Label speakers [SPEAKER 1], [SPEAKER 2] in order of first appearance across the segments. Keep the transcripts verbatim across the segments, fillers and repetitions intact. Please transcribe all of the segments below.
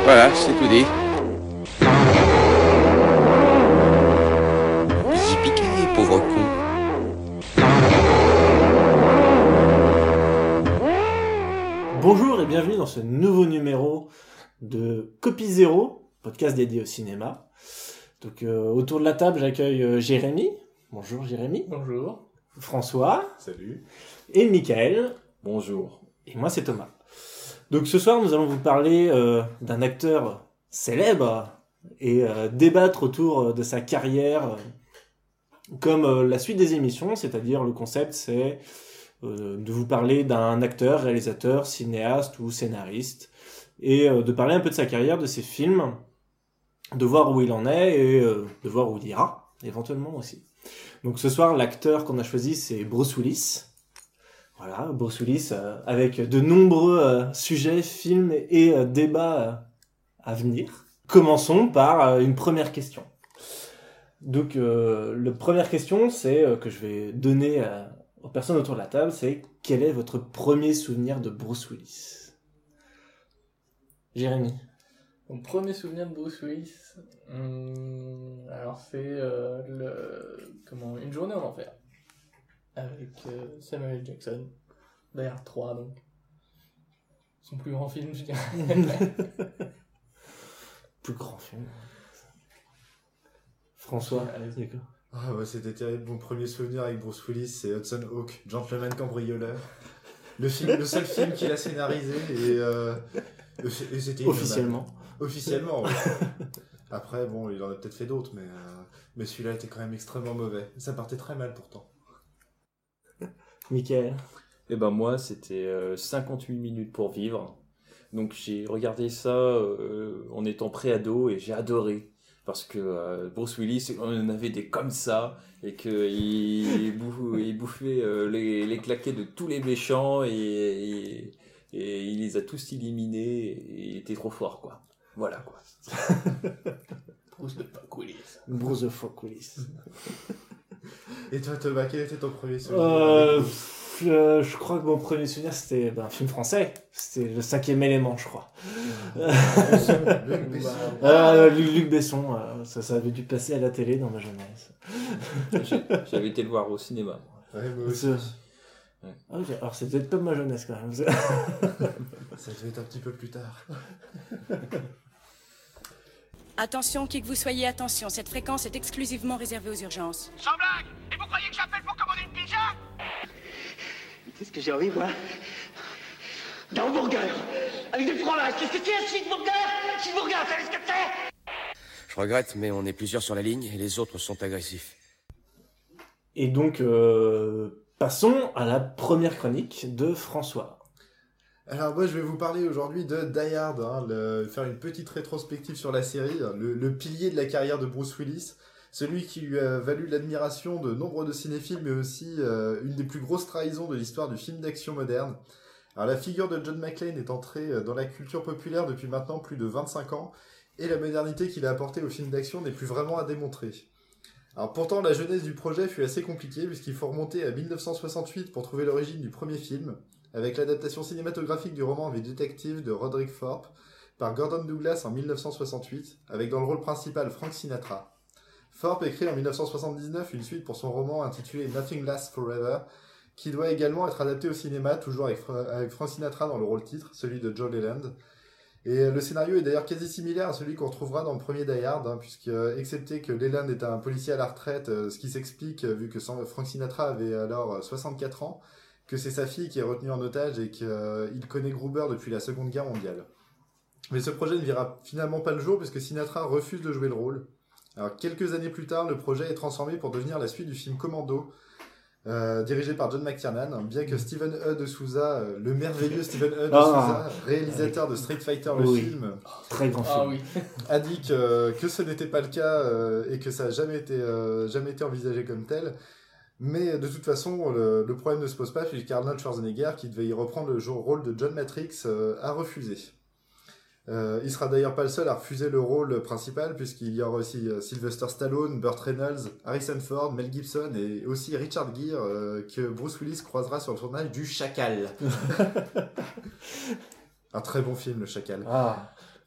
[SPEAKER 1] Voilà, c'est tout dit. Yippee-ki-yay, pauvre con.
[SPEAKER 2] Bonjour et bienvenue dans ce nouveau numéro de Copie Zéro, podcast dédié au cinéma. Donc euh, autour de la table, j'accueille euh, Jérémy. Bonjour Jérémy.
[SPEAKER 3] Bonjour.
[SPEAKER 2] François.
[SPEAKER 3] Salut.
[SPEAKER 2] Et Michael.
[SPEAKER 3] Bonjour.
[SPEAKER 2] Et moi c'est Thomas. Donc ce soir nous allons vous parler euh, d'un acteur célèbre et euh, débattre autour de sa carrière euh, comme euh, la suite des émissions, c'est-à-dire le concept c'est euh, de vous parler d'un acteur, réalisateur, cinéaste ou scénariste et euh, de parler un peu de sa carrière, de ses films, de voir où il en est et euh, de voir où il ira, éventuellement aussi. Donc ce soir l'acteur qu'on a choisi c'est Bruce Willis. Voilà, Bruce Willis, euh, avec de nombreux euh, sujets, films et euh, débats euh, à venir. Commençons par euh, une première question. Donc, euh, la première question, c'est euh, que je vais donner euh, aux personnes autour de la table, c'est quel est votre premier souvenir de Bruce Willis ? Jérémy.
[SPEAKER 3] Mon premier souvenir de Bruce Willis, hum, alors c'est euh, le comment une journée en enfer avec euh, Samuel L. Jackson, d'ailleurs trois donc son plus grand film je dirais.
[SPEAKER 2] Plus grand film. François, allez, d'accord.
[SPEAKER 4] Ah ouais, c'était terrible. Mon premier souvenir avec Bruce Willis, c'est Hudson Hawk, Gentleman Cambrioleur. Le film, le seul film qu'il a scénarisé et, euh, et c'était
[SPEAKER 2] officiellement.
[SPEAKER 4] Officiellement, oui. Après, bon, il en a peut-être fait d'autres, mais, euh, mais celui-là était quand même extrêmement mauvais. Ça partait très mal pourtant.
[SPEAKER 2] Michael.
[SPEAKER 5] Eh ben moi, c'était euh, cinquante-huit minutes pour vivre. Donc j'ai regardé ça euh, en étant pré-ado et j'ai adoré. Parce que euh, Bruce Willis, on en avait des comme ça, et qu'il bouffait, il bouffait euh, les, les claquets de tous les méchants, et, et, et il les a tous éliminés, et il était trop fort, quoi. Voilà, quoi.
[SPEAKER 3] Bruce the fuck Willis.
[SPEAKER 2] Bruce the fuck Willis.
[SPEAKER 4] Et toi, Thomas, quel était ton premier souvenir
[SPEAKER 2] euh, euh, Je crois que mon premier souvenir, c'était ben, un film français. C'était Le Cinquième Élément, je crois.
[SPEAKER 4] Luc Besson.
[SPEAKER 2] Euh, Luc, Luc Besson, euh, ça, ça avait dû passer à la télé dans ma jeunesse.
[SPEAKER 5] J'ai, j'avais été le voir au cinéma.
[SPEAKER 4] Ouais, moi aussi.
[SPEAKER 2] Ouais. Ah, okay. Alors c'est peut-être pas ma jeunesse quand même.
[SPEAKER 4] Ça devait être un petit peu plus tard.
[SPEAKER 6] Attention, qui que vous soyez, attention, cette fréquence est exclusivement réservée aux urgences.
[SPEAKER 7] Sans blague! Et vous croyez que j'appelle pour commander une pizza?
[SPEAKER 8] Qu'est-ce que j'ai envie, moi? D'un hamburger! Avec des fromages! Qu'est-ce que c'est un cheeseburger? Cheeseburger, vous savez ce que c'est?
[SPEAKER 1] Je regrette, mais on est plusieurs sur la ligne et les autres sont agressifs.
[SPEAKER 2] Et donc, euh, passons à la première chronique de François.
[SPEAKER 4] Alors moi je vais vous parler aujourd'hui de Die Hard, hein, le, faire une petite rétrospective sur la série, le, le pilier de la carrière de Bruce Willis, celui qui lui a valu l'admiration de nombre de cinéphiles, mais aussi euh, une des plus grosses trahisons de l'histoire du film d'action moderne. Alors la figure de John McClane est entrée dans la culture populaire depuis maintenant plus de vingt-cinq ans, et la modernité qu'il a apportée au film d'action n'est plus vraiment à démontrer. Alors pourtant la genèse du projet fut assez compliquée, puisqu'il faut remonter à dix-neuf cent soixante-huit pour trouver l'origine du premier film, avec l'adaptation cinématographique du roman The Detective de Roderick Thorpe par Gordon Douglas en dix-neuf cent soixante-huit, avec dans le rôle principal Frank Sinatra. Thorpe écrit en dix-neuf cent soixante-dix-neuf une suite pour son roman intitulé Nothing Lasts Forever, qui doit également être adapté au cinéma, toujours avec, Fra- avec Frank Sinatra dans le rôle titre, celui de Joe Leland. Et le scénario est d'ailleurs quasi similaire à celui qu'on retrouvera dans le premier Die Hard, hein, puisque, excepté que Leland est un policier à la retraite, euh, ce qui s'explique, euh, vu que Frank Sinatra avait alors soixante-quatre ans, que c'est sa fille qui est retenue en otage et qu'il euh, connaît Gruber depuis la Seconde Guerre mondiale. Mais ce projet ne verra finalement pas le jour puisque Sinatra refuse de jouer le rôle. Alors quelques années plus tard, le projet est transformé pour devenir la suite du film Commando, euh, dirigé par John McTiernan, bien que Steven E. de Souza, euh, le merveilleux Steven E. de
[SPEAKER 2] Ah,
[SPEAKER 4] Souza, réalisateur de Street Fighter le
[SPEAKER 2] oui.
[SPEAKER 4] film,
[SPEAKER 2] Très grand film.
[SPEAKER 3] Ah oui.
[SPEAKER 4] a dit que, que ce n'était pas le cas euh, et que ça n'a jamais été, euh, jamais été envisagé comme tel. Mais de toute façon, le, le problème ne se pose pas puisqu'Arnold Schwarzenegger, qui devait y reprendre le rôle de John Matrix, euh, a refusé. Euh, il sera d'ailleurs pas le seul à refuser le rôle principal puisqu'il y aura aussi euh, Sylvester Stallone, Burt Reynolds, Harrison Ford, Mel Gibson et aussi Richard Gere euh, que Bruce Willis croisera sur le tournage du Chacal. Un très bon film, le Chacal.
[SPEAKER 2] Ah,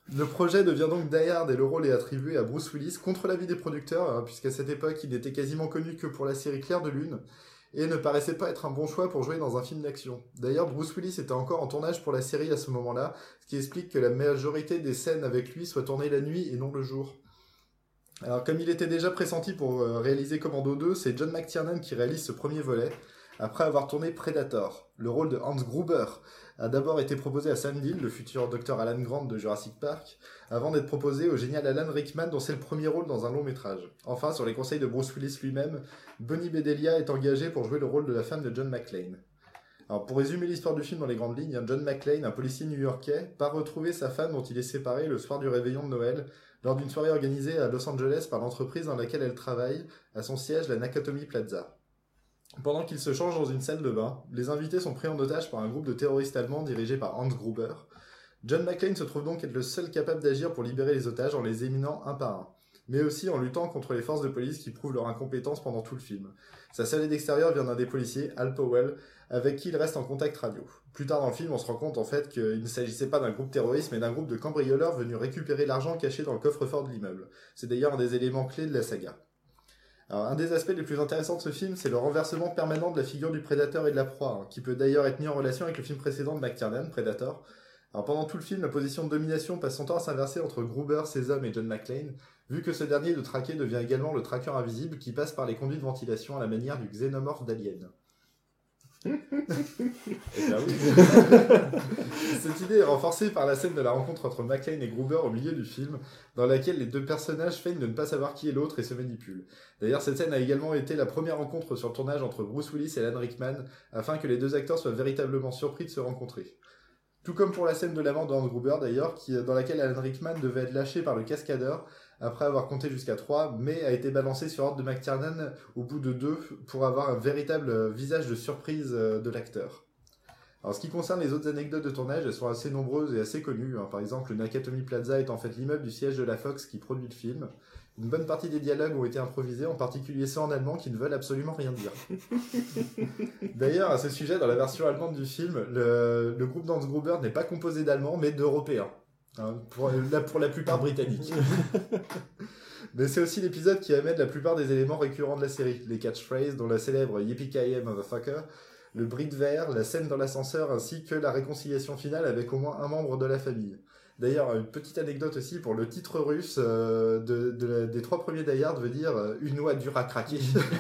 [SPEAKER 4] Le projet devient donc Die Hard et le rôle est attribué à Bruce Willis contre l'avis des producteurs, hein, puisqu'à cette époque, il n'était quasiment connu que pour la série Clair de Lune, et ne paraissait pas être un bon choix pour jouer dans un film d'action. D'ailleurs, Bruce Willis était encore en tournage pour la série à ce moment-là, ce qui explique que la majorité des scènes avec lui soient tournées la nuit et non le jour. Alors, comme il était déjà pressenti pour euh, réaliser Commando deux, c'est John McTiernan qui réalise ce premier volet, après avoir tourné Predator. Le rôle de Hans Gruber a d'abord été proposé à Sam Neill, le futur docteur Alan Grant de Jurassic Park, avant d'être proposé au génial Alan Rickman, dont c'est le premier rôle dans un long métrage. Enfin, sur les conseils de Bruce Willis lui-même, Bonnie Bedelia est engagée pour jouer le rôle de la femme de John McClane. Alors, pour résumer l'histoire du film dans les grandes lignes, John McClane, un policier new-yorkais, part retrouver sa femme dont il est séparé le soir du réveillon de Noël, lors d'une soirée organisée à Los Angeles par l'entreprise dans laquelle elle travaille, à son siège, la Nakatomi Plaza. Pendant qu'ils se changent dans une salle de bain, les invités sont pris en otage par un groupe de terroristes allemands dirigé par Hans Gruber. John McClane se trouve donc être le seul capable d'agir pour libérer les otages en les éliminant un par un, mais aussi en luttant contre les forces de police qui prouvent leur incompétence pendant tout le film. Sa seule aide extérieure vient d'un des policiers, Al Powell, avec qui il reste en contact radio. Plus tard dans le film, on se rend compte en fait qu'il ne s'agissait pas d'un groupe terroriste, mais d'un groupe de cambrioleurs venus récupérer l'argent caché dans le coffre-fort de l'immeuble. C'est d'ailleurs un des éléments clés de la saga. Alors, un des aspects les plus intéressants de ce film, c'est le renversement permanent de la figure du prédateur et de la proie, hein, qui peut d'ailleurs être mis en relation avec le film précédent de McTiernan, Predator. Alors, pendant tout le film, la position de domination passe son temps à s'inverser entre Gruber, ses hommes et John McClane, vu que ce dernier de traquer devient également le traqueur invisible qui passe par les conduits de ventilation à la manière du xénomorphe d'Alien. Eh bien oui. Cette idée est renforcée par la scène de la rencontre entre McClane et Gruber au milieu du film, dans laquelle les deux personnages feignent de ne pas savoir qui est l'autre et se manipulent. D'ailleurs, cette scène a également été la première rencontre sur le tournage entre Bruce Willis et Alan Rickman, afin que les deux acteurs soient véritablement surpris de se rencontrer. Tout comme pour la scène de l'amant de Hans Gruber d'ailleurs, qui, dans laquelle Alan Rickman devait être lâché par le cascadeur, après avoir compté jusqu'à trois, mais a été balancé sur ordre de McTiernan au bout de deux pour avoir un véritable visage de surprise de l'acteur. Alors, ce qui concerne les autres anecdotes de tournage, elles sont assez nombreuses et assez connues. Hein. Par exemple, le Nakatomi Plaza est en fait l'immeuble du siège de la Fox qui produit le film. Une bonne partie des dialogues ont été improvisés, en particulier ceux en allemand qui ne veulent absolument rien dire. D'ailleurs, à ce sujet, dans la version allemande du film, le, le groupe d'Hans Gruber n'est pas composé d'Allemands, mais d'Européens. Hein, pour, la, pour la plupart britanniques. Mais c'est aussi l'épisode qui amène la plupart des éléments récurrents de la série. Les catchphrases, dont la célèbre Yippee-ki-yay motherfucker, le bris de verre, la scène dans l'ascenseur, ainsi que la réconciliation finale avec au moins un membre de la famille. D'ailleurs, une petite anecdote aussi, pour le titre russe euh, de, de la, des trois premiers Die Hard veut dire euh, « une noix dure à craquer ».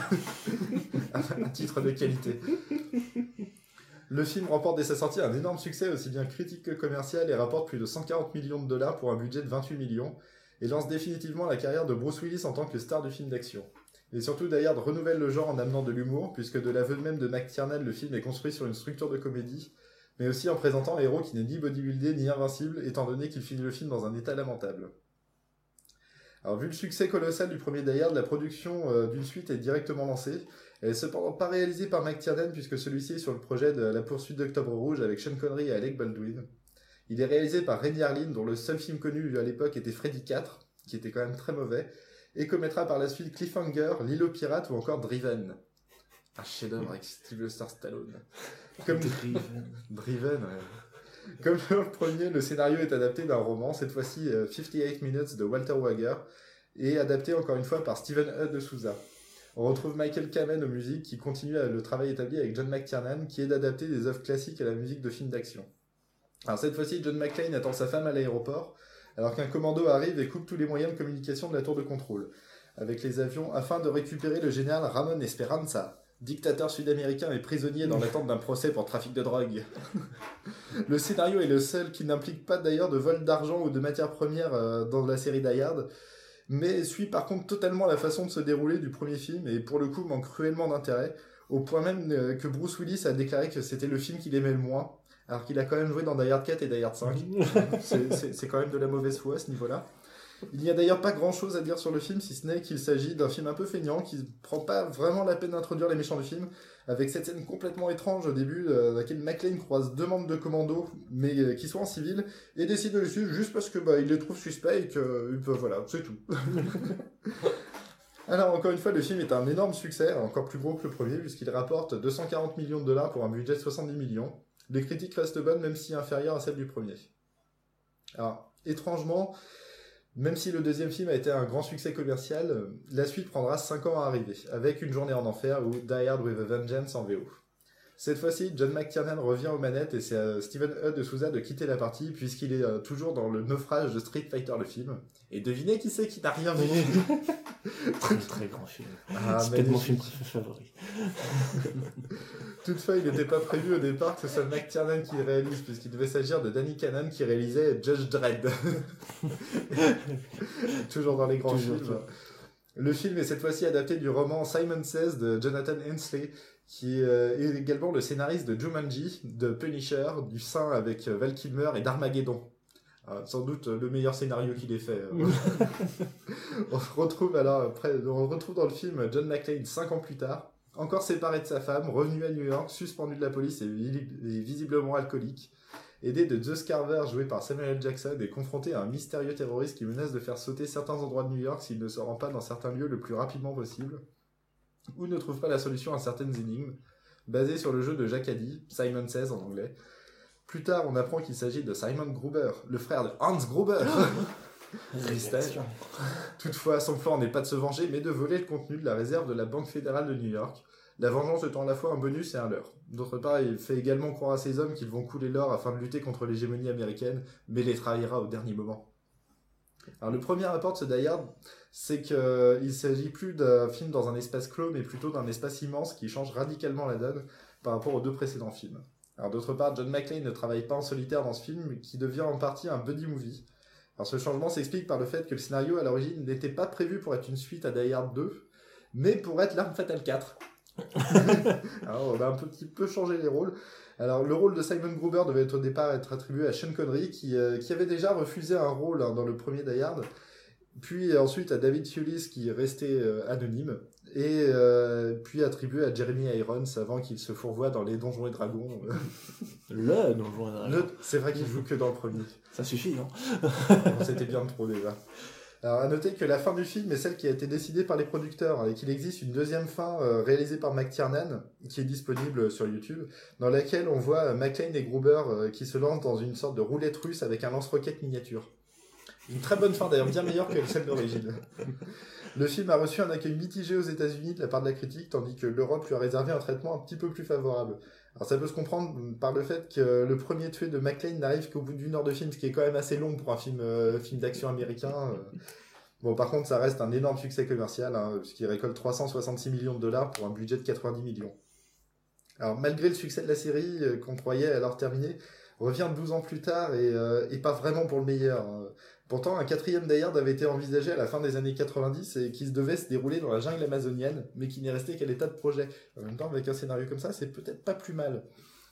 [SPEAKER 4] Un titre de qualité. Le film remporte dès sa sortie un énorme succès, aussi bien critique que commercial, et rapporte plus de cent quarante millions de dollars pour un budget de vingt-huit millions, et lance définitivement la carrière de Bruce Willis en tant que star du film d'action. Et surtout, Die Hard renouvelle le genre en amenant de l'humour, puisque de l'aveu même de McTiernan, le film est construit sur une structure de comédie, mais aussi en présentant un héros qui n'est ni bodybuildé ni invincible, étant donné qu'il finit le film dans un état lamentable. Alors, vu le succès colossal du premier Die Hard, la production euh, d'une suite est directement lancée. Elle est cependant pas réalisée par McTiernan, puisque celui-ci est sur le projet de La poursuite d'Octobre Rouge avec Sean Connery et Alec Baldwin. Il est réalisé par Renny Harlin, dont le seul film connu à l'époque était Freddy quatre, qui était quand même très mauvais, et commettra par la suite Cliffhanger, L'île aux pirates ou encore Driven. Un chef-d'œuvre avec Sylvester Stallone. Comme Driven. Driven, ouais. Comme le premier, le scénario est adapté d'un roman, cette fois-ci euh, cinquante-huit minutes de Walter Wager, et adapté encore une fois par Steven E. de Souza. On retrouve Michael Kamen aux musiques, qui continue le travail établi avec John McTiernan, qui est d'adapter des œuvres classiques à la musique de films d'action. Alors cette fois-ci, John McClane attend sa femme à l'aéroport, alors qu'un commando arrive et coupe tous les moyens de communication de la tour de contrôle avec les avions afin de récupérer le général Ramon Esperanza, dictateur sud-américain et prisonnier dans l'attente d'un procès pour trafic de drogue. Le scénario est le seul qui n'implique pas d'ailleurs de vol d'argent ou de matières premières euh, dans la série Die Hard, mais suit par contre totalement la façon de se dérouler du premier film et pour le coup manque cruellement d'intérêt, au point même euh, que Bruce Willis a déclaré que c'était le film qu'il aimait le moins, alors qu'il a quand même joué dans Die Hard quatre et Die Hard cinq. c'est, c'est, c'est quand même de la mauvaise foi à ce niveau-là. Il n'y a d'ailleurs pas grand-chose à dire sur le film, si ce n'est qu'il s'agit d'un film un peu feignant, qui ne prend pas vraiment la peine d'introduire les méchants du film, avec cette scène complètement étrange au début, euh, dans laquelle McClane croise deux membres de commando, mais euh, qui sont en civil, et décide de les suivre juste parce que bah, il les trouve suspects et que euh, bah, voilà, c'est tout. Alors encore une fois, le film est un énorme succès, encore plus gros que le premier, puisqu'il rapporte deux cent quarante millions de dollars pour un budget de soixante-dix millions. Les critiques restent bonnes, même si inférieures à celles du premier. Alors, étrangement, même si le deuxième film a été un grand succès commercial, la suite prendra cinq ans à arriver, avec Une journée en enfer ou Die Hard with a Vengeance en V O. Cette fois-ci, John McTiernan revient aux manettes et c'est à Steven E. de Souza de quitter la partie puisqu'il est euh, toujours dans le naufrage de Street Fighter le film. Et devinez qui c'est qui n'a rien vu.
[SPEAKER 2] Très très grand film.
[SPEAKER 4] Ah,
[SPEAKER 2] c'est peut-être mon film
[SPEAKER 4] magnifique.
[SPEAKER 2] favori.
[SPEAKER 4] Toutefois, il n'était pas prévu au départ que ce soit McTiernan qui le réalise, puisqu'il devait s'agir de Danny Cannon qui réalisait Judge Dredd. Toujours dans les grands
[SPEAKER 2] Toujours,
[SPEAKER 4] films.
[SPEAKER 2] toujours.
[SPEAKER 4] Le film est cette fois-ci adapté du roman Simon Says de Jonathan Hensley, qui euh, est également le scénariste de Jumanji, de Punisher, du Saint avec euh, Val Kilmer et d'Armageddon. Euh, sans doute euh, le meilleur scénario qu'il ait fait. euh. on retrouve alors après, on retrouve dans le film John McClane cinq ans plus tard, encore séparé de sa femme, revenu à New York, suspendu de la police et, vi- et visiblement alcoolique, aidé de The Scarver joué par Samuel L. Jackson et confronté à un mystérieux terroriste qui menace de faire sauter certains endroits de New York s'il ne se rend pas dans certains lieux le plus rapidement possible, ou ne trouve pas la solution à certaines énigmes, basées sur le jeu de Jacques Addy, Simon Says en anglais. Plus tard, on apprend qu'il s'agit de Simon Gruber, le frère de Hans Gruber.
[SPEAKER 2] Révélation.
[SPEAKER 4] Toutefois, son plan n'est pas de se venger, mais de voler le contenu de la réserve de la Banque fédérale de New York, la vengeance étant à la fois un bonus et un leurre. D'autre part, il fait également croire à ses hommes qu'ils vont couler l'or afin de lutter contre l'hégémonie américaine, mais les trahira au dernier moment. Alors, le premier rapport de ce Die Hard, c'est qu'il ne s'agit plus d'un film dans un espace clos, mais plutôt d'un espace immense qui change radicalement la donne par rapport aux deux précédents films. Alors, d'autre part, John McClane ne travaille pas en solitaire dans ce film, qui devient en partie un buddy movie. Alors, ce changement s'explique par le fait que le scénario, à l'origine, n'était pas prévu pour être une suite à Die Hard deux, mais pour être L'Arme Fatale quatre. Alors, on a un petit peu changé les rôles. Alors, le rôle de Simon Gruber devait être au départ être attribué à Sean Connery, qui, euh, qui avait déjà refusé un rôle hein, dans le premier Die Hard, puis ensuite à David Thewlis, qui restait euh, anonyme, et euh, puis attribué à Jeremy Irons, avant qu'il se fourvoie dans les Donjons et Dragons.
[SPEAKER 2] Le Donjon et Dragons.
[SPEAKER 4] Le... C'est vrai qu'il joue que dans le premier.
[SPEAKER 2] Ça suffit, non?
[SPEAKER 4] Bon, c'était bien trop déjà. Alors, à noter que la fin du film est celle qui a été décidée par les producteurs et qu'il existe une deuxième fin euh, réalisée par McTiernan, qui est disponible sur YouTube, dans laquelle on voit euh, McClane et Gruber euh, qui se lancent dans une sorte de roulette russe avec un lance-roquette miniature. Une très bonne fin d'ailleurs, bien meilleure que celle d'origine. Le film a reçu un accueil mitigé aux États-Unis de la part de la critique, tandis que l'Europe lui a réservé un traitement un petit peu plus favorable. Alors ça peut se comprendre par le fait que le premier tué de McClane n'arrive qu'au bout d'une heure de film, ce qui est quand même assez long pour un film, euh, film d'action américain. Bon, par contre, ça reste un énorme succès commercial, hein, puisqu'il récolte trois cent soixante-six millions de dollars pour un budget de quatre-vingt-dix millions. Alors malgré le succès de la série, euh, qu'on croyait alors terminée, revient douze ans plus tard et, euh, et pas vraiment pour le meilleur. Hein. Pourtant, un quatrième Die Hard avait été envisagé à la fin des années quatre-vingt-dix et qui se devait se dérouler dans la jungle amazonienne, mais qui n'est resté qu'à l'état de projet. En même temps, avec un scénario comme ça, c'est peut-être pas plus mal.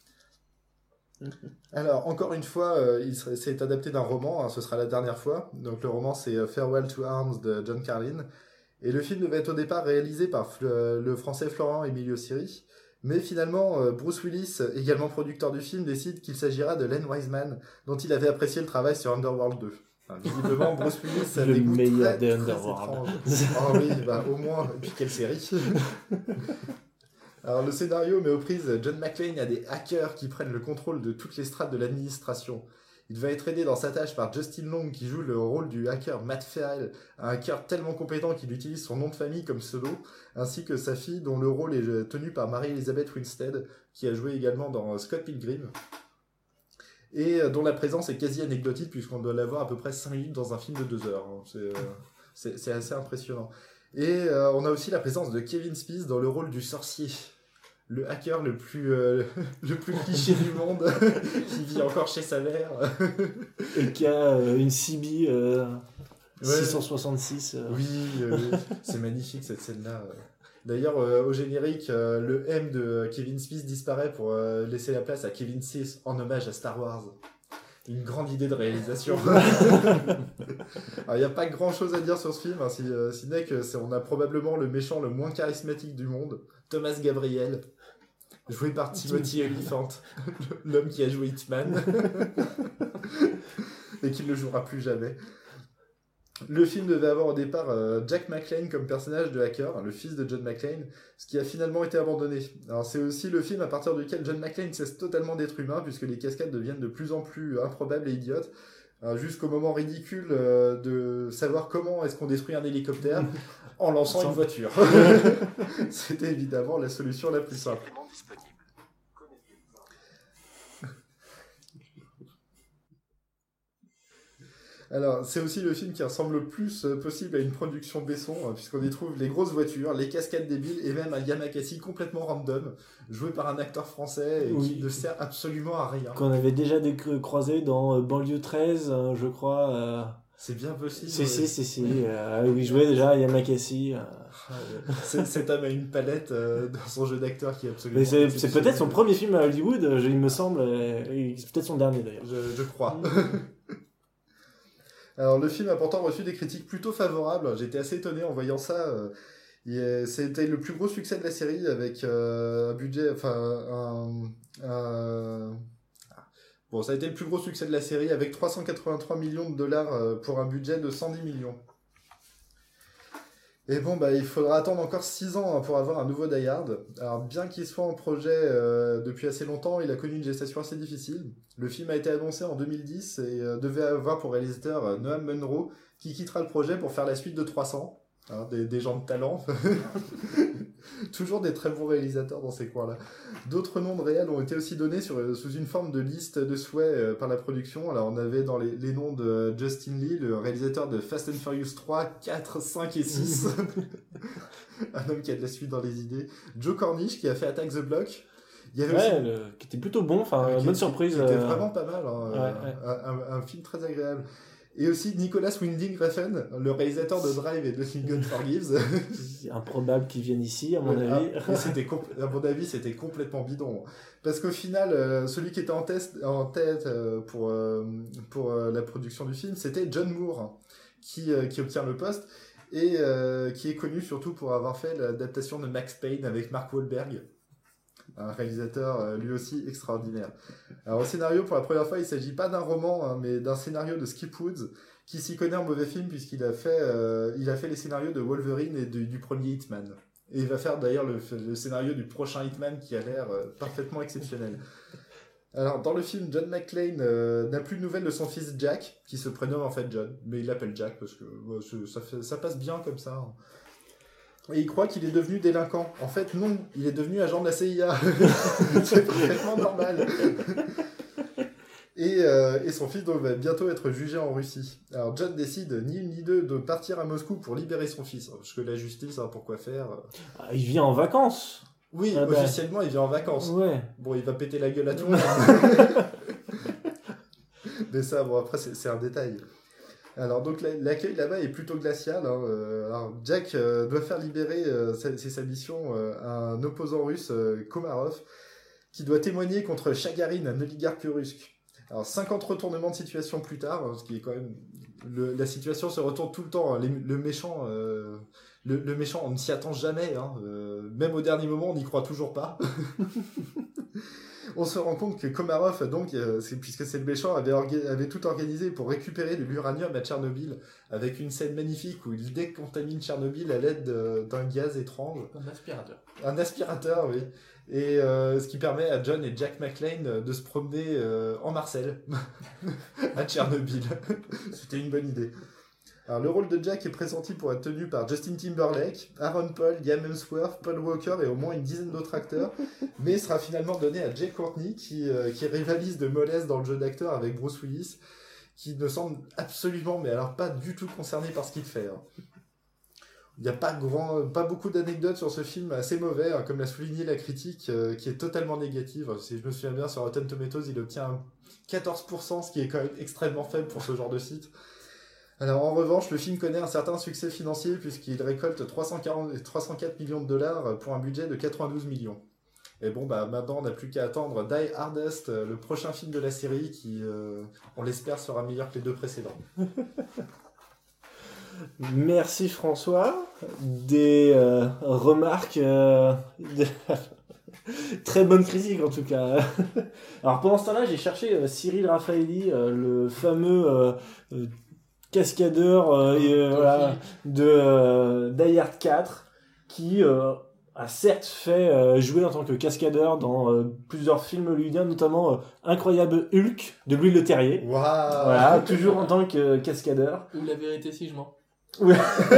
[SPEAKER 4] Alors, encore une fois, euh, il serait, c'est adapté d'un roman, hein, ce sera la dernière fois. Donc le roman, c'est Farewell to Arms de John Carlin. Et le film devait être au départ réalisé par euh, le français Florent Emilio Siri. Mais finalement, euh, Bruce Willis, également producteur du film, décide qu'il s'agira de Len Wiseman, dont il avait apprécié le travail sur Underworld deux. Enfin, visiblement, Bruce Willis a
[SPEAKER 2] Le
[SPEAKER 4] des goûts
[SPEAKER 2] meilleur
[SPEAKER 4] très,
[SPEAKER 2] des
[SPEAKER 4] très
[SPEAKER 2] Underworld.
[SPEAKER 4] étranges. Oh oui, bah au moins. Et puis quelle série. Alors le scénario met aux prises John McClane à des hackers qui prennent le contrôle de toutes les strates de l'administration. Il va être aidé dans sa tâche par Justin Long qui joue le rôle du hacker Matt Farrell, un hacker tellement compétent qu'il utilise son nom de famille comme pseudo, ainsi que sa fille dont le rôle est tenu par Mary-Elizabeth Winstead, qui a joué également dans Scott Pilgrim, et dont la présence est quasi anecdotique puisqu'on doit l'avoir à peu près cinq minutes dans un film de deux heures. C'est, euh, c'est, c'est assez impressionnant. Et euh, on a aussi la présence de Kevin Spacey dans le rôle du sorcier, le hacker le plus, euh, le plus cliché du monde, qui vit encore chez sa mère.
[SPEAKER 2] Et qui a euh, une C B euh,
[SPEAKER 4] Ouais.
[SPEAKER 2] six cent soixante-six. Euh.
[SPEAKER 4] Oui, euh, c'est magnifique cette scène-là. D'ailleurs, euh, au générique, euh, le M de Kevin Spacey disparaît pour euh, laisser la place à Kevin Six en hommage à Star Wars. Une grande idée de réalisation. Alors, il n'y a pas grand-chose à dire sur ce film, hein, si, euh, si n'est que c'est, on a probablement le méchant le moins charismatique du monde, Thomas Gabriel, joué par Timothy Olyphant, l'homme qui a joué Hitman, et qui ne le jouera plus jamais. Le film devait avoir au départ euh, Jack McClane comme personnage de hacker, hein, le fils de John McClane, ce qui a finalement été abandonné. Alors c'est aussi le film à partir duquel John McClane cesse totalement d'être humain, puisque les cascades deviennent de plus en plus improbables et idiotes. Alors, jusqu'au moment ridicule euh, de savoir comment est-ce qu'on détruit un hélicoptère en lançant une voiture. C'était évidemment la solution la plus simple. Alors, c'est aussi le film qui ressemble le plus possible à une production Besson, hein, puisqu'on y trouve les grosses voitures, les cascades débiles et même un Yamakasi complètement random, joué par un acteur français et
[SPEAKER 2] Oui.
[SPEAKER 4] qui ne sert absolument à rien.
[SPEAKER 2] Qu'on avait déjà dé- croisé dans euh, Banlieue treize, euh, je crois. Euh...
[SPEAKER 4] C'est bien possible.
[SPEAKER 2] Si,
[SPEAKER 4] ouais.
[SPEAKER 2] si, si, si. Euh, où il jouait déjà Yamakasi. Euh...
[SPEAKER 4] Ah, ouais. C'est- Cet homme a une palette euh, dans son jeu d'acteur qui est absolument
[SPEAKER 2] Mais c'est, c'est
[SPEAKER 4] exceptionnelle.
[SPEAKER 2] peut-être son premier film à Hollywood, euh, il me semble. euh, et c'est peut-être son dernier d'ailleurs.
[SPEAKER 4] Je, je crois. Alors, le film a pourtant reçu des critiques plutôt favorables. J'étais assez étonné en voyant ça. Euh, il est- C'était le plus gros succès de la série avec euh, un budget, enfin, un, un- Bon, ça a été le plus gros succès de la série avec trois cent quatre-vingt-trois millions de dollars euh, pour un budget de cent dix millions. Et bon, bah, il faudra attendre encore six ans hein, pour avoir un nouveau Die Hard. Alors, bien qu'il soit en projet euh, depuis assez longtemps, il a connu une gestation assez difficile. Le film a été annoncé en deux mille dix et euh, devait avoir pour réalisateur euh, Noam Munro, qui quittera le projet pour faire la suite de trois cents. Hein, des, des gens de talent. Toujours des très bons réalisateurs dans ces coins-là. D'autres noms de réels ont été aussi donnés sur, sous une forme de liste de souhaits euh, par la production. Alors, on avait dans les, les noms de Justin Lee, le réalisateur de Fast and Furious trois, quatre, cinq et six. Un homme qui a de la suite dans les idées. Joe Cornish, qui a fait Attack the Block. Il y avait
[SPEAKER 2] Ouais,
[SPEAKER 4] aussi...
[SPEAKER 2] le- qui était plutôt bon, enfin,
[SPEAKER 4] qui
[SPEAKER 2] bonne
[SPEAKER 4] était-
[SPEAKER 2] surprise.
[SPEAKER 4] qui était
[SPEAKER 2] euh,
[SPEAKER 4] vraiment pas mal. Hein,
[SPEAKER 2] ouais,
[SPEAKER 4] euh,
[SPEAKER 2] ouais.
[SPEAKER 4] Un, un- un film très agréable. Et aussi Nicolas Winding Refn, le réalisateur de Drive et de Lincoln Forgives.
[SPEAKER 2] C'est improbable qu'ils viennent ici, à mon
[SPEAKER 4] Ouais,
[SPEAKER 2] avis.
[SPEAKER 4] ah, et c'était compl- à mon avis, c'était complètement bidon. Parce qu'au final, euh, celui qui était en, test, en tête euh, pour, euh, pour euh, la production du film, c'était John Moore, hein, qui, euh, qui obtient le poste et euh, qui est connu surtout pour avoir fait l'adaptation de Max Payne avec Mark Wahlberg. Un réalisateur euh, lui aussi extraordinaire. Alors au scénario, pour la première fois, il ne s'agit pas d'un roman, hein, mais d'un scénario de Skip Woods, qui s'y connaît en mauvais film puisqu'il a fait, euh, il a fait les scénarios de Wolverine et de- du premier Hitman. Et il va faire d'ailleurs le, le scénario du prochain Hitman qui a l'air euh, parfaitement exceptionnel. Alors dans le film, John McClane euh, n'a plus de nouvelles de son fils Jack, qui se prénomme en fait John, mais il l'appelle Jack parce que ouais, c'est- ça, fait- ça passe bien comme ça. hein. Et il croit qu'il est devenu délinquant. En fait, non, il est devenu agent de la C I A. C'est parfaitement normal. Et, euh, et son fils donc, va bientôt être jugé en Russie. Alors John décide, ni une ni deux, de partir à Moscou pour libérer son fils. Parce que la justice, hein, pourquoi faire
[SPEAKER 2] Ah, il vient en vacances.
[SPEAKER 4] Oui,
[SPEAKER 2] Ah bah.
[SPEAKER 4] officiellement, il vient en vacances.
[SPEAKER 2] Ouais.
[SPEAKER 4] Bon, il va péter la gueule à tout le monde. Mais ça, bon, après, c'est c'est un détail. Alors, donc, la- l'accueil là-bas est plutôt glacial. Hein. Euh, alors, Jack euh, doit faire libérer, euh, c'est c'est sa mission, euh, un opposant russe, euh, Komarov, qui doit témoigner contre Chagarin, un oligarque russe. Alors, cinquante retournements de situation plus tard, hein, ce qui est quand même... le- la situation se retourne tout le temps. hein. Les- le méchant... euh, le, le méchant, on ne s'y attend jamais. Hein. Euh, même au dernier moment, on n'y croit toujours pas. On se rend compte que Komarov, donc, euh, c'est- puisque c'est le méchant, avait, orga- avait tout organisé pour récupérer de l'uranium à Tchernobyl, avec une scène magnifique où il décontamine Tchernobyl à l'aide de- d'un gaz étrange.
[SPEAKER 3] Un aspirateur.
[SPEAKER 4] Un aspirateur, oui. Et euh, ce qui permet à John et Jack McClane de se promener euh, en Marcel, à Tchernobyl. C'était une bonne idée. Alors, le rôle de Jack est pressenti pour être tenu par Justin Timberlake, Aaron Paul, Liam Hemsworth, Paul Walker et au moins une dizaine d'autres acteurs, mais sera finalement donné à Jay Courtney, qui, euh, qui rivalise de mollesse dans le jeu d'acteur avec Bruce Willis, qui ne semble absolument, mais alors pas du tout concerné par ce qu'il fait. hein. Il n'y a pas, grand, pas beaucoup d'anecdotes sur ce film assez mauvais, hein, comme l'a souligné la critique, euh, qui est totalement négative. Si je me souviens bien, sur Rotten Tomatoes, il obtient quatorze pour cent, ce qui est quand même extrêmement faible pour ce genre de site. Alors en revanche, le film connaît un certain succès financier puisqu'il récolte trois cent quarante, trois cent quatre millions de dollars pour un budget de quatre-vingt-douze millions. Et bon, bah maintenant on n'a plus qu'à attendre Die Hardest, le prochain film de la série qui, euh, on l'espère, sera meilleur que les deux précédents.
[SPEAKER 2] Merci François. Des euh, remarques... euh, de- Très bonne critique en tout cas. Alors pendant ce temps-là, j'ai cherché euh, Cyril Raffaelli, euh, le fameux euh, euh, cascadeur euh, et, euh, voilà, de euh, Die Hard quatre, qui euh, a certes fait euh, jouer en tant que cascadeur dans euh, plusieurs films hollywoodiens, notamment euh, Incroyable Hulk de Louis Leterrier.
[SPEAKER 4] Waouh.
[SPEAKER 2] Voilà, toujours en tant que cascadeur.
[SPEAKER 3] Ou La vérité si je mens.
[SPEAKER 2] Ouais.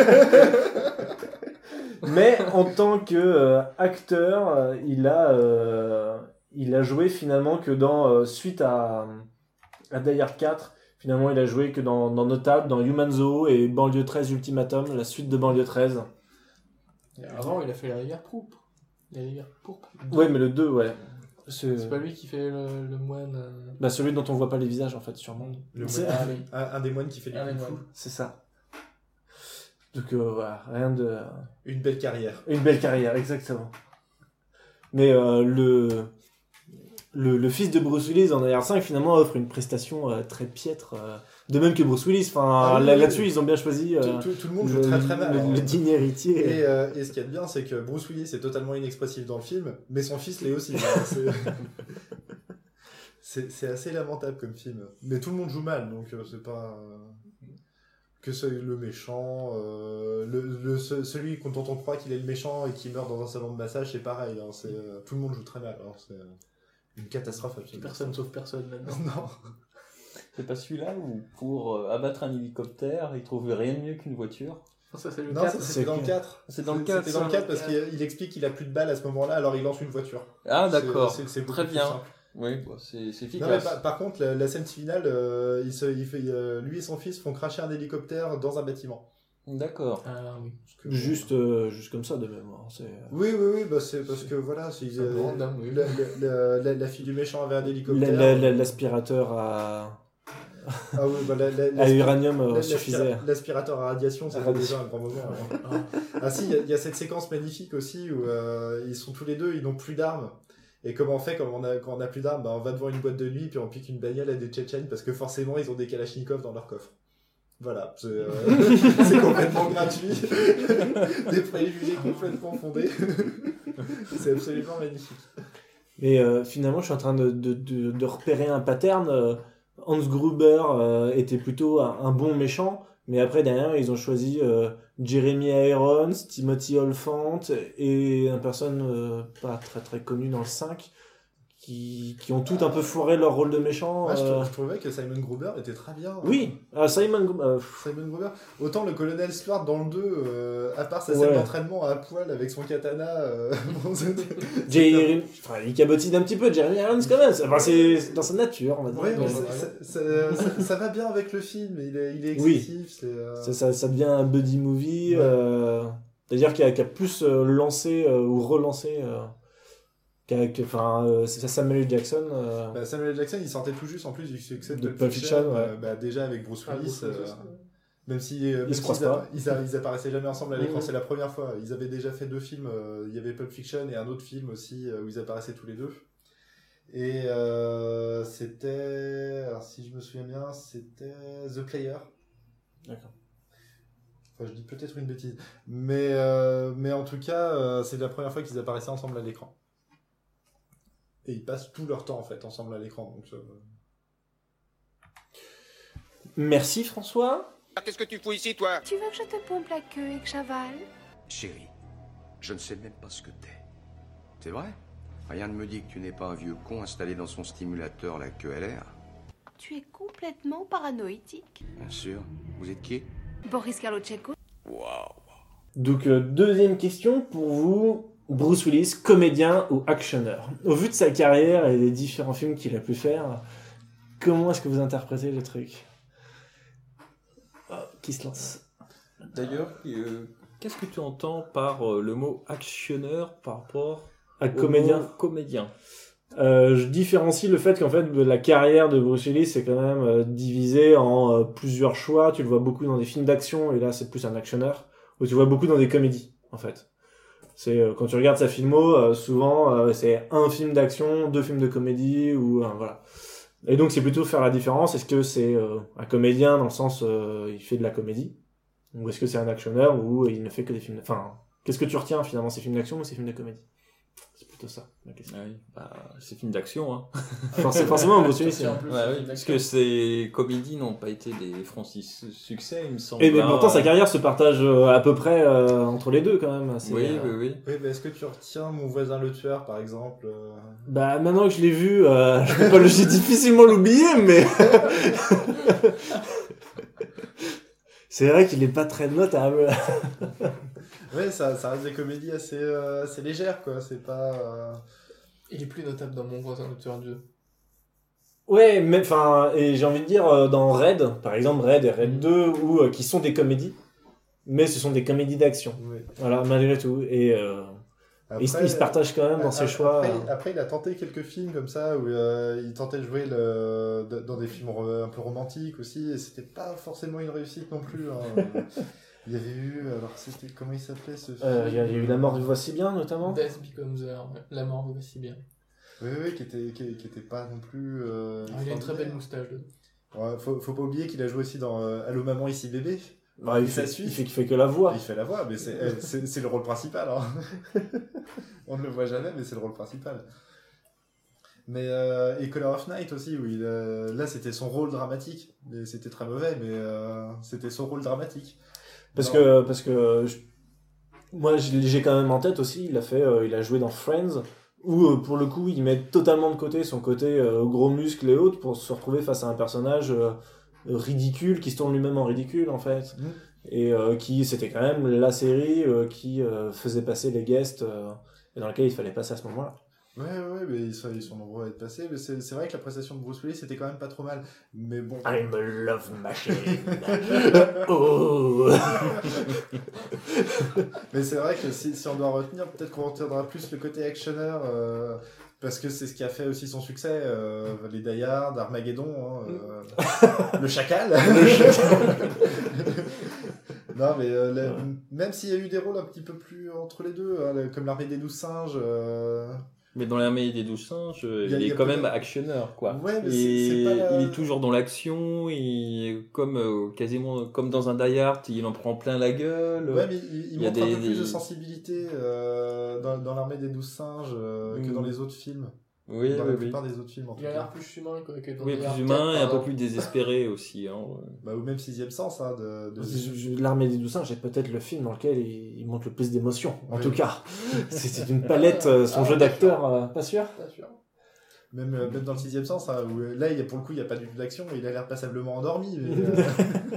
[SPEAKER 2] Mais en tant que euh, acteur, euh, il a euh, il a joué finalement que dans euh, suite à à Die Hard quatre, finalement il a joué que dans dans Notable, dans Human Zoo et Banlieue treize Ultimatum, la suite de Banlieue treize.
[SPEAKER 3] Et avant, il a fait La rivière pourpre. La rivière pourpre.
[SPEAKER 2] Ouais, mais le deux, ouais. C'est
[SPEAKER 3] C'est pas lui qui fait le, le moine. euh,
[SPEAKER 2] bah celui dont on voit pas les visages en fait sûrement.
[SPEAKER 4] Le
[SPEAKER 2] C'est-
[SPEAKER 4] moine-
[SPEAKER 3] Ah oui.
[SPEAKER 4] un, un des moines qui fait du
[SPEAKER 3] Ah,
[SPEAKER 4] kung
[SPEAKER 3] mais
[SPEAKER 4] fu.
[SPEAKER 3] ouais.
[SPEAKER 2] C'est ça. Donc euh, voilà, rien de
[SPEAKER 4] Une belle carrière.
[SPEAKER 2] une belle carrière exactement. Mais euh, le Le, le fils de Bruce Willis dans Die Hard cinq finalement offre une prestation euh, très piètre, euh, de même que Bruce Willis. Enfin,
[SPEAKER 4] Ah oui,
[SPEAKER 2] là,
[SPEAKER 4] oui,
[SPEAKER 2] là-dessus
[SPEAKER 4] oui.
[SPEAKER 2] ils ont bien choisi euh,
[SPEAKER 4] Tout, tout- tout le monde joue
[SPEAKER 2] le,
[SPEAKER 4] très très mal.
[SPEAKER 2] le,
[SPEAKER 4] hein.
[SPEAKER 2] le digne héritier.
[SPEAKER 4] Et, euh, et ce qu'il y a de bien, c'est que Bruce Willis est totalement inexpressif dans le film, mais son fils l'est aussi. hein. C'est- c'est c'est assez lamentable comme film. Mais tout le monde joue mal, donc euh, c'est pas... euh, Que c'est le méchant, euh, le, le, ce- celui dont on croit qu'il est le méchant et qui meurt dans un salon de massage, c'est pareil. Hein, c'est, euh, tout le monde joue très mal. hein, c'est euh, une catastrophe absolue.
[SPEAKER 3] Personne sauf personne maintenant.
[SPEAKER 4] Non.
[SPEAKER 5] C'est pas celui-là où pour euh, abattre un hélicoptère, il trouve rien de mieux qu'une voiture.
[SPEAKER 3] Ça, c'est le
[SPEAKER 4] Non,
[SPEAKER 3] quatre.
[SPEAKER 4] ça,
[SPEAKER 2] c'est
[SPEAKER 4] c'était dans le
[SPEAKER 2] que-
[SPEAKER 4] quatre.
[SPEAKER 5] C'est dans le
[SPEAKER 4] C'était
[SPEAKER 5] quatre,
[SPEAKER 4] C'était dans le
[SPEAKER 3] ça.
[SPEAKER 4] quatre parce qu'il il explique qu'il a plus de balles à ce moment-là, alors il lance une voiture.
[SPEAKER 5] Ah
[SPEAKER 4] C'est-
[SPEAKER 5] d'accord,
[SPEAKER 4] c'est- c'est beaucoup
[SPEAKER 5] très
[SPEAKER 4] plus
[SPEAKER 5] bien.
[SPEAKER 4] simple.
[SPEAKER 5] Oui, bah, c'est c'est
[SPEAKER 4] Non, mais
[SPEAKER 5] efficace.
[SPEAKER 4] par, par contre, la, la scène finale, euh, il se, il fait, euh, lui et son fils font cracher un hélicoptère dans un bâtiment.
[SPEAKER 5] D'accord.
[SPEAKER 3] Ah oui.
[SPEAKER 4] Parce que-
[SPEAKER 2] Juste, euh, juste comme ça de mémoire. C'est...
[SPEAKER 4] Oui, oui, oui, bah c'est parce que voilà, c'est,
[SPEAKER 3] C'est un peu
[SPEAKER 4] euh,
[SPEAKER 3] random, oui.
[SPEAKER 4] la, la, la, la- la fille du méchant avait un
[SPEAKER 2] La-
[SPEAKER 4] hélicoptère.
[SPEAKER 2] la- la- l'aspirateur à,
[SPEAKER 4] Ah oui, bah la, la,
[SPEAKER 2] à
[SPEAKER 4] l'aspira-
[SPEAKER 2] uranium euh,
[SPEAKER 4] la- l'aspira-
[SPEAKER 2] suffisait.
[SPEAKER 4] L'aspirateur à radiation, c'était
[SPEAKER 2] Radiation.
[SPEAKER 4] déjà un grand moment. alors. Ah si, il y a- il y, a cette séquence magnifique aussi où euh, ils sont tous les deux, ils n'ont plus d'armes. Et comment on fait quand on a, quand on a plus d'armes, bah, on va devant une boîte de nuit puis on pique une bagnole à des Tchétchènes parce que forcément ils ont des Kalachnikov dans leur coffre. Voilà, c'est, euh, c'est complètement gratuit. Des préjugés complètement fondés. C'est absolument magnifique.
[SPEAKER 2] Mais euh, finalement, je suis en train de, de, de, de repérer un pattern. Euh, Hans Gruber euh, était plutôt un, un bon méchant, mais après, derrière, ils ont choisi euh, Jeremy Irons, Timothy Olyphant et une personne euh, pas très très connue dans le cinq qui, qui ont tout un peu foiré leur rôle de méchant.
[SPEAKER 4] Moi, je,
[SPEAKER 2] euh.
[SPEAKER 4] trou- je trouvais que Simon Gruber était très bien.
[SPEAKER 2] Oui, ah, Simon Gruber. euh,
[SPEAKER 4] Simon Gruber. Autant le colonel Stuart dans le deux, euh, à part sa scène
[SPEAKER 2] Ouais.
[SPEAKER 4] d'entraînement à poil avec son katana. Euh, bon, c'était-
[SPEAKER 2] Jeremy- enfin, il cabotine un petit peu, Jeremy Irons quand même. Enfin, c'est dans sa nature, on va dire.
[SPEAKER 4] Ouais, mais
[SPEAKER 2] Mais
[SPEAKER 4] ça, ça- ça- ça- ça va bien avec le film, il est, il est
[SPEAKER 2] Oui.
[SPEAKER 4] excessif. C'est, euh,
[SPEAKER 2] Ça, ça, ça devient un buddy movie,
[SPEAKER 4] Ouais.
[SPEAKER 2] euh, c'est-à-dire qu'il a, qu'il a plus euh, lancé euh, ou relancé, euh, qu'a- que- enfin, euh, c'est Samuel L. Jackson. euh,
[SPEAKER 4] Bah, Samuel L. Jackson, il sortait tout juste en plus du succès de,
[SPEAKER 2] De
[SPEAKER 4] Pulp
[SPEAKER 2] Pulp
[SPEAKER 4] Fiction,
[SPEAKER 2] Fiction, ouais.
[SPEAKER 4] euh, bah, déjà avec Bruce
[SPEAKER 3] Ah,
[SPEAKER 4] Willis.
[SPEAKER 3] Bruce Willis
[SPEAKER 4] euh,
[SPEAKER 3] aussi.
[SPEAKER 4] même si euh, même
[SPEAKER 2] se
[SPEAKER 4] s'ils
[SPEAKER 2] croisent
[SPEAKER 4] appa-
[SPEAKER 2] pas.
[SPEAKER 4] Ils, a- ils apparaissaient jamais ensemble à l'écran,
[SPEAKER 2] Mhm.
[SPEAKER 4] c'est la première fois. Ils avaient déjà fait deux films. euh, Il y avait Pulp Fiction et un autre film aussi euh, où ils apparaissaient tous les deux. Et euh, c'était, alors si je me souviens bien, c'était The Player.
[SPEAKER 2] D'accord.
[SPEAKER 4] Enfin, je dis peut-être une bêtise, mais euh, mais en tout cas, euh, c'est la première fois qu'ils apparaissaient ensemble à l'écran. Et ils passent tout leur temps en fait ensemble à l'écran, donc. euh,
[SPEAKER 2] Merci François.
[SPEAKER 7] Qu'est-ce que tu fous ici, toi?
[SPEAKER 9] Tu veux que je te pompe la queue et que j'avale?
[SPEAKER 1] Chérie, je ne sais même pas ce que t'es. C'est vrai? Rien ne me dit que tu n'es pas un vieux con installé dans son stimulateur la queue à l'air.
[SPEAKER 9] Tu es complètement paranoïtique.
[SPEAKER 1] Bien sûr. Vous êtes qui?
[SPEAKER 9] Boris Karlochenko.
[SPEAKER 1] Waouh.
[SPEAKER 2] Donc euh, deuxième question pour vous, Bruce Willis, comédien ou actionneur? Au vu de sa carrière et des différents films qu'il a pu faire, comment est-ce que vous interprétez le truc? Ah, qui se lance?
[SPEAKER 5] D'ailleurs, euh, qu'est-ce que tu entends par euh, le mot actionneur par rapport
[SPEAKER 2] Un
[SPEAKER 5] au
[SPEAKER 2] comédien.
[SPEAKER 5] mot comédien?
[SPEAKER 2] Euh, je différencie le fait qu'en fait la carrière de Bruce Willis c'est quand même euh, divisée en euh, plusieurs choix. Tu le vois beaucoup dans des films d'action et là c'est plus un actionneur. Ou tu le vois beaucoup dans des comédies en fait. C'est euh, quand tu regardes sa filmo, euh, souvent euh, c'est un film d'action, deux films de comédie ou euh, voilà. Et donc c'est plutôt faire la différence. Est-ce que c'est euh, un comédien dans le sens euh, il fait de la comédie ou est-ce que c'est un actionneur ou il ne fait que des films. De... Enfin, qu'est-ce que tu retiens finalement, ces films d'action ou ces films de comédie? C'est plutôt ça, la question.
[SPEAKER 5] Ah oui, bah, c'est film d'action, hein.
[SPEAKER 2] Forcément, forcément, Bruce Willis,
[SPEAKER 3] C'est en plus,
[SPEAKER 5] Ouais,
[SPEAKER 3] c'est
[SPEAKER 5] oui,
[SPEAKER 3] film
[SPEAKER 5] parce
[SPEAKER 3] d'action.
[SPEAKER 5] que ces comédies n'ont pas été des francs su- succès, il me semble.
[SPEAKER 2] Et mais
[SPEAKER 5] Là,
[SPEAKER 2] pourtant, sa
[SPEAKER 5] euh,
[SPEAKER 2] carrière se partage euh, à peu près euh, entre les deux, quand même. C'est,
[SPEAKER 5] Oui,
[SPEAKER 2] euh,
[SPEAKER 5] oui, oui.
[SPEAKER 4] Oui, mais est-ce que tu retiens Mon voisin le tueur, par exemple euh,
[SPEAKER 2] Bah, maintenant que je l'ai vu, euh, je peux pas le, j'ai difficilement l'oublier, mais... C'est vrai qu'il est pas très notable.
[SPEAKER 4] Ouais, ça, ça reste des comédies assez, euh, assez légères, quoi. C'est pas... euh,
[SPEAKER 3] Il est plus notable dans Mon voisin le tueur deux.
[SPEAKER 2] Ouais, mais enfin, et j'ai envie de dire, euh, dans Raid, par exemple, Raid et Raid deux, où, euh, qui sont des comédies, mais ce sont des comédies d'action.
[SPEAKER 4] ouais.
[SPEAKER 2] Voilà, malgré tout. Et euh, il, se- il se partage quand même dans ses
[SPEAKER 4] après,
[SPEAKER 2] choix.
[SPEAKER 4] Après,
[SPEAKER 2] euh.
[SPEAKER 4] après, il a tenté quelques films comme ça, où euh, il tentait de jouer le, de- dans des films ro- un peu romantiques aussi, et c'était pas forcément une réussite non plus. Hein. Il y avait eu, alors c'était, comment il s'appelait ce film
[SPEAKER 2] Euh, Il y, a il y a eu La mort du voici bien, notamment.
[SPEAKER 3] Death Becomes Her, ouais. La mort vous va si bien.
[SPEAKER 4] Oui, oui, qui était, qui, qui était pas non plus. Euh,
[SPEAKER 3] Ah, il a une très belle
[SPEAKER 4] extraordinaire.
[SPEAKER 3] moustache. Là.
[SPEAKER 4] Ouais, faut, faut pas oublier qu'il a joué aussi dans euh, Allô maman, ici bébé.
[SPEAKER 2] Bah, il,
[SPEAKER 4] Il
[SPEAKER 2] fait,
[SPEAKER 4] fait-
[SPEAKER 2] il, fait, il fait que la voix.
[SPEAKER 4] Il fait la voix, mais c'est, eh, c'est, c'est le rôle principal. Hein. On ne le voit jamais, mais c'est le rôle principal. Mais euh, et Color of Night aussi, où il, euh, là c'était son rôle dramatique. Et c'était très mauvais, mais euh, c'était son rôle dramatique.
[SPEAKER 2] Parce
[SPEAKER 4] Non.
[SPEAKER 2] que, parce que je- moi, j'ai j'ai quand même en tête aussi, il a fait, euh, il a joué dans Friends, où euh, pour le coup, il met totalement de côté son côté euh, gros muscles et autres pour se retrouver face à un personnage euh, ridicule, qui se tourne lui-même en ridicule en fait.
[SPEAKER 4] Mm.
[SPEAKER 2] Et euh, qui, c'était quand même la série euh, qui euh, faisait passer les guests euh, et dans laquelle il fallait passer à ce moment-là.
[SPEAKER 4] Ouais, ouais, mais ils sont, ils sont nombreux à être passés. Mais c'est, c'est vrai que la prestation de Bruce Willis c'était quand même pas trop mal. Mais bon.
[SPEAKER 2] I'm a love machine. Oh.
[SPEAKER 4] Mais c'est vrai que si, si on doit retenir, peut-être qu'on retiendra plus le côté actionneur, euh, parce que c'est ce qui a fait aussi son succès. Euh, les Die Hard, Armageddon, hein, euh, le Chacal. Non, mais euh, la-
[SPEAKER 2] Ouais.
[SPEAKER 4] même s'il y a eu des rôles un petit peu plus entre les deux, hein, comme l'armée des douze singes. euh,
[SPEAKER 5] Mais dans l'armée des douze singes, euh,
[SPEAKER 4] Il y a-
[SPEAKER 5] il
[SPEAKER 4] il y
[SPEAKER 5] est
[SPEAKER 4] a
[SPEAKER 5] quand
[SPEAKER 4] peut-être-
[SPEAKER 5] même actionneur, quoi.
[SPEAKER 4] Ouais, mais c'est-
[SPEAKER 5] Et
[SPEAKER 4] c'est pas la-
[SPEAKER 5] il est toujours dans l'action, il comme euh, quasiment comme dans un Die Hard, il en prend plein la gueule.
[SPEAKER 4] Ouais, mais il, il
[SPEAKER 5] il y a
[SPEAKER 4] montre un
[SPEAKER 5] des-
[SPEAKER 4] peu plus de
[SPEAKER 5] des-
[SPEAKER 4] sensibilité euh, dans, dans l'armée des douze singes euh, que
[SPEAKER 5] Mm.
[SPEAKER 4] dans les autres films.
[SPEAKER 5] Oui,
[SPEAKER 4] dans
[SPEAKER 5] oui,
[SPEAKER 4] la
[SPEAKER 5] oui.
[SPEAKER 4] plupart des autres films, en tout
[SPEAKER 3] Il a
[SPEAKER 4] cas.
[SPEAKER 3] l'air plus humain que, que dans
[SPEAKER 5] Oui,
[SPEAKER 3] Die Hard
[SPEAKER 5] plus humain
[SPEAKER 3] quatre,
[SPEAKER 5] et un
[SPEAKER 3] par
[SPEAKER 5] peu
[SPEAKER 3] exemple.
[SPEAKER 5] plus désespéré aussi. Hein.
[SPEAKER 4] Bah, ou même Sixième Sens, hein, de, de...
[SPEAKER 2] Je- je- L'armée des douze singes, c'est peut-être le film dans lequel il, il montre le plus d'émotions. En
[SPEAKER 4] Oui.
[SPEAKER 2] tout cas, c'est c'est une palette, euh, son
[SPEAKER 3] Ah,
[SPEAKER 2] jeu
[SPEAKER 3] pas
[SPEAKER 2] d'acteur, euh, pas sûr.
[SPEAKER 3] Pas sûr.
[SPEAKER 4] Même, euh, même dans le Sixième Sens, hein, où euh, là, il y a, pour le coup, il n'y a pas du tout d'action, il a l'air passablement endormi. Mais, euh,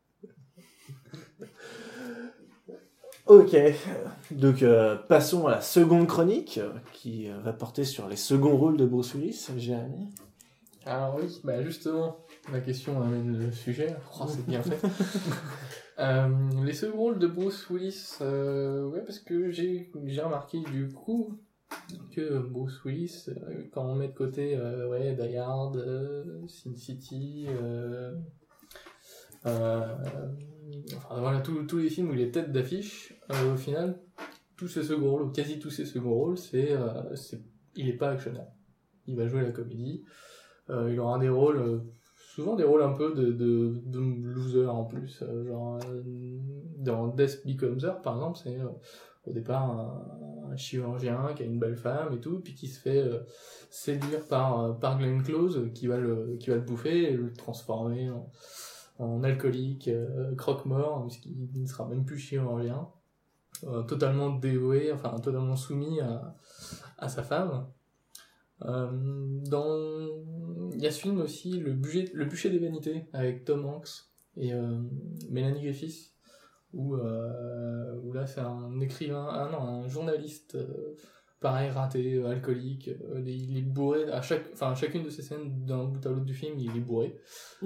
[SPEAKER 2] Ok, donc euh, passons à la seconde chronique, euh, qui euh, va porter sur les seconds rôles de Bruce Willis, Jérémy.
[SPEAKER 3] Alors oui, bah justement, ma question amène le sujet. Oh, c'est bien fait. Euh, les seconds rôles de Bruce Willis, euh, ouais, parce que j'ai j'ai remarqué du coup que Bruce Willis, euh, quand on met de côté euh, ouais, Die Hard, euh, Sin City, euh, euh, enfin voilà, tous tous les films où il est tête d'affiche, euh, au final, tous ces seconds rôles, ou quasi tous ces seconds rôles, c'est, euh, c'est, il est pas actionneur. Il va jouer la comédie. Euh, il aura des rôles, euh, souvent des rôles un peu de, de, de loser en plus. Euh, genre, euh, dans Death Becomes Her, par exemple, c'est euh, au départ un, un chirurgien qui a une belle femme et tout, puis qui se fait euh, séduire par, euh, par Glenn Close, qui va le, qui va le bouffer et le transformer en, en alcoolique, euh, croque-mort, puisqu'il ne sera même plus chirurgien. Euh, totalement dévoué, enfin totalement soumis à, à sa femme. Euh, dans... Il y a ce film aussi, Le, budget... le bûcher des vanités, avec Tom Hanks et euh, Mélanie Griffith, où, euh, où là c'est un écrivain, ah non, un journaliste, euh, pareil, raté, euh, alcoolique, euh, il est bourré, à, chaque... enfin, à chacune de ces scènes, d'un bout à l'autre du film, il est bourré.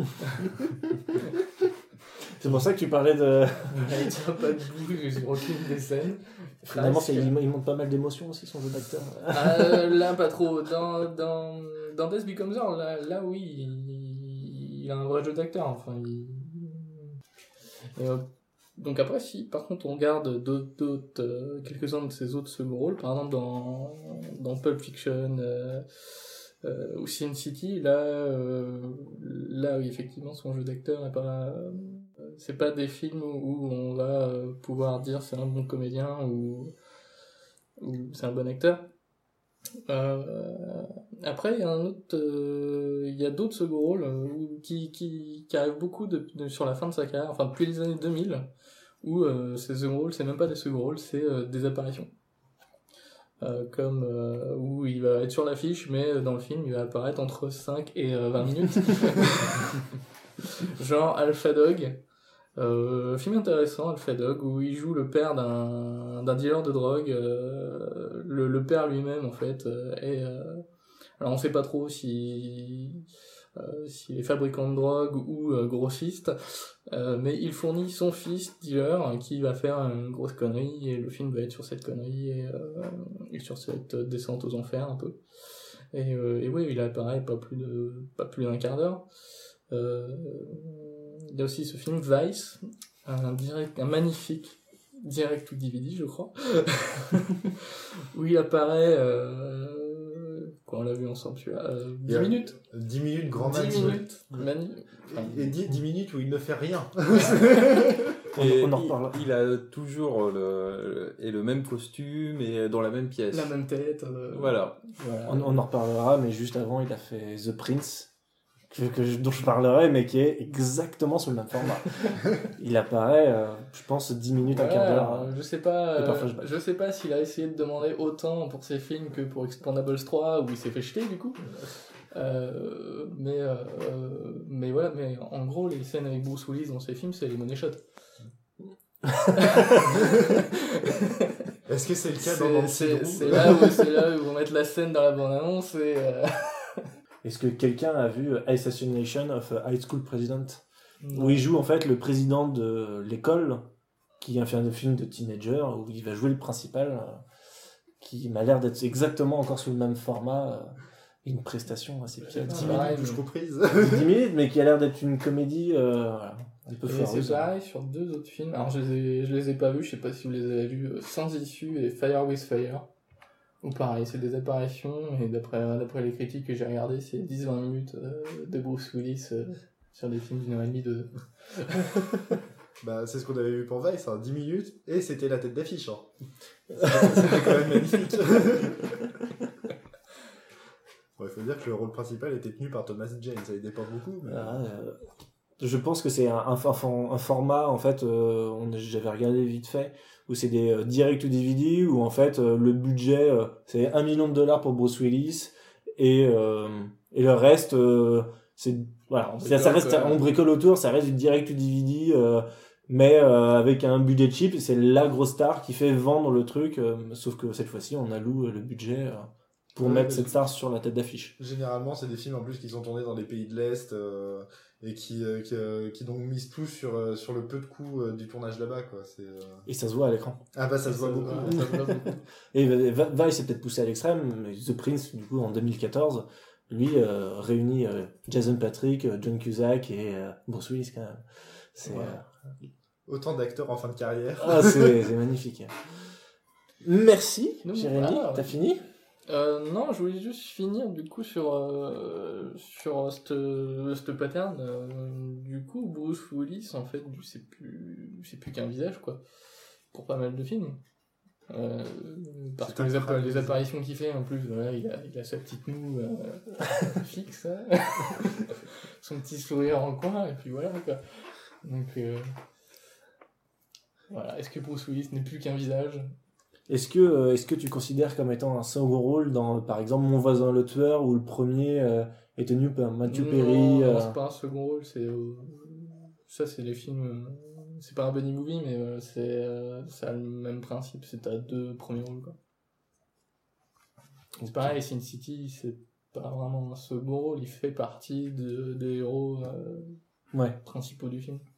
[SPEAKER 2] C'est pour ça que tu parlais de...
[SPEAKER 3] Il tient pas debout sur aucune des scènes.
[SPEAKER 2] Finalement, c'est-
[SPEAKER 3] Presque.
[SPEAKER 2] il, il montre pas mal d'émotions aussi, son jeu d'acteur.
[SPEAKER 3] Euh, là, pas trop. Dans, dans, dans Death Becomes Her, là, là oui, il, il a un vrai jeu d'acteur. Enfin, il... Et, euh, donc après, si par contre on regarde d'autres, d'autres, euh, quelques-uns de ses autres seconds rôles, par exemple dans, dans Pulp Fiction euh, euh, ou Sin City, là, euh, là oui, effectivement, son jeu d'acteur n'est pas... euh, c'est pas des films où on va euh, pouvoir dire c'est un bon comédien ou, ou c'est un bon acteur. Euh, après, il y a un autre, euh, il y a d'autres second rôles euh, où- qui, qui, qui arrivent beaucoup de, de- sur la fin de sa carrière, enfin depuis les années deux mille, où euh, ces second rôles, c'est même pas des second rôles, c'est euh, des apparitions. Euh, comme euh, où il va être sur l'affiche, mais dans le film, il va apparaître entre cinq et euh, vingt minutes. Genre Alpha Dog. Euh, film intéressant, Alpha Dog, où il joue le père d'un d'un dealer de drogue. Euh, le, le père lui-même, en fait, euh, est... Euh, alors, on sait pas trop si... Euh, s'il est fabricant de drogue ou euh, grossiste, euh, mais il fournit son fils dealer euh, qui va faire une grosse connerie, et le film va être sur cette connerie et, euh, et sur cette descente aux enfers un peu. Et, euh, et oui, il apparaît pas plus de pas plus d'un quart d'heure. Euh, il y a aussi ce film Vice, un direct, un magnifique direct ou D V D, je crois, où il apparaît. Euh, Quoi, on l'a vu ensemble, celui-là. Euh, dix
[SPEAKER 4] Yeah.
[SPEAKER 3] minutes.
[SPEAKER 4] dix minutes, grand max.
[SPEAKER 3] dix minutes. Manu... Enfin,
[SPEAKER 4] Et dix, dix minutes où il ne fait rien.
[SPEAKER 5] Et
[SPEAKER 2] on en
[SPEAKER 5] il-
[SPEAKER 2] reparlera.
[SPEAKER 5] Il, a toujours le, et le même costume et dans la même pièce.
[SPEAKER 3] la même tête. euh,
[SPEAKER 5] Voilà.
[SPEAKER 3] voilà.
[SPEAKER 2] On, on en reparlera, mais juste avant, il a fait The Prince, que, que je- dont je parlerai, mais qui est exactement sous le même format. Il apparaît, euh, je pense, dix minutes, un
[SPEAKER 3] Ouais,
[SPEAKER 2] quart d'heure.
[SPEAKER 3] alors, je sais pas,
[SPEAKER 2] Et
[SPEAKER 3] euh,
[SPEAKER 2] parfois, je bats.
[SPEAKER 3] je sais pas s'il a essayé de demander autant pour ses films que pour Expendables trois, où il s'est fait jeter, du coup. Euh, mais, euh, mais voilà, mais en gros, les scènes avec Bruce Willis dans ses films, c'est les money shots.
[SPEAKER 4] Est-ce que c'est le cas
[SPEAKER 3] C'est-
[SPEAKER 4] dans Nancy
[SPEAKER 3] c'est
[SPEAKER 4] Drew
[SPEAKER 3] c'est là, où- c'est là où ils vont mettre la scène dans la bande-annonce et... euh,
[SPEAKER 2] Est-ce que quelqu'un a vu Assassination of a High School President, où il joue en fait le président de l'école, qui a fait un film de teenager, où il va jouer le principal, euh, qui m'a l'air d'être exactement encore sous le même format, euh, une prestation assez
[SPEAKER 3] C'est
[SPEAKER 2] piètre.
[SPEAKER 4] dix
[SPEAKER 3] pareil,
[SPEAKER 4] minutes, touche
[SPEAKER 3] mais-
[SPEAKER 4] comprise.
[SPEAKER 2] dix minutes, mais qui a l'air d'être une comédie euh, voilà, un peu
[SPEAKER 3] Et
[SPEAKER 2] foireuse.
[SPEAKER 3] c'est pareil sur deux autres films. Alors je les ai, je les ai pas vus, je sais pas si vous les avez vus, euh, Sans Issue et Fire with Fire. Ou pareil, c'est des apparitions, et d'après, d'après les critiques que j'ai regardées, c'est dix à vingt minutes euh, de Bruce Willis euh, sur des films d'une heure et demie, deux.
[SPEAKER 4] Bah, c'est ce qu'on avait vu pour Vice, hein, dix minutes, et c'était la tête d'affiche. Hein. C'était c'était quand même magnifique. Bon, il faut dire que le rôle principal était tenu par Thomas Jane, ça aidait pas beaucoup. Mais...
[SPEAKER 2] Ah, euh, je pense que c'est un, un, un, un format, en fait, euh, on, j'avais regardé vite fait, où c'est des euh, direct to D V D, où en fait euh, le budget euh, c'est un million de dollars pour Bruce Willis, et, euh, et le reste, euh, c'est voilà,
[SPEAKER 3] On
[SPEAKER 2] ça,
[SPEAKER 3] bricole,
[SPEAKER 2] ça reste,
[SPEAKER 3] quoi.
[SPEAKER 2] on bricole autour, ça reste du direct to D V D, euh, mais euh, avec un budget cheap, c'est la grosse star qui fait vendre le truc, euh, sauf que cette fois-ci on alloue le budget euh, pour
[SPEAKER 4] Ouais,
[SPEAKER 2] mettre
[SPEAKER 4] mais-
[SPEAKER 2] cette star sur la tête d'affiche.
[SPEAKER 4] Généralement, c'est des films en plus qui sont tournés dans les pays de l'Est euh, et qui, euh, qui, euh, qui donc misent tout sur, euh, sur le peu de coûts euh, du tournage là-bas. Quoi. C'est, euh...
[SPEAKER 2] Et ça se voit à l'écran.
[SPEAKER 4] Ah bah ça se voit beaucoup.
[SPEAKER 3] Ça se voit beaucoup.
[SPEAKER 2] Et Vice s'est peut-être poussé à l'extrême, mais The Prince, du coup, en deux mille quatorze, lui, euh, réunit euh, Jason Patric, euh, John Cusack et euh, Bruce Willis, quand même. C'est,
[SPEAKER 4] Ouais.
[SPEAKER 2] euh,
[SPEAKER 4] Autant d'acteurs en fin de carrière.
[SPEAKER 2] ah, c'est, c'est magnifique. Merci,
[SPEAKER 3] Donc,
[SPEAKER 2] Jérémy.
[SPEAKER 3] voilà.
[SPEAKER 2] T'as fini?
[SPEAKER 3] Euh, non, je voulais juste finir du coup sur euh, sur cette cette pattern. Euh, du coup, Bruce Willis, en fait, c'est plus c'est plus qu'un visage quoi, pour pas mal de films. Euh, parce
[SPEAKER 4] C'est
[SPEAKER 3] que
[SPEAKER 4] un
[SPEAKER 3] les, appa-
[SPEAKER 4] crâne,
[SPEAKER 3] les
[SPEAKER 4] c'est-
[SPEAKER 3] apparitions qu'il fait, en plus, voilà, il a il a sa petite moue euh, fixe, hein. Son petit sourire en coin, et puis voilà quoi. Donc euh, voilà, est-ce que Bruce Willis n'est plus qu'un visage?
[SPEAKER 2] Est-ce que, euh, est-ce que tu considères comme étant un second rôle dans, par exemple, Mon voisin le tueur, où le premier euh, est tenu par Matthew
[SPEAKER 3] Non,
[SPEAKER 2] Perry
[SPEAKER 3] non,
[SPEAKER 2] euh,
[SPEAKER 3] c'est pas un second rôle, c'est euh, ça c'est les films, euh, c'est pas un buddy movie mais euh, c'est euh, ça a le même principe, c'est à deux premiers rôles quoi. C'est pareil, Sin City c'est pas vraiment un second rôle, il fait partie de, des héros euh,
[SPEAKER 2] Ouais.
[SPEAKER 3] principaux du film.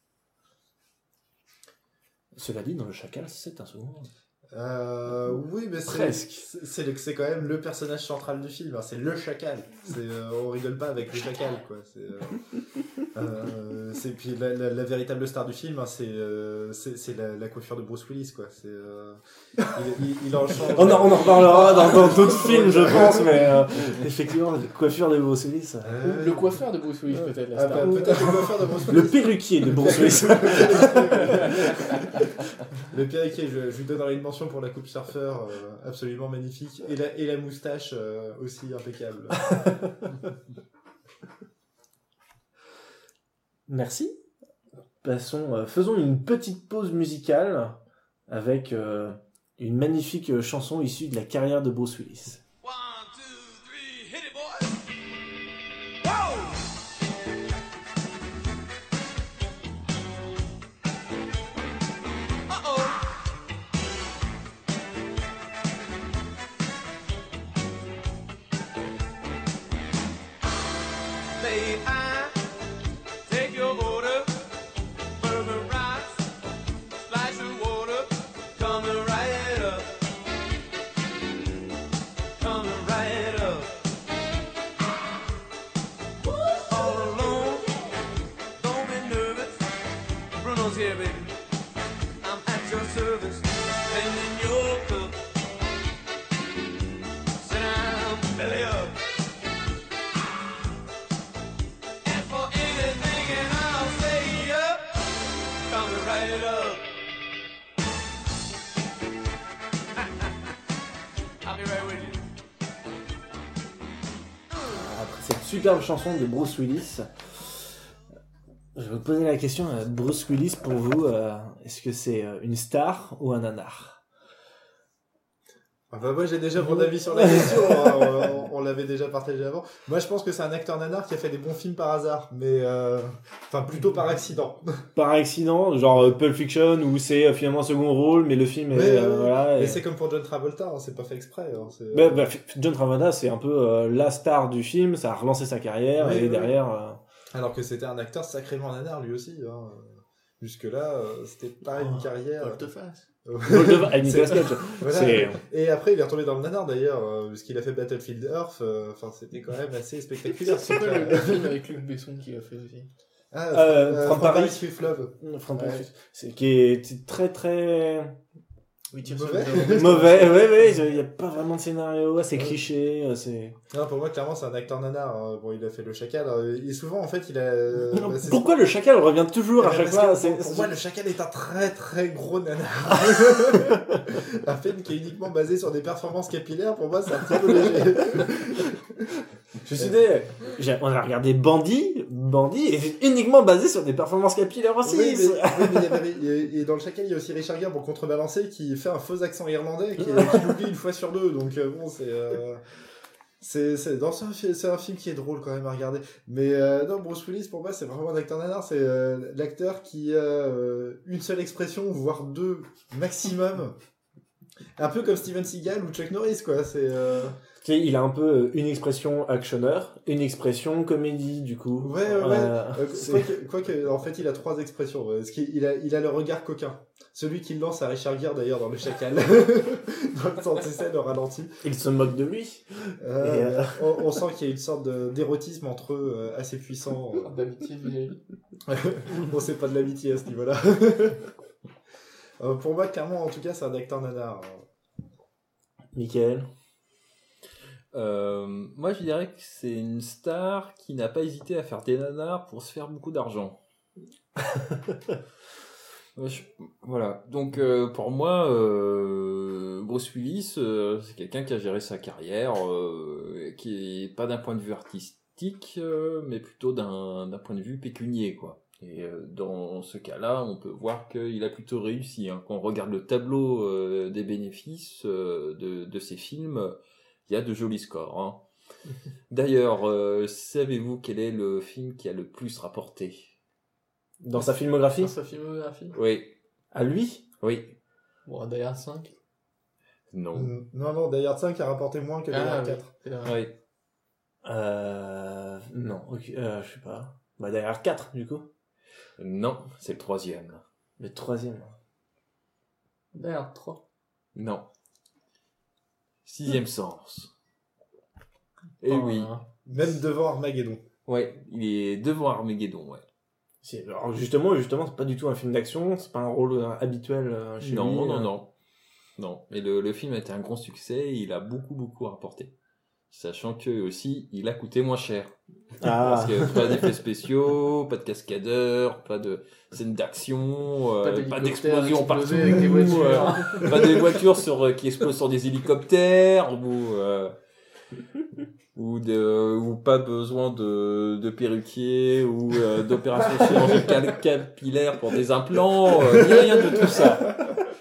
[SPEAKER 2] Cela dit, dans Le Chacal, c'est un second rôle.
[SPEAKER 4] Euh, oui, mais c'est,
[SPEAKER 2] Presque.
[SPEAKER 4] c'est, c'est, le- c'est quand même le personnage central du film. hein. C'est le chacal. C'est, euh, on rigole pas avec le chacal, quoi. C'est, euh, euh, c'est puis la, la, la véritable star du film, hein, c'est, euh, c'est, c'est la, la coiffure de Bruce Willis, quoi. C'est, euh, il, il, il en change.
[SPEAKER 2] On en, on en reparlera dans, dans d'autres films, je pense, mais euh, effectivement, la coiffure de Bruce Willis. euh,
[SPEAKER 4] Euh,
[SPEAKER 3] Le coiffeur de Bruce Willis peut-être, la
[SPEAKER 4] ah,
[SPEAKER 3] star.
[SPEAKER 4] bah, peut-être le coiffeur de Bruce
[SPEAKER 2] Le
[SPEAKER 4] Willis.
[SPEAKER 2] perruquier de Bruce Willis.
[SPEAKER 4] Le perruquier, je, je lui donnerai une mention mention pour la coupe surfeur, euh, absolument magnifique. Et la, et la moustache euh, aussi impeccable.
[SPEAKER 2] Merci. Passons, euh, faisons une petite pause musicale avec euh, une magnifique chanson issue de la carrière de Bruce Willis. Superbe chanson de Bruce Willis. Je vais vous poser la question, euh, Bruce Willis, pour vous, euh, est-ce que c'est euh, une star ou un nanar?
[SPEAKER 4] Ah bah moi j'ai déjà mon avis sur la question, hein. on, on l'avait déjà partagé avant. Moi je pense que c'est un acteur nanar qui a fait des bons films par hasard, mais euh... enfin plutôt par accident.
[SPEAKER 2] Par accident, genre euh, Pulp Fiction où c'est euh, finalement un second rôle, mais le film est
[SPEAKER 4] mais,
[SPEAKER 2] euh, voilà.
[SPEAKER 4] Et
[SPEAKER 2] et...
[SPEAKER 4] c'est comme pour John Travolta, hein, c'est pas fait exprès. Hein, c'est,
[SPEAKER 2] bah,
[SPEAKER 4] euh...
[SPEAKER 2] bah, John Travolta c'est un peu euh, la star du film, ça a relancé sa carrière
[SPEAKER 4] oui,
[SPEAKER 2] et
[SPEAKER 4] oui.
[SPEAKER 2] derrière. Euh...
[SPEAKER 4] Alors que c'était un acteur sacrément nanar lui aussi. Hein. Jusque là, euh, c'était pas une
[SPEAKER 3] Oh,
[SPEAKER 4] carrière.
[SPEAKER 3] Volte-face.
[SPEAKER 2] Avec Nicolas Cage.
[SPEAKER 4] Voilà.
[SPEAKER 2] C'est...
[SPEAKER 4] Et après, il est retombé dans le nanar d'ailleurs, euh, parce qu'il a fait Battlefield Earth. Enfin, euh, c'était quand même assez spectaculaire.
[SPEAKER 3] C'est quoi le, le film avec Luc Besson qui a fait aussi?
[SPEAKER 4] Ah,
[SPEAKER 2] Euh,
[SPEAKER 4] euh,
[SPEAKER 2] From
[SPEAKER 4] From
[SPEAKER 2] Paris.
[SPEAKER 4] Paris with Love.
[SPEAKER 2] From Paris.
[SPEAKER 4] Ouais.
[SPEAKER 2] C'est qui est très très
[SPEAKER 3] Oui, tire
[SPEAKER 4] Mauvais.
[SPEAKER 3] sur
[SPEAKER 2] mauvais. Ouais, ouais, il y a pas vraiment de scénario, c'est cliché, c'est.
[SPEAKER 4] Non, pour moi, clairement, c'est un acteur nanar. Hein. Bon, il a fait le Chacal. hein. Et souvent, en fait, il a. euh, bah, c'est-
[SPEAKER 2] Pourquoi le chacal revient toujours à
[SPEAKER 4] Eh ben,
[SPEAKER 2] chaque
[SPEAKER 4] parce
[SPEAKER 2] fois
[SPEAKER 4] que
[SPEAKER 2] c'est...
[SPEAKER 4] pour, pour moi, le Chacal est un très très gros nanar. Un film qui est uniquement basé sur des performances capillaires, pour moi, c'est un petit peu léger.
[SPEAKER 2] Je suis désolé. J'ai- On a regardé Bandit, Bandit est uniquement basé sur des performances capillaires aussi.
[SPEAKER 4] Oui, mais,
[SPEAKER 2] c'est-
[SPEAKER 4] oui, mais il y avait- et dans le Chacal, il y a aussi Richard Gere pour contrebalancer qui fait un faux accent irlandais qui, qui l'oublie une fois sur deux. Donc euh, bon, c'est. Euh... C'est, c'est, dans, c'est, un, fi- c'est un film qui est drôle quand même à regarder. Mais euh, non, Bruce Willis, pour moi, c'est vraiment un acteur nanar. C'est euh, l'acteur qui a euh, une seule expression, voire deux maximum. Un peu comme Steven Seagal ou Chuck Norris, quoi. C'est, euh...
[SPEAKER 2] Tu sais, il a un peu une expression actionneur, une expression comédie, du coup.
[SPEAKER 4] Ouais, ouais, ouais.
[SPEAKER 2] Euh,
[SPEAKER 4] Euh,
[SPEAKER 2] c'est-
[SPEAKER 4] Quoique, quoique, en fait, il a trois expressions. ouais. Parce qu'il a, il a le regard coquin. Celui qui lance à Richard Gere, d'ailleurs, dans Le Chacal. Dans le sens, tu sais, le ralenti.
[SPEAKER 2] Il se moque de lui.
[SPEAKER 4] Euh,
[SPEAKER 2] Et, euh,
[SPEAKER 4] on, on sent qu'il y a une sorte de, d'érotisme entre eux euh, assez puissant.
[SPEAKER 3] D'amitié vis-à-vis.
[SPEAKER 4] Bon, c'est pas de l'amitié à ce niveau-là. euh, pour moi, clairement, en tout cas, c'est un acteur nanar.
[SPEAKER 2] Michael.
[SPEAKER 5] Euh, moi, je dirais que c'est une star qui n'a pas hésité à faire des nanars pour se faire beaucoup d'argent. Ouais, je- Voilà. Donc, euh, pour moi, euh, Bruce Willis, euh, c'est quelqu'un qui a géré sa carrière, euh, qui est pas d'un point de vue artistique, euh, mais plutôt d'un d'un point de vue pécunier, quoi. Et euh, dans ce cas-là, on peut voir qu'il a plutôt réussi. Hein. Quand on regarde le tableau euh, des bénéfices euh, de, de ses films, il y a de jolis scores. Hein. D'ailleurs, euh, savez-vous quel est le film qui a le plus rapporté?
[SPEAKER 2] Dans sa filmographie.
[SPEAKER 3] Dans sa filmographie.
[SPEAKER 5] Oui.
[SPEAKER 2] À lui.
[SPEAKER 5] Oui.
[SPEAKER 3] Bon, d'ailleurs cinq.
[SPEAKER 5] Non.
[SPEAKER 4] Mm, Non, non, Die Hard cinq a rapporté moins que Die
[SPEAKER 3] Ah,
[SPEAKER 4] Hard
[SPEAKER 3] oui.
[SPEAKER 4] quatre.
[SPEAKER 3] C'est vrai.
[SPEAKER 5] Oui.
[SPEAKER 2] Euh... Non, ok, euh, je sais pas. Bah derrière quatre, du coup.
[SPEAKER 5] Non, c'est le troisième.
[SPEAKER 2] Le troisième.
[SPEAKER 3] D'ailleurs trois.
[SPEAKER 5] Non. Sixième sens. Eh
[SPEAKER 3] Oh,
[SPEAKER 5] oui.
[SPEAKER 3] hein.
[SPEAKER 4] Même devant Armageddon.
[SPEAKER 5] Ouais, il est devant Armageddon, ouais.
[SPEAKER 2] C'est- Alors justement, justement, c'est pas du tout un film d'action, c'est pas un rôle euh, habituel euh, chez
[SPEAKER 5] Non,
[SPEAKER 2] lui.
[SPEAKER 5] non,
[SPEAKER 2] euh.
[SPEAKER 5] non. Non. Mais le, le film a été un grand succès et il a beaucoup, beaucoup rapporté. Sachant que aussi, il a coûté moins cher.
[SPEAKER 2] Ah.
[SPEAKER 5] Parce que pas d'effets spéciaux, pas de cascadeurs, pas de scènes d'action, euh,
[SPEAKER 3] Pas
[SPEAKER 5] pas,
[SPEAKER 3] d'hélicoptères
[SPEAKER 5] d'explosions partout,
[SPEAKER 3] explosés avec des voitures.
[SPEAKER 5] euh, pas des voitures sur, euh, qui explosent sur des hélicoptères, ou, euh, ou, de, ou pas besoin de, de perruquier, ou euh, d'opérations chirurgicales capillaires pour des implants, euh, ni rien de tout ça.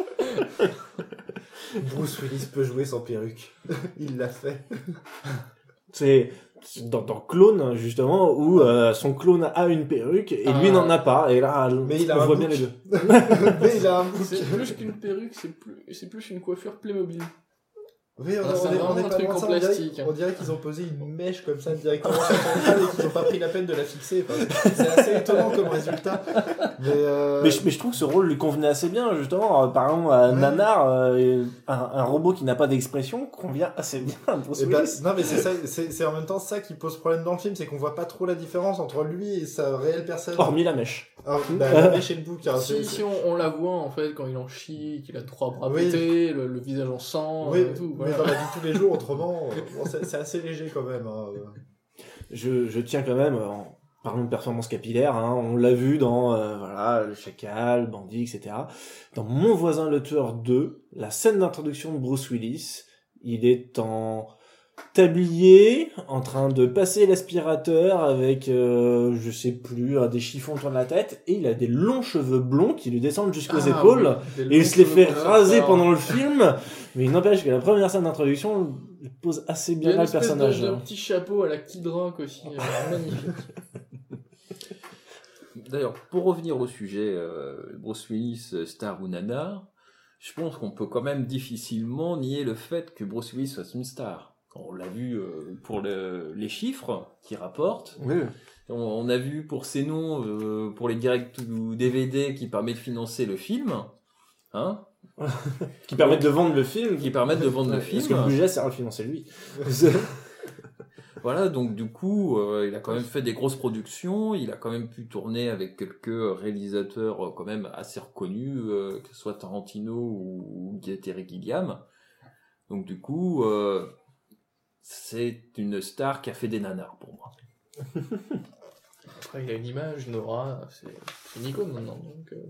[SPEAKER 4] Bruce Willis peut jouer sans perruque. Il l'a fait.
[SPEAKER 2] C'est dans, dans Clone, justement, où euh, son clone a une perruque et lui
[SPEAKER 3] Ah.
[SPEAKER 2] n'en a pas. Et là,
[SPEAKER 4] Mais il
[SPEAKER 2] on
[SPEAKER 4] a un
[SPEAKER 2] voit
[SPEAKER 4] bouc.
[SPEAKER 2] bien les deux.
[SPEAKER 4] Mais il a un bouc.
[SPEAKER 3] C'est plus qu'une perruque, c'est plus, c'est plus une coiffure Playmobil.
[SPEAKER 4] Oui, on,
[SPEAKER 3] Ah, c'est
[SPEAKER 4] on est,
[SPEAKER 3] vraiment
[SPEAKER 4] on est
[SPEAKER 3] un
[SPEAKER 4] pas
[SPEAKER 3] truc
[SPEAKER 4] loin de
[SPEAKER 3] en
[SPEAKER 4] ça. On dirait,
[SPEAKER 3] plastique.
[SPEAKER 4] on dirait qu'ils ont posé une mèche comme ça directement sur son crâne et qu'ils n'ont pas pris la peine de la fixer. Enfin, c'est assez étonnant comme résultat. Mais, euh...
[SPEAKER 2] Mais, je, mais je trouve que ce rôle lui convenait assez bien, justement. Euh, Par exemple, à
[SPEAKER 4] Ouais.
[SPEAKER 2] Nanar, euh, un, un robot qui n'a pas d'expression convient assez bien à Bruce
[SPEAKER 4] Eh ben,
[SPEAKER 2] Willis.
[SPEAKER 4] non mais c'est ça, c'est, c'est en même temps ça qui pose problème dans le film, c'est qu'on voit pas trop la différence entre lui et sa réelle personne.
[SPEAKER 2] Hormis la mèche.
[SPEAKER 4] Alors, bah, la mèche et le bouc. hein, c'est-
[SPEAKER 3] Si,
[SPEAKER 4] c'est-
[SPEAKER 3] si on, on la voit en fait quand il en chie, qu'il a trois bras
[SPEAKER 4] Oui.
[SPEAKER 3] pétés, le, le visage en sang,
[SPEAKER 4] Oui,
[SPEAKER 3] et tout.
[SPEAKER 4] mais
[SPEAKER 3] Voilà.
[SPEAKER 4] dans la vie de tous les jours, autrement, euh, bon, c'est, c'est assez léger quand même. Hein.
[SPEAKER 2] Je, je tiens quand même, euh, en parlant de performance capillaire, hein, on l'a vu dans euh, voilà, Le Chacal, Bandit, et cetera. Dans Mon voisin le tueur deux, la scène d'introduction de Bruce Willis, il est en tablier, en train de passer l'aspirateur avec, euh, je sais plus, euh, des chiffons autour de la tête, et il a des longs cheveux blonds qui lui descendent jusqu'aux
[SPEAKER 3] Ah,
[SPEAKER 2] épaules.
[SPEAKER 3] oui, des
[SPEAKER 2] Et il
[SPEAKER 3] longs
[SPEAKER 2] se les
[SPEAKER 3] cheveux
[SPEAKER 2] fait
[SPEAKER 3] comme ça,
[SPEAKER 2] raser
[SPEAKER 3] alors.
[SPEAKER 2] pendant le film, mais il n'empêche que la première scène d'introduction il pose assez
[SPEAKER 3] Il y
[SPEAKER 2] bien
[SPEAKER 3] a une
[SPEAKER 2] là le
[SPEAKER 3] espèce
[SPEAKER 2] personnage.
[SPEAKER 3] de, de petit chapeau à la Kid Rock aussi, euh, magnifique.
[SPEAKER 5] D'ailleurs, pour revenir au sujet, euh, Bruce Willis, euh, star ou nana, je pense qu'on peut quand même difficilement nier le fait que Bruce Willis soit une star. On l'a vu euh, pour le, les chiffres qu'il rapporte.
[SPEAKER 2] Oui.
[SPEAKER 5] On, on a vu pour ses noms, euh, pour les directs ou D V D qui permettent de financer le film. Hein,
[SPEAKER 2] Qui permettent de vendre le film.
[SPEAKER 5] qui permettent de vendre le
[SPEAKER 2] Ouais,
[SPEAKER 5] film.
[SPEAKER 2] Parce que le budget sert à le financer lui.
[SPEAKER 5] Voilà, donc du coup, euh, il a quand même fait des grosses productions, il a quand même pu tourner avec quelques réalisateurs euh, quand même assez reconnus, euh, que ce soit Tarantino ou, ou Terry Gilliam. Donc du coup, euh, c'est une star qui a fait des nanars pour moi.
[SPEAKER 3] Après, il a une image, une aura, c'est, c'est une icône maintenant. Donc, euh,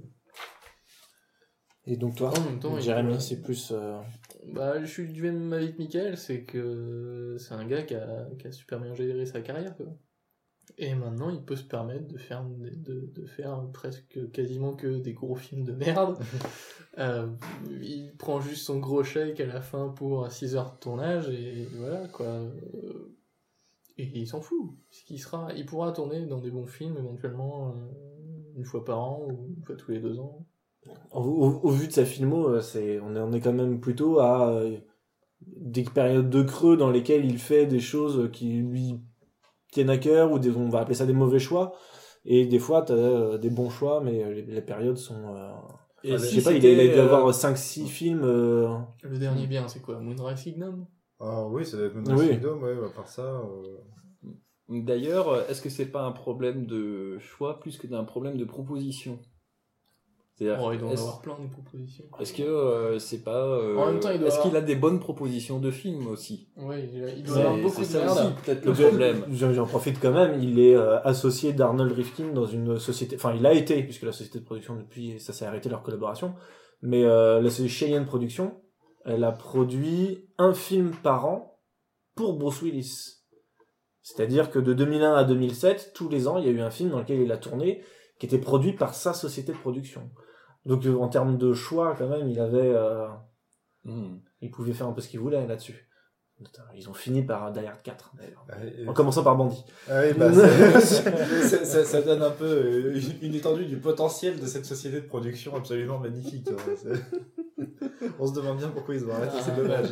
[SPEAKER 2] Et donc toi,
[SPEAKER 3] en même temps, il-
[SPEAKER 2] Jérémy, c'est plus... euh,
[SPEAKER 3] Bah, je suis du même avis que Michael, c'est que c'est un gars qui a, qui a super bien géré sa carrière, quoi. Et maintenant, il peut se permettre de faire, de, de, de faire presque quasiment que des gros films de merde. euh, il prend juste son gros chèque à la fin pour six heures de tournage, et voilà, quoi. Euh, Et il s'en fout. Il, sera, il pourra tourner dans des bons films, éventuellement, euh, une fois par an, ou une fois tous les deux ans.
[SPEAKER 2] Au, au- au vu de sa filmo, euh, c'est, on, est, on est quand même plutôt à euh, des périodes de creux dans lesquelles il fait des choses qui lui tiennent à cœur, ou des, on va appeler ça des mauvais choix. Et des fois, tu as des bons choix, mais les, les périodes sont... Euh...
[SPEAKER 5] Et
[SPEAKER 2] je
[SPEAKER 5] si
[SPEAKER 2] sais pas, il a, il a dû
[SPEAKER 5] c'était,
[SPEAKER 2] avoir
[SPEAKER 5] euh,
[SPEAKER 2] cinq six films... euh,
[SPEAKER 3] Le dernier bien, c'est quoi? Moonrise Kingdom?
[SPEAKER 4] Ah oui, ça doit être Moonrise
[SPEAKER 2] Oui.
[SPEAKER 4] Kingdom, ouais, à part ça. euh,
[SPEAKER 5] D'ailleurs, est-ce que c'est pas un problème de choix plus que d'un problème de proposition? C'est-à-dire,
[SPEAKER 3] Oh, il doit en
[SPEAKER 5] est-ce,
[SPEAKER 3] avoir plein de propositions.
[SPEAKER 5] est-ce que euh, c'est pas... euh,
[SPEAKER 3] En même temps, il doit
[SPEAKER 5] est-ce
[SPEAKER 3] avoir-
[SPEAKER 5] qu'il a des bonnes propositions de films aussi?
[SPEAKER 3] Oui, il, a- il doit
[SPEAKER 5] C'est,
[SPEAKER 3] avoir beaucoup
[SPEAKER 5] c'est
[SPEAKER 3] de
[SPEAKER 5] ça
[SPEAKER 3] merde.
[SPEAKER 5] aussi, peut-être le
[SPEAKER 2] Je-
[SPEAKER 5] problème.
[SPEAKER 2] J'en j'en profite quand même, il est euh, associé d'Arnold Rifkin dans une société, enfin il a été, puisque la société de production depuis, ça s'est arrêté leur collaboration, mais euh, la société Cheyenne Productions, elle a produit un film par an pour Bruce Willis. C'est-à-dire que de deux mille un à deux mille sept, tous les ans, il y a eu un film dans lequel il a tourné, qui était produit par sa société de production. Donc euh, en termes de choix, quand même, il avait... Euh,
[SPEAKER 5] Hmm.
[SPEAKER 2] il pouvait faire un peu ce qu'il voulait là-dessus. Ils ont fini par Die Hard quatre, d'ailleurs.
[SPEAKER 4] ouais, et-
[SPEAKER 2] En commençant par Bandit.
[SPEAKER 4] Ah oui, bah, c'est- c'est- ça, ça donne un peu euh, une étendue du potentiel de cette société de production absolument magnifique. hein. C'est- On se demande bien pourquoi ils ont arrêté, c'est dommage.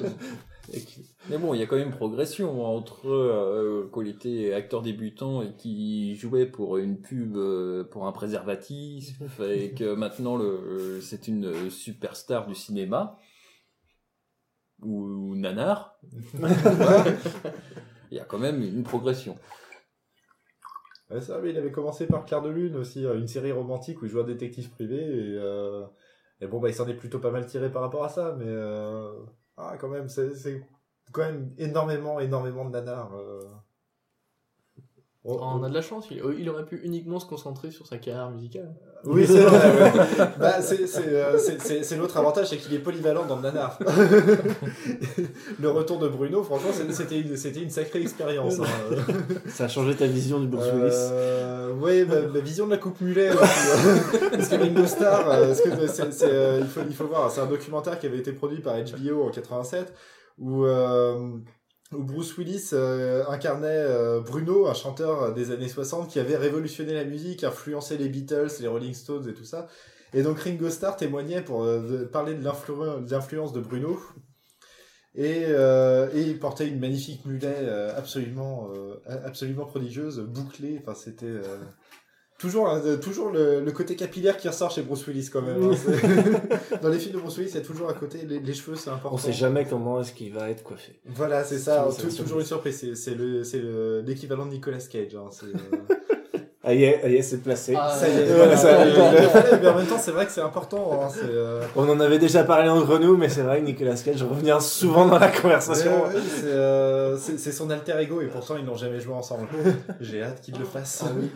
[SPEAKER 5] Mais bon, il y a quand même une progression entre euh, quand il était acteur débutant et qui jouait pour une pub euh, pour un préservatif et que maintenant le, c'est une superstar du cinéma ou, ou nanar. Il y a quand même une progression.
[SPEAKER 4] Ouais, ça, mais il avait commencé par Clair de Lune aussi, euh, une série romantique où il jouait un détective privé et, euh, et bon bah il s'en est plutôt pas mal tiré par rapport à ça, mais euh, ah quand même c'est c'est quand même énormément, énormément de nanars. Euh...
[SPEAKER 3] Oh, on a de la chance, il, il aurait pu uniquement se concentrer sur sa carrière musicale.
[SPEAKER 4] Oui, c'est vrai. Ouais. Bah, c'est, c'est, euh, c'est, c'est, c'est l'autre avantage, c'est qu'il est polyvalent dans le nanar. Le retour de Bruno, franchement, c'était une, c'était une sacrée expérience. Hein.
[SPEAKER 2] Ça a changé ta vision du Bruce Willis.
[SPEAKER 4] Euh, oui, ma, ma vision de la coupe mulet. Parce que Ringo Starr, euh, parce que c'est, c'est, euh, il, faut, il faut voir, c'est un documentaire qui avait été produit par H B O en quatre-vingt-sept, où... Euh, où Bruce Willis euh, incarnait euh, Bruno, un chanteur des années soixante qui avait révolutionné la musique, influencé les Beatles, les Rolling Stones et tout ça. Et donc Ringo Starr témoignait pour euh, de, parler de, l'influ- de l'influence de Bruno. Et, euh, et il portait une magnifique mulet euh, absolument, euh, absolument prodigieuse, bouclée. Enfin, c'était... Euh... Toujours, hein, toujours le, le côté capillaire qui ressort chez Bruce Willis quand même. Hein. Dans les films de Bruce Willis, il y a toujours à côté les, les cheveux, c'est important.
[SPEAKER 2] On sait jamais comment est-ce qu'il va être coiffé.
[SPEAKER 4] Voilà, c'est ça.
[SPEAKER 2] C'est,
[SPEAKER 4] tout,
[SPEAKER 2] c'est
[SPEAKER 4] toujours une surprise. C'est, c'est, le, c'est le, l'équivalent de Nicolas Cage. Hein. C'est, euh...
[SPEAKER 2] ah y est, ah y est, c'est placé.
[SPEAKER 4] Ah, ça y est. Voilà, ça, euh, mais en même temps, c'est vrai que c'est important. Hein. C'est, euh...
[SPEAKER 2] On en avait déjà parlé entre nous, mais c'est vrai que Nicolas Cage revient souvent dans la conversation.
[SPEAKER 4] Ouais, ouais, c'est, euh, c'est, c'est son alter ego et pourtant ils n'ont jamais joué ensemble. J'ai hâte qu'ils le fassent.
[SPEAKER 2] Ah oui.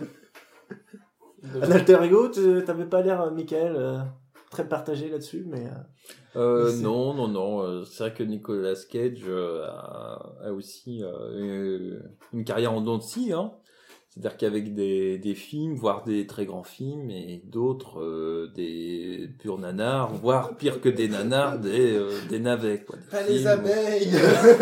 [SPEAKER 2] Un alter ego, tu t'avais pas l'air, Michael, euh, très partagé là-dessus, mais...
[SPEAKER 5] Euh, euh, non, non, non. Euh, c'est vrai que Nicolas Cage euh, a, a aussi euh, une carrière en dents de scie, hein. C'est-à-dire qu'avec des, des films, voire des très grands films, et d'autres, euh, des purs nanars, voire pire que des nanars, des, euh, des navets, quoi. Des
[SPEAKER 4] pas
[SPEAKER 5] films,
[SPEAKER 4] les abeilles.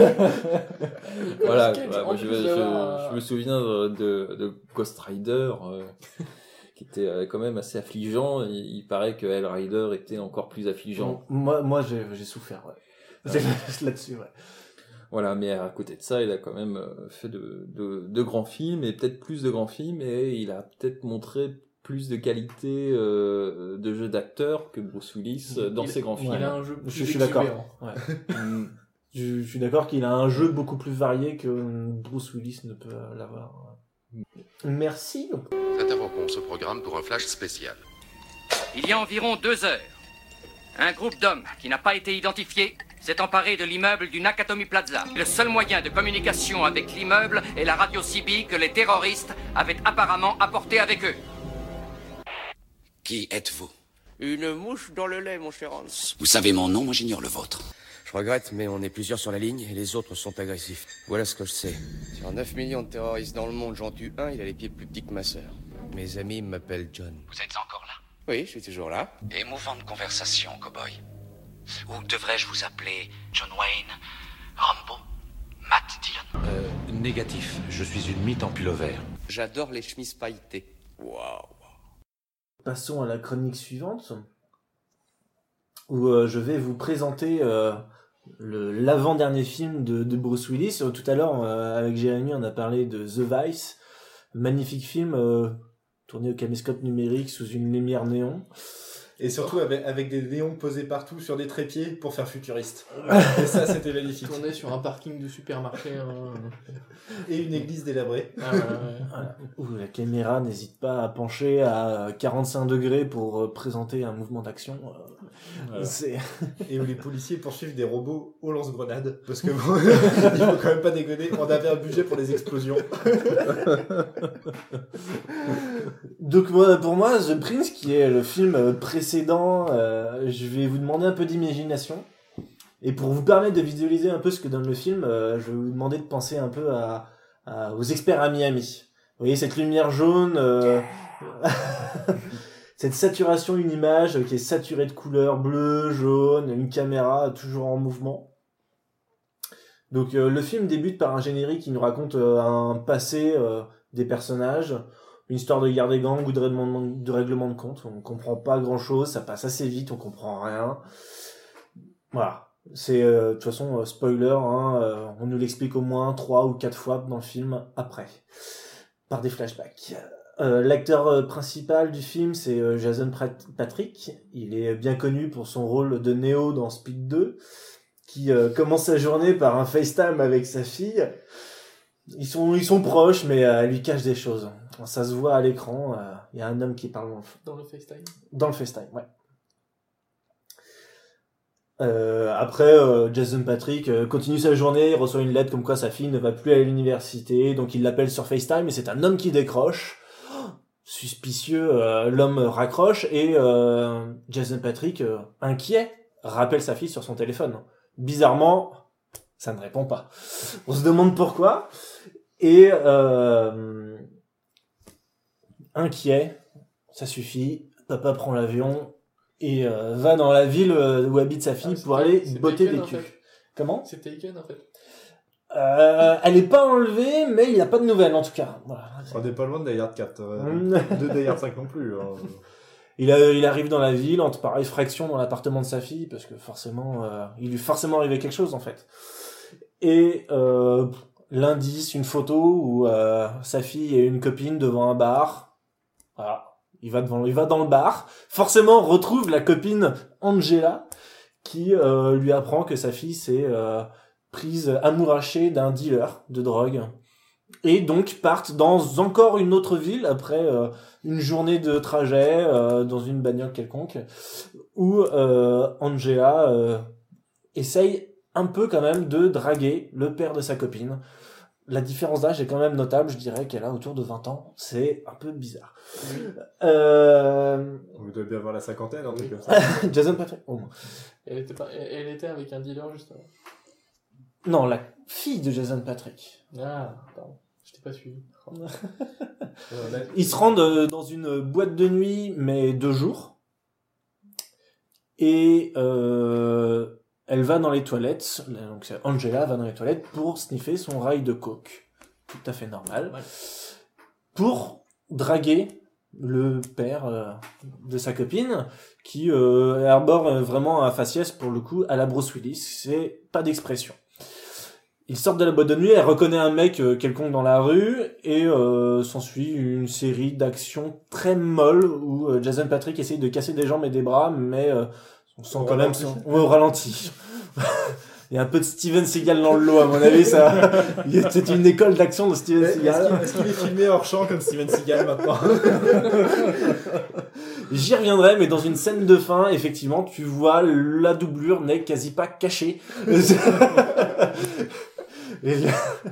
[SPEAKER 5] Voilà, voilà moi, je, je, je, je me souviens de, de, de Ghost Rider... Euh, qui était euh, quand même assez affligeant, et il paraît que Hellrider était encore plus affligeant.
[SPEAKER 2] Moi, moi j'ai, j'ai souffert, ouais. ouais. Là-dessus, ouais.
[SPEAKER 5] Voilà, mais à côté de ça, il a quand même fait de, de, de grands films, et peut-être plus de grands films, et il a peut-être montré plus de qualité euh, de jeu d'acteur que Bruce Willis dans
[SPEAKER 3] il,
[SPEAKER 5] ses grands films.
[SPEAKER 3] Il a un jeu plus
[SPEAKER 2] je, je suis d'accord. Ouais. je, je suis d'accord qu'il a un jeu beaucoup plus varié que Bruce Willis ne peut l'avoir. Merci.
[SPEAKER 10] Nous interrompons ce programme pour un flash spécial.
[SPEAKER 11] Il y a environ deux heures, un groupe d'hommes qui n'a pas été identifié s'est emparé de l'immeuble du Nakatomi Plaza. Le seul moyen de communication avec l'immeuble est la radio C B que les terroristes avaient apparemment apportée avec eux.
[SPEAKER 10] Qui êtes-vous?
[SPEAKER 12] Une mouche dans le lait, mon cher Hans.
[SPEAKER 10] Vous savez mon nom, moi j'ignore le vôtre.
[SPEAKER 12] Je regrette, mais on est plusieurs sur la ligne et les autres sont agressifs. Voilà ce que je sais. Sur neuf millions de terroristes dans le monde, j'en tue un, il a les pieds plus petits que ma sœur. Mes amis m'appellent John.
[SPEAKER 10] Vous êtes encore là?
[SPEAKER 12] Oui, je suis toujours là.
[SPEAKER 10] Émouvante conversation, cow-boy. Ou devrais-je vous appeler John Wayne, Rambo, Matt Dillon?
[SPEAKER 13] Euh, négatif. Je suis une mythe en pullover.
[SPEAKER 12] J'adore les chemises pailletées. Waouh.
[SPEAKER 2] Passons à la chronique suivante, où euh, je vais vous présenter euh, le, l'avant-dernier film de, de Bruce Willis. Tout à l'heure, euh, avec Jérémy, on a parlé de The Vice, magnifique film euh, tourné au caméscope numérique sous une lumière néon.
[SPEAKER 4] Et surtout avec, avec des néons posés partout sur des trépieds pour faire futuriste. Et ça, c'était magnifique.
[SPEAKER 3] Tourné sur un parking de supermarché. Hein.
[SPEAKER 4] Et une église délabrée.
[SPEAKER 3] Ah, ouais, ouais.
[SPEAKER 2] Voilà. Où la caméra n'hésite pas à pencher à quarante-cinq degrés pour euh, présenter un mouvement d'action. Euh,
[SPEAKER 4] voilà.
[SPEAKER 2] c'est...
[SPEAKER 4] Et où les policiers poursuivent des robots au lance-grenades. Parce que bon, il faut quand même pas déconner, on avait un budget pour les explosions.
[SPEAKER 2] Donc moi, pour moi, The Prince, qui est le film précédent, euh, je vais vous demander un peu d'imagination. Et pour vous permettre de visualiser un peu ce que donne le film, euh, je vais vous demander de penser un peu à, à, aux experts à Miami. Vous voyez cette lumière jaune, euh, cette saturation, une image qui est saturée de couleurs bleu, jaune, une caméra toujours en mouvement. Donc euh, le film débute par un générique qui nous raconte euh, un passé euh, des personnages, une histoire de guerre des gangs ou de règlement de, règlement de compte. On comprend pas grand chose, ça passe assez vite, on comprend rien. Voilà. C'est, euh, de toute façon, euh, spoiler, hein, euh, on nous l'explique au moins trois ou quatre fois dans le film après, par des flashbacks. Euh, l'acteur euh, principal du film, c'est euh, Jason Patric. Il est bien connu pour son rôle de Neo dans Speed deux, qui euh, commence sa journée par un FaceTime avec sa fille. Ils sont, ils sont proches, mais euh, elle lui cache des choses. Ça se voit à l'écran, il euh, y a un homme qui parle dans le,
[SPEAKER 3] dans le FaceTime.
[SPEAKER 2] Dans le FaceTime, ouais. Euh, après, euh, Jason Patrick euh, continue sa journée, il reçoit une lettre comme quoi sa fille ne va plus à l'université, donc il l'appelle sur FaceTime et c'est un homme qui décroche. Oh, suspicieux, euh, l'homme raccroche et euh, Jason Patrick, euh, inquiet, rappelle sa fille sur son téléphone. Bizarrement, ça ne répond pas. On se demande pourquoi. Et euh, inquiet, ça suffit, papa prend l'avion et euh, va dans la ville où habite sa fille ah, pour aller botter
[SPEAKER 3] Taken,
[SPEAKER 2] des culs.
[SPEAKER 3] En fait.
[SPEAKER 2] Comment ?
[SPEAKER 3] C'est Taken en fait.
[SPEAKER 2] Euh, elle est pas enlevée, mais il n'y a pas de nouvelles en tout cas. Voilà.
[SPEAKER 4] On n'est pas loin de Die Hard quatre, euh, de Die Hard cinq non plus. Hein.
[SPEAKER 2] Il, a, il arrive dans la ville, entre pareil fraction dans l'appartement de sa fille, parce que forcément, euh, il lui est forcément arrivé quelque chose en fait. Et euh, l'indice, une photo où euh, sa fille et une copine devant un bar. Voilà. Il va devant, il va dans le bar. Forcément, retrouve la copine Angela qui euh, lui apprend que sa fille s'est euh, prise amourachée d'un dealer de drogue. Et donc partent dans encore une autre ville après euh, une journée de trajet euh, dans une bagnole quelconque où euh, Angela euh, essaye un peu quand même de draguer le père de sa copine. La différence d'âge est quand même notable, je dirais qu'elle a autour de vingt ans, c'est un peu bizarre.
[SPEAKER 4] Oui.
[SPEAKER 2] Euh...
[SPEAKER 4] Vous devez bien avoir la cinquantaine, un truc comme ça.
[SPEAKER 2] Jason Patrick, au moins.
[SPEAKER 3] Elle était, pas... elle était avec un dealer justement.
[SPEAKER 2] Non, la fille de Jason Patrick.
[SPEAKER 3] Ah, pardon, je t'ai pas suivi.
[SPEAKER 2] Ils se rendent dans une boîte de nuit, mais de jour. Et euh... elle va dans les toilettes, donc Angela va dans les toilettes pour sniffer son rail de coke. Tout à fait normal. Ouais. Pour draguer le père euh, de sa copine, qui euh, arbore euh, vraiment un faciès, pour le coup, à la Bruce Willis. C'est pas d'expression. Ils sortent de la boîte de nuit, elle reconnaît un mec euh, quelconque dans la rue, et euh, s'ensuit une série d'actions très molles, où euh, Jason Patrick essaye de casser des jambes et des bras, mais... Euh, on sent quand même son... ouais, au ralenti. Il y a un peu de Steven Seagal dans le lot, à mon avis, ça. C'est une école d'action de Steven
[SPEAKER 4] est-ce
[SPEAKER 2] Seagal.
[SPEAKER 4] Qu'il, est-ce qu'il est filmé hors champ comme Steven Seagal maintenant?
[SPEAKER 2] J'y reviendrai, mais dans une scène de fin, effectivement, tu vois la doublure n'est quasi pas cachée. Et là...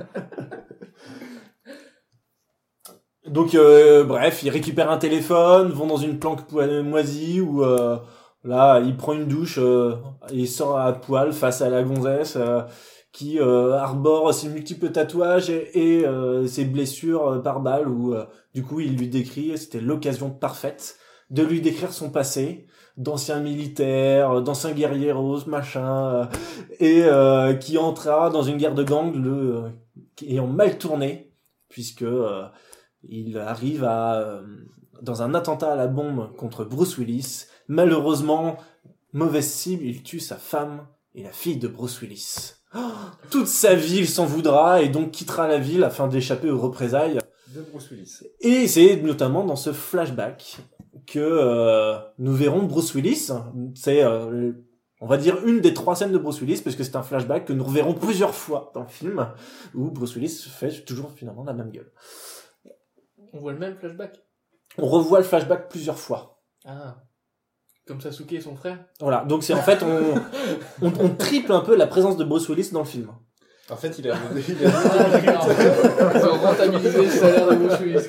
[SPEAKER 2] Donc, euh, bref, ils récupèrent un téléphone, vont dans une planque moisie où... Euh, Là, il prend une douche, euh, et il sort à poil face à la gonzesse euh, qui euh, arbore ses multiples tatouages et, et euh, ses blessures euh, par balle. Où euh, du coup, il lui décrit, c'était l'occasion parfaite de lui décrire son passé, d'ancien militaire, d'ancien guerrier rose, machin, euh, et euh, qui entra dans une guerre de gang le euh, ayant mal tourné, puisque euh, il arrive à euh, dans un attentat à la bombe contre Bruce Willis. Malheureusement, mauvaise cible, il tue sa femme et la fille de Bruce Willis. Oh, toute sa vie, il s'en voudra et donc quittera la ville afin d'échapper aux représailles
[SPEAKER 4] de Bruce Willis.
[SPEAKER 2] Et c'est notamment dans ce flashback que euh, nous verrons Bruce Willis. C'est, euh, on va dire, une des trois scènes de Bruce Willis, parce que c'est un flashback que nous reverrons plusieurs fois dans le film, où Bruce Willis fait toujours finalement la même gueule.
[SPEAKER 3] On voit le même flashback.
[SPEAKER 2] On revoit le flashback plusieurs fois.
[SPEAKER 3] Ah. Comme Sasuke et son frère.
[SPEAKER 2] Voilà, donc c'est en fait, on, on, on triple un peu la présence de Bruce Willis dans le film.
[SPEAKER 4] En fait, il a... Il a...
[SPEAKER 3] ah, d'accord. Ils ont rentabilisé le salaire de Bruce Willis.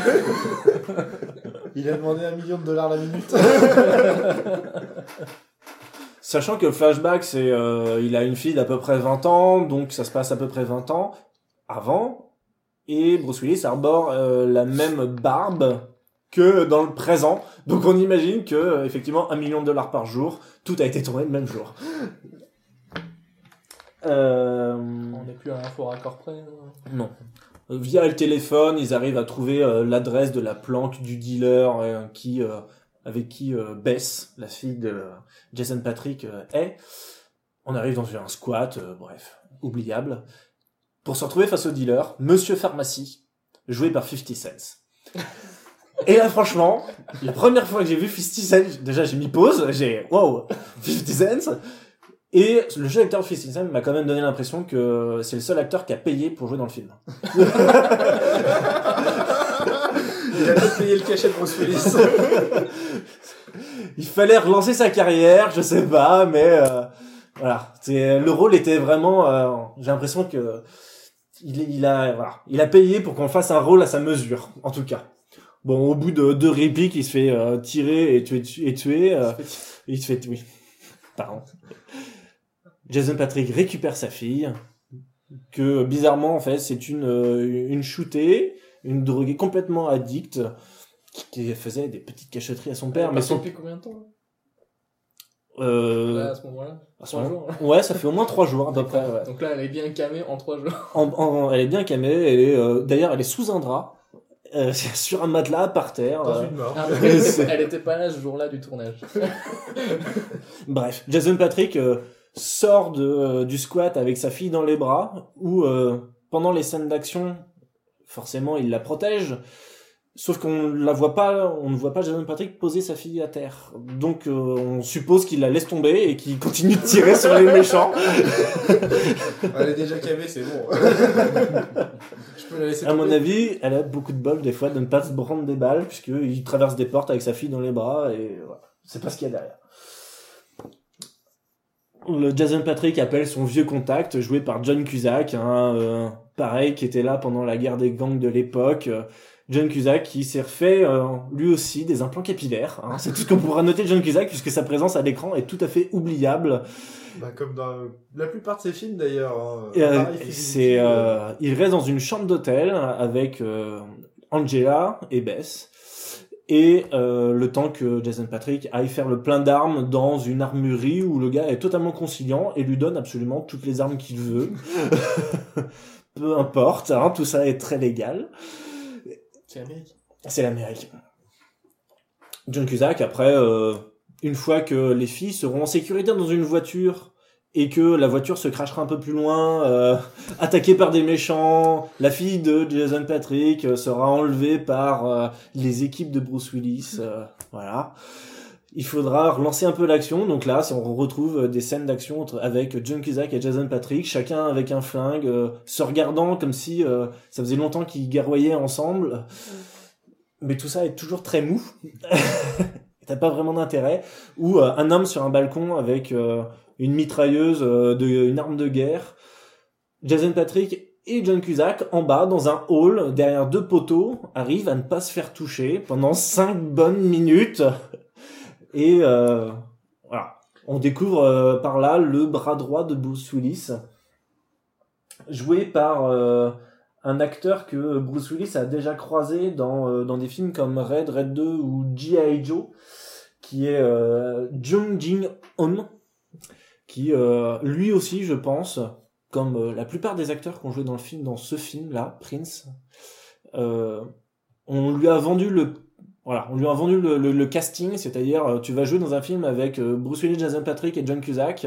[SPEAKER 4] Il a demandé un million de dollars la minute.
[SPEAKER 2] Sachant que le flashback, c'est, euh, il a une fille d'à peu près vingt ans, donc ça se passe à peu près vingt ans avant, et Bruce Willis arbore euh, la même barbe que dans le présent. Donc on imagine que, effectivement, un million de dollars par jour, tout a été tourné le même jour. Euh...
[SPEAKER 3] On n'est plus à un faux raccord près.
[SPEAKER 2] Non. Via le téléphone, ils arrivent à trouver euh, l'adresse de la planque du dealer euh, qui, euh, avec qui euh, Bess, la fille de euh, Jason Patrick, euh, est. On arrive dans un squat, euh, bref, oubliable. Pour se retrouver face au dealer, Monsieur Pharmacie, joué par fifty cents. Et là, franchement, la première fois que j'ai vu fifty cents, déjà j'ai mis pause, j'ai wow, fifty cents. Et le jeu d'acteur fifty cents m'a quand même donné l'impression que c'est le seul acteur qui a payé pour jouer dans le film.
[SPEAKER 4] Il a peut-être payé le cachet de Bruce Willis.
[SPEAKER 2] Il fallait relancer sa carrière, je sais pas, mais euh, Voilà, c'est le rôle était vraiment. Euh, j'ai l'impression que il, il a voilà, il a payé pour qu'on fasse un rôle à sa mesure, en tout cas. Bon, au bout de deux répliques, il se fait euh, tirer et tuer, et tuer. Euh, il se fait oui. Pardon. Jason Patrick récupère sa fille, que bizarrement en fait c'est une une shootée, une droguée complètement addicte qui faisait des petites cachotteries à son père.
[SPEAKER 3] Elle
[SPEAKER 2] mais
[SPEAKER 3] est
[SPEAKER 2] son...
[SPEAKER 3] depuis combien de temps?
[SPEAKER 2] Euh...
[SPEAKER 3] Là, à ce moment-là,
[SPEAKER 2] à ce
[SPEAKER 3] trois
[SPEAKER 2] moment...
[SPEAKER 3] jours. Là.
[SPEAKER 2] Ouais, ça fait au moins trois jours à peu près. Ouais.
[SPEAKER 3] Donc là, elle est bien camée en trois jours.
[SPEAKER 2] En, en, elle est bien camée. Elle est euh... d'ailleurs, elle est sous un drap, euh, sur un matelas par terre.
[SPEAKER 4] Dans
[SPEAKER 2] euh...
[SPEAKER 4] une mort.
[SPEAKER 3] Ah, elle, était, elle était pas là ce jour-là du tournage.
[SPEAKER 2] Bref, Jason Patrick euh, sort de euh, du squat avec sa fille dans les bras, où euh, pendant les scènes d'action, forcément, il la protège. Sauf qu'on la voit pas, on ne voit pas Jason Patrick poser sa fille à terre. Donc, euh, on suppose qu'il la laisse tomber et qu'il continue de tirer sur les méchants.
[SPEAKER 4] Elle est déjà camée, c'est bon. Je peux la laisser
[SPEAKER 2] À
[SPEAKER 4] tomber.
[SPEAKER 2] mon avis, elle a beaucoup de bol des fois de ne pas se prendre des balles, puisqu'il traverse des portes avec sa fille dans les bras et voilà. C'est pas ce qu'il y a derrière. Le Jason Patrick appelle son vieux contact, joué par John Cusack, hein, euh, pareil, qui était là pendant la guerre des gangs de l'époque. John Cusack qui s'est refait euh, lui aussi des implants capillaires. Hein. C'est tout ce qu'on pourra noter de John Cusack, puisque sa présence à l'écran est tout à fait oubliable.
[SPEAKER 4] Bah, comme dans la plupart de ses films d'ailleurs. Hein.
[SPEAKER 2] Et, euh,
[SPEAKER 4] Pareil,
[SPEAKER 2] c'est, euh, il reste dans une chambre d'hôtel avec euh, Angela et Bess. Et euh, le temps que Jason Patrick aille faire le plein d'armes dans une armurerie où le gars est totalement conciliant et lui donne absolument toutes les armes qu'il veut. Peu importe, hein, tout ça est très légal.
[SPEAKER 3] C'est l'Amérique.
[SPEAKER 2] C'est l'Amérique. John Cusack, après, euh, une fois que les filles seront en sécurité dans une voiture et que la voiture se crachera un peu plus loin, euh, attaquée par des méchants, la fille de Jason Patrick euh, sera enlevée par euh, les équipes de Bruce Willis, euh, voilà. Il faudra relancer un peu l'action, donc là, si on retrouve des scènes d'action entre, avec John Cusack et Jason Patrick, chacun avec un flingue, euh, se regardant comme si euh, ça faisait longtemps qu'ils guerroyaient ensemble. Mais tout ça est toujours très mou. T'as pas vraiment d'intérêt. Ou euh, un homme sur un balcon avec euh, une mitrailleuse, euh, de, une arme de guerre. Jason Patrick et John Cusack, en bas, dans un hall, derrière deux poteaux, arrivent à ne pas se faire toucher pendant cinq bonnes minutes. Et euh, voilà, on découvre euh, par là le bras droit de Bruce Willis, joué par euh, un acteur que Bruce Willis a déjà croisé dans euh, dans des films comme Red, Red deux ou G I Joe, qui est euh, Jung Jin-hoon, qui euh, lui aussi, je pense, comme euh, la plupart des acteurs qui ont joué dans le film, dans ce film-là, Prince, euh, on lui a vendu le Voilà, on lui a vendu le, le, le casting, c'est-à-dire euh, tu vas jouer dans un film avec euh, Bruce Willis, Jason Patrick et John Cusack.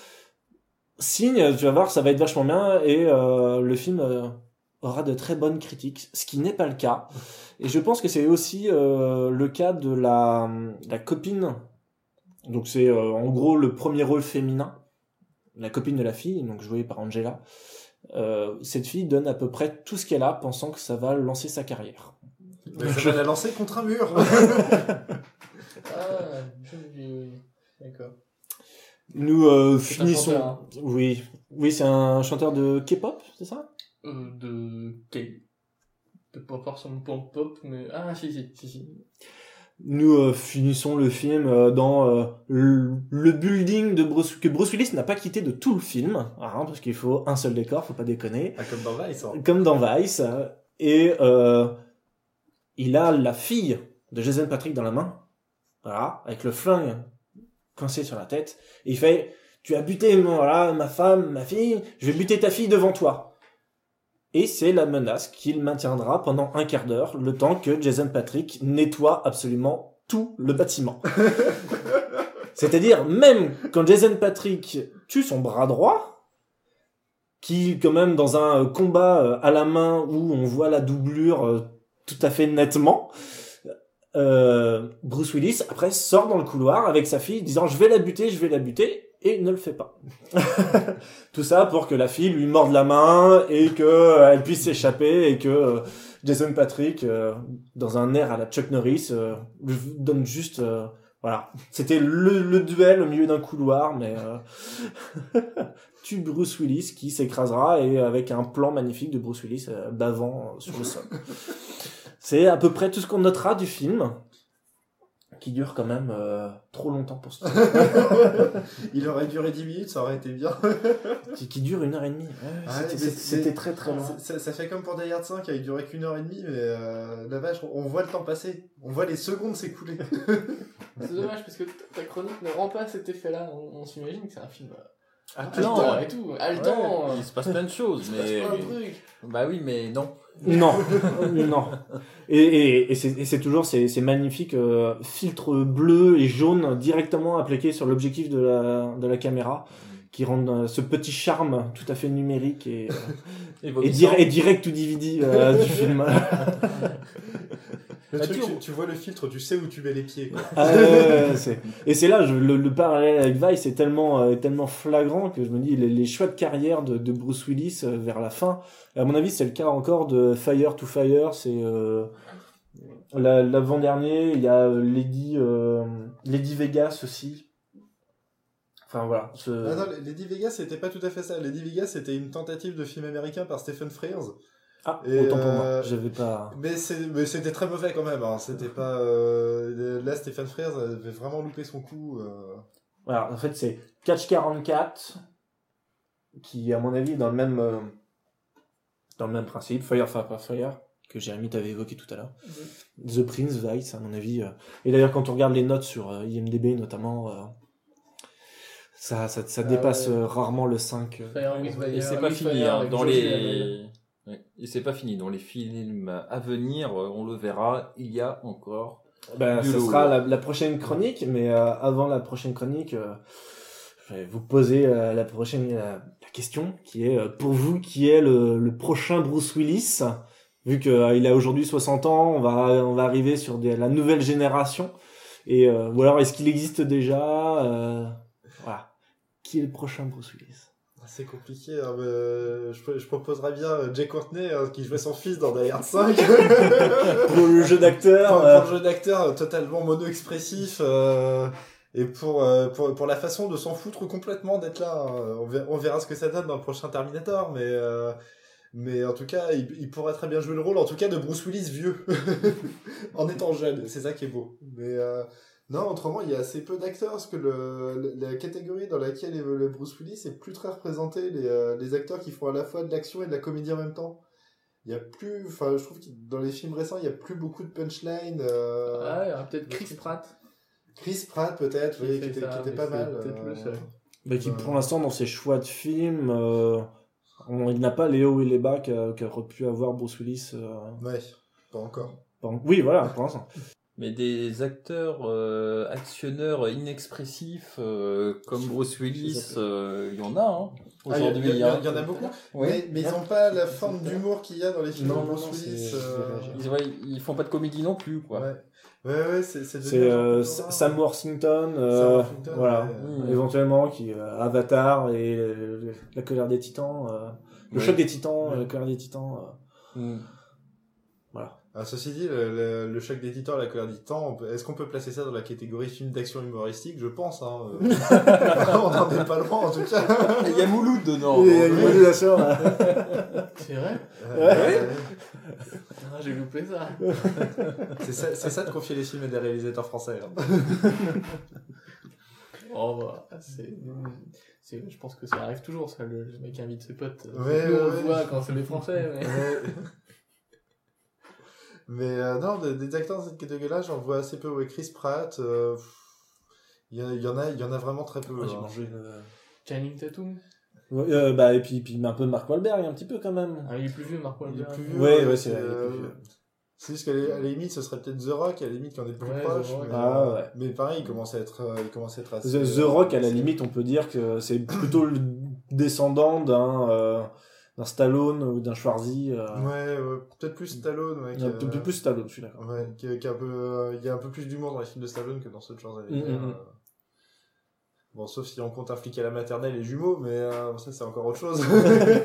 [SPEAKER 2] Signe, tu vas voir, ça va être vachement bien et euh, le film euh, aura de très bonnes critiques, ce qui n'est pas le cas. Et je pense que c'est aussi euh, le cas de la, la copine. Donc c'est euh, en gros le premier rôle féminin, la copine de la fille, donc jouée par Angela. Euh, cette fille donne à peu près tout ce qu'elle a, pensant que ça va lancer sa carrière.
[SPEAKER 4] Mais ça va la lancer contre un mur.
[SPEAKER 3] Ah, je... oui, d'accord.
[SPEAKER 2] Nous euh,
[SPEAKER 3] C'est
[SPEAKER 2] finissons.
[SPEAKER 3] un chanteur, hein.
[SPEAKER 2] Oui, oui, c'est un chanteur de K-pop, c'est ça?
[SPEAKER 3] Euh, de K. De pas forcément pop pop, mais ah si si si si.
[SPEAKER 2] Nous euh, finissons le film euh, dans euh, le, le building de Bruce que Bruce Willis n'a pas quitté de tout le film, hein, parce qu'il faut un seul décor, faut pas déconner.
[SPEAKER 4] Ah, comme dans Vice. Hein.
[SPEAKER 2] Comme dans Vice, et euh, il a la fille de Jason Patrick dans la main, voilà, avec le flingue coincé sur la tête, et il fait « Tu as buté mon, voilà, ma femme, ma fille, je vais buter ta fille devant toi ». Et c'est la menace qu'il maintiendra pendant un quart d'heure, le temps que Jason Patrick nettoie absolument tout le bâtiment. C'est-à-dire, même quand Jason Patrick tue son bras droit, qui, quand même, dans un combat à la main où on voit la doublure tout à fait nettement, euh, Bruce Willis, après, sort dans le couloir avec sa fille, disant « Je vais la buter, je vais la buter », et ne le fait pas. Tout ça pour que la fille lui morde la main et que euh, elle puisse s'échapper et que euh, Jason Patrick, euh, dans un air à la Chuck Norris, euh, lui donne juste euh, Voilà, c'était le, le duel au milieu d'un couloir, mais euh... tue Bruce Willis qui s'écrasera et avec un plan magnifique de Bruce Willis euh, bavant euh, sur le sol. C'est à peu près tout ce qu'on notera du film, qui dure quand même euh, trop longtemps pour ce film.
[SPEAKER 4] Il aurait duré dix minutes, ça aurait été bien.
[SPEAKER 2] qui, qui dure une heure et demie. Ouais,
[SPEAKER 4] ah,
[SPEAKER 2] c'était,
[SPEAKER 4] c'est,
[SPEAKER 2] c'était
[SPEAKER 4] c'est,
[SPEAKER 2] très très long.
[SPEAKER 4] Ça, ça fait comme pour Die Hard cinq, il durait qu'une heure et demie, mais euh, la vache, on voit le temps passer. On voit les secondes s'écouler.
[SPEAKER 3] C'est dommage parce que ta chronique ne rend pas cet effet-là. On, on s'imagine que c'est un film
[SPEAKER 5] haletant
[SPEAKER 3] et tout, haletant.
[SPEAKER 5] Ouais, il se passe plein de choses, mais bah oui, mais non.
[SPEAKER 2] Non, non. Et, et, et, c'est, et c'est toujours ces, ces magnifiques euh, filtres bleus et jaunes directement appliqués sur l'objectif de la, de la caméra, qui rendent euh, ce petit charme tout à fait numérique et, euh, et, dir- et direct to D V D euh, du film.
[SPEAKER 4] Le truc, tu, tu vois le filtre, tu sais où tu mets les pieds. Quoi.
[SPEAKER 2] Ah, ouais, c'est... Et c'est là, je, le, le parallèle avec Vice est tellement, euh, tellement flagrant que je me dis, les, les choix de carrière de, de Bruce Willis euh, vers la fin, à mon avis, c'est le cas encore de Fire to Fire, c'est euh, la, l'avant-dernier, il y a Lady, euh, Lady Vegas aussi. Enfin voilà. Ce...
[SPEAKER 4] Ah non, Lady Vegas, c'était pas tout à fait ça. Lady Vegas, c'était une tentative de film américain par Stephen Frears.
[SPEAKER 2] Ah, et autant pour euh, moi, j'avais pas...
[SPEAKER 4] Mais, c'est, mais c'était très mauvais quand même, hein. C'était pas... Euh... Là, Stephen Frears avait vraiment loupé son coup. Euh...
[SPEAKER 2] Voilà, en fait, c'est Catch quarante-quatre, qui, à mon avis, est dans le même, euh, dans le même principe, Fire, Fire, Fire, que Jérémy t'avait évoqué tout à l'heure. Mm-hmm. The Prince, Vice, à mon avis. Euh... Et d'ailleurs, quand on regarde les notes sur euh, I M D B, notamment... Euh... Ça, ça, ça dépasse ah ouais. euh, rarement le cinq.
[SPEAKER 5] Fire with Fire. Et c'est pas fini, hein, dans les... Ouais. Et c'est pas fini. Dans les films à venir, on le verra, il y a encore...
[SPEAKER 2] Ben, ce sera la, la prochaine chronique, mais euh, avant la prochaine chronique, euh, je vais vous poser euh, la prochaine euh, la question, qui est, euh, pour vous, qui est le, le prochain Bruce Willis. Vu qu'il euh, a aujourd'hui soixante ans, on va, on va arriver sur des, la nouvelle génération. Et, euh, ou alors, est-ce qu'il existe déjà euh, Voilà. Qui est le prochain Bruce Willis?
[SPEAKER 4] C'est compliqué, hein, mais je, je proposerais bien Jay Courtney, hein, qui jouait son fils dans Die Hard cinq.
[SPEAKER 2] Pour le jeu d'acteur.
[SPEAKER 4] Pour,
[SPEAKER 2] euh...
[SPEAKER 4] pour le jeu d'acteur totalement mono-expressif, euh, et pour, euh, pour, pour la façon de s'en foutre complètement d'être là. Hein. On, verra, on verra ce que ça donne dans le prochain Terminator, mais, euh, mais en tout cas, il, il pourrait très bien jouer le rôle, en tout cas, de Bruce Willis vieux, en étant jeune. C'est ça qui est beau. Mais... Euh, Non, autrement, il y a assez peu d'acteurs, parce que le, la catégorie dans laquelle évolue Bruce Willis est plus très représentée, les, euh, les acteurs qui font à la fois de l'action et de la comédie en même temps. Il y a plus, enfin, je trouve que dans les films récents, il y a plus beaucoup de punchline. Euh,
[SPEAKER 3] ah, il y aura peut-être Chris Pratt.
[SPEAKER 4] Chris Pratt, peut-être, oui, qui était,
[SPEAKER 3] ça,
[SPEAKER 4] qui était pas mal.
[SPEAKER 3] Peut-être
[SPEAKER 4] euh,
[SPEAKER 3] le seul.
[SPEAKER 2] Bah, qui, pour l'instant, dans ses choix de films, euh, on, il n'a pas les hauts et les bas qu'a, qu'aurait pu avoir Bruce Willis. Euh...
[SPEAKER 4] Ouais, pas encore.
[SPEAKER 2] Pas en... Oui, voilà, pour l'instant.
[SPEAKER 5] Mais des acteurs euh, actionneurs inexpressifs euh, comme Bruce Willis, il euh, y en a hein, aujourd'hui.
[SPEAKER 4] Il ah, y, y, y, y en a beaucoup, ouais. mais, mais ils n'ont pas la forme d'humour qu'il y a dans les films
[SPEAKER 2] non,
[SPEAKER 4] de Bruce
[SPEAKER 2] non,
[SPEAKER 4] Willis.
[SPEAKER 5] Euh... Ils, ouais, ils font pas de comédie non plus, quoi.
[SPEAKER 4] Ouais, ouais, ouais c'est c'est,
[SPEAKER 2] c'est euh, Sam Worthington, euh, Sam Worthington voilà, ouais, ouais. éventuellement qui euh, Avatar et euh, la colère des Titans, euh, le ouais. choc des Titans, ouais. la colère des Titans. Euh, mm. Voilà.
[SPEAKER 4] Ah, ceci dit, le, le, le choc des titans, la colère des titans, peut, est-ce qu'on peut placer ça dans la catégorie film d'action humoristique? Je pense, hein. On n'en est pas loin, en tout cas.
[SPEAKER 5] Il y a Mouloud dedans.
[SPEAKER 2] Il y a Mouloud, bien sûr.
[SPEAKER 3] C'est vrai?
[SPEAKER 4] Euh, ouais. ouais.
[SPEAKER 3] Ah, j'ai loupé ça.
[SPEAKER 4] C'est ça, c'est ça de confier les films à des réalisateurs français, hein.
[SPEAKER 3] Oh, bah, c'est, c'est, je pense que ça arrive toujours, ça, le, le mec invite ses potes.
[SPEAKER 4] Ouais,
[SPEAKER 3] nous,
[SPEAKER 4] ouais,
[SPEAKER 3] on
[SPEAKER 4] ouais.
[SPEAKER 3] voit quand c'est des Français, mais...
[SPEAKER 4] Ouais. Mais euh, non, des, des acteurs dans cette catégorie-là, j'en vois assez peu. Ouais, Chris Pratt, il euh, y, y en a, il y en a vraiment très peu.
[SPEAKER 2] Ouais, j'ai
[SPEAKER 4] hein.
[SPEAKER 2] mangé le...
[SPEAKER 3] Channing Tatum.
[SPEAKER 2] Ouais, euh, bah et puis puis un peu Mark Wahlberg, un petit peu quand même.
[SPEAKER 3] Ah, il est plus vieux, Mark Wahlberg.
[SPEAKER 4] Il est plus vieux.
[SPEAKER 2] Ouais,
[SPEAKER 4] ouais,
[SPEAKER 2] ouais,
[SPEAKER 4] c'est.
[SPEAKER 2] c'est,
[SPEAKER 4] Euh,
[SPEAKER 2] plus vieux.
[SPEAKER 4] c'est juste qu'à la, à la limite, ce serait peut-être The Rock, à la limite, qui en est le plus
[SPEAKER 3] ouais,
[SPEAKER 4] proche.
[SPEAKER 3] Rock,
[SPEAKER 4] mais,
[SPEAKER 2] ah ouais.
[SPEAKER 4] Mais pareil, il commence à être, il commence à être assez.
[SPEAKER 2] The, The Rock, à la limite, on peut dire que c'est plutôt le descendant d'un. Euh, d'un Stallone ou d'un Schwarzy. Euh...
[SPEAKER 4] Ouais, ouais, peut-être plus Stallone. Ouais,
[SPEAKER 2] qui,
[SPEAKER 4] euh...
[SPEAKER 2] peut-être plus Stallone, je suis d'accord.
[SPEAKER 4] Ouais, qui, qui a un peu, euh, il y a un peu plus d'humour dans les films de Stallone que dans ceux de Schwarzenegger. Mm-hmm. Euh... Bon, sauf si on compte un flic à la maternelle et jumeaux, mais euh, ça c'est encore autre chose.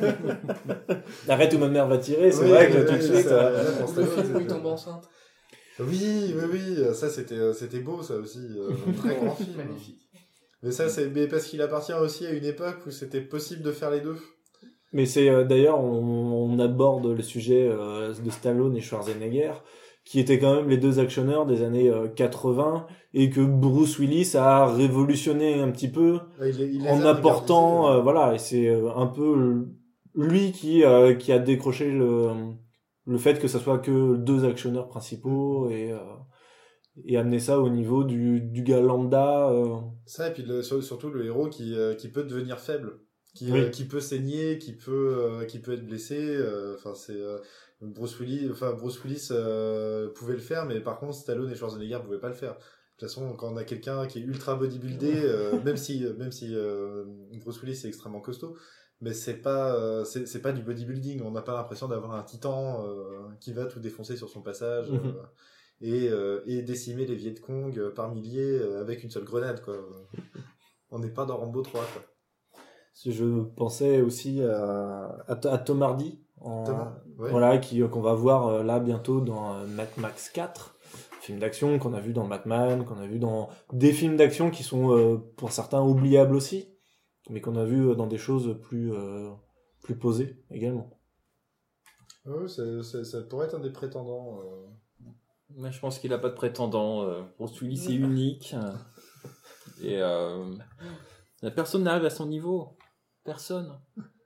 [SPEAKER 2] Arrête où ma mère va tirer, c'est
[SPEAKER 4] oui,
[SPEAKER 2] vrai que
[SPEAKER 4] oui,
[SPEAKER 2] tout de
[SPEAKER 4] oui,
[SPEAKER 2] suite.
[SPEAKER 3] Euh, le film où il tombe enceinte.
[SPEAKER 4] Oui, oui, oui, ça c'était, c'était beau, ça aussi. Euh, un très grand film.
[SPEAKER 3] Magnifique.
[SPEAKER 4] Mais ça, c'est mais parce qu'il appartient aussi à une époque où c'était possible de faire les deux.
[SPEAKER 2] Mais c'est euh, d'ailleurs, on, on aborde le sujet euh, de Stallone et Schwarzenegger, qui étaient quand même les deux actionneurs des années euh, quatre-vingts, et que Bruce Willis a révolutionné un petit peu
[SPEAKER 4] Ouais, il, il les
[SPEAKER 2] en
[SPEAKER 4] a
[SPEAKER 2] apportant,
[SPEAKER 4] regardés,
[SPEAKER 2] euh, voilà, et c'est euh, un peu lui qui euh, qui a décroché le le fait que ça soit que deux actionneurs principaux et euh, et amener ça au niveau du du gars lambda. Euh...
[SPEAKER 4] Ça, et puis le, surtout le héros qui euh, qui peut devenir faible, qui
[SPEAKER 2] Oui.
[SPEAKER 4] euh, qui peut saigner, qui peut euh, qui peut être blessé. Enfin, euh, c'est euh, Bruce Willis, enfin Bruce Willis euh, pouvait le faire, mais par contre Stallone et Schwarzenegger pouvaient pas le faire. De toute façon, quand on a quelqu'un qui est ultra bodybuildé, euh, même si même si euh, Bruce Willis est extrêmement costaud, mais c'est pas euh, c'est c'est pas du bodybuilding. On n'a pas l'impression d'avoir un titan euh, qui va tout défoncer sur son passage.
[SPEAKER 2] Mhm.
[SPEAKER 4] euh, et euh, et décimer les Viet Cong euh, par milliers euh, avec une seule grenade, quoi. On n'est pas dans Rambo trois, quoi.
[SPEAKER 2] Je pensais aussi à, à, à Tom Hardy, en,
[SPEAKER 4] Thomas, ouais.
[SPEAKER 2] voilà, qui qu'on va voir euh, là bientôt dans euh, Mad Max quatre, film d'action qu'on a vu dans Batman, qu'on a vu dans des films d'action qui sont euh, pour certains oubliables aussi, mais qu'on a vu dans des choses plus euh, plus posées également.
[SPEAKER 4] Ouais, ça, ça, ça pourrait être un des prétendants. Euh...
[SPEAKER 5] Mais je pense qu'il a pas de prétendant. Euh, Bruce Willis c'est unique. Et euh, personne n'arrive à son niveau. Personne.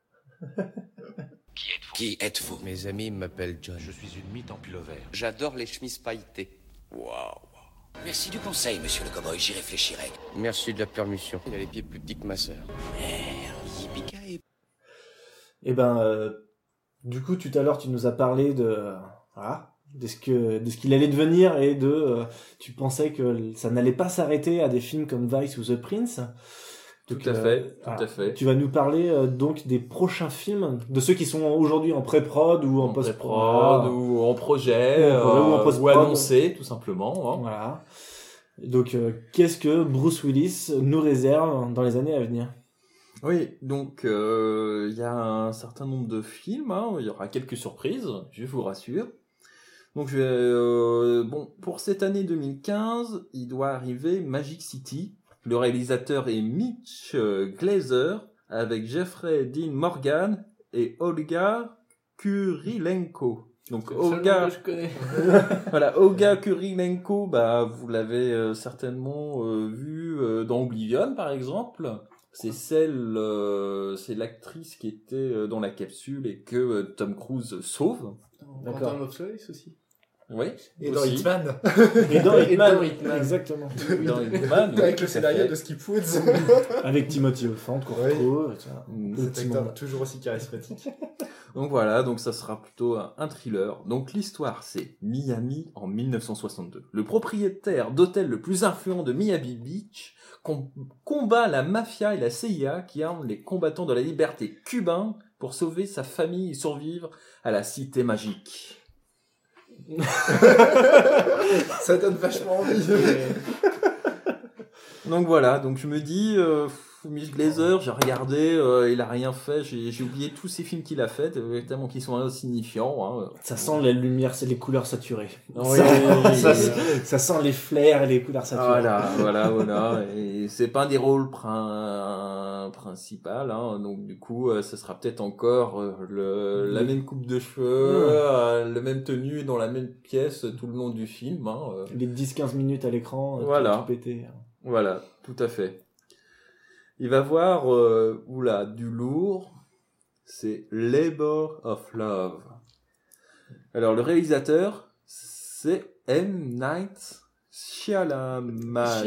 [SPEAKER 12] Qui êtes-vous Qui êtes-vous Mes amis m'appellent John.
[SPEAKER 13] Je suis une mythe en pullover.
[SPEAKER 12] J'adore les chemises pailletées. Waouh.
[SPEAKER 10] Merci du conseil, monsieur le cow-boy, j'y réfléchirai.
[SPEAKER 12] Merci de la permission. Il a les pieds plus petits que ma sœur.
[SPEAKER 10] Merde, yippee.
[SPEAKER 2] Et ben, euh, du coup, tout à l'heure, tu nous as parlé de, euh, voilà, de ce que, de ce qu'il allait devenir et de, euh, tu pensais que ça n'allait pas s'arrêter à des films comme Vice ou The Prince.
[SPEAKER 5] Tout
[SPEAKER 2] Donc,
[SPEAKER 5] à
[SPEAKER 2] euh,
[SPEAKER 5] fait, tout
[SPEAKER 2] voilà.
[SPEAKER 5] à fait.
[SPEAKER 2] Tu vas nous parler euh, donc des prochains films, de ceux qui sont aujourd'hui en pré-prod ou en,
[SPEAKER 5] En
[SPEAKER 2] post-prod
[SPEAKER 5] pré-prod ou en projet,
[SPEAKER 2] Ou en projet, ou en
[SPEAKER 5] euh,
[SPEAKER 2] post-prod.
[SPEAKER 5] ou annoncé, tout simplement. Hein.
[SPEAKER 2] Voilà. Donc, euh, qu'est-ce que Bruce Willis nous réserve dans les années à venir?
[SPEAKER 5] Oui, donc il euh, y a un certain nombre de films, hein, il y aura quelques surprises, je vous rassure. Donc je vais, euh, bon, pour cette année deux mille quinze, il doit arriver Magic City. Le réalisateur est Mitch Glazer avec Jeffrey Dean Morgan et Olga Kurilenko. Donc
[SPEAKER 3] C'est le seul nom
[SPEAKER 5] Olga,
[SPEAKER 3] que je connais.
[SPEAKER 5] voilà, Olga Kurilenko, bah vous l'avez euh, certainement euh, vu euh, dans Oblivion par exemple. C'est celle, euh, c'est l'actrice qui était euh, dans la capsule et que euh, Tom Cruise sauve.
[SPEAKER 3] D'accord. Quantum of Solace aussi.
[SPEAKER 5] Oui.
[SPEAKER 4] Et dans
[SPEAKER 5] aussi.
[SPEAKER 4] Hitman.
[SPEAKER 2] Et dans
[SPEAKER 3] Et
[SPEAKER 2] Hitman,
[SPEAKER 3] dans Hitman.
[SPEAKER 2] exactement.
[SPEAKER 5] Dans Hitman, oui,
[SPEAKER 4] Avec
[SPEAKER 5] tout
[SPEAKER 4] le
[SPEAKER 5] à
[SPEAKER 4] scénario
[SPEAKER 5] fait.
[SPEAKER 4] de Skip Woods.
[SPEAKER 2] Avec Timothy Olyphant qu'on
[SPEAKER 4] Oui.
[SPEAKER 2] retrouve. et ça.
[SPEAKER 5] Mm.
[SPEAKER 2] Le
[SPEAKER 4] Cet
[SPEAKER 2] petit
[SPEAKER 4] acteur
[SPEAKER 2] monde.
[SPEAKER 4] toujours aussi charismatique.
[SPEAKER 5] Donc voilà, donc ça sera plutôt un, un thriller. Donc l'histoire, c'est Miami en mille neuf cent soixante-deux. Le propriétaire d'hôtel le plus influent de Miami Beach com- combat la mafia et la C I A qui arment les combattants de la liberté cubains pour sauver sa famille et survivre à la cité magique.
[SPEAKER 4] Ça donne vachement envie.
[SPEAKER 5] Donc voilà, donc je me dis, euh, Mitch Glazer, j'ai regardé, euh, il a rien fait, j'ai, j'ai oublié tous ces films qu'il a fait, euh, tellement qu'ils sont insignifiants. Hein.
[SPEAKER 2] Ça sent la lumière, c'est les couleurs saturées.
[SPEAKER 5] Oui,
[SPEAKER 2] ça, ça, ça sent les flares et les couleurs saturées.
[SPEAKER 5] Voilà, voilà, voilà. Et c'est pas un des rôles prin- principaux, hein. Donc du coup, euh, ce sera peut-être encore euh, le, la même coupe de cheveux,
[SPEAKER 2] Ouais.
[SPEAKER 5] euh, le même tenue dans la même pièce tout le long du film. Hein, euh.
[SPEAKER 2] Les dix quinze minutes à l'écran, euh,
[SPEAKER 5] Voilà.
[SPEAKER 2] tout, tout pété.
[SPEAKER 5] Voilà, tout à fait. Il va voir, euh, oula, du lourd. C'est Labor of Love. Alors le réalisateur, c'est M. Night Shyamalan.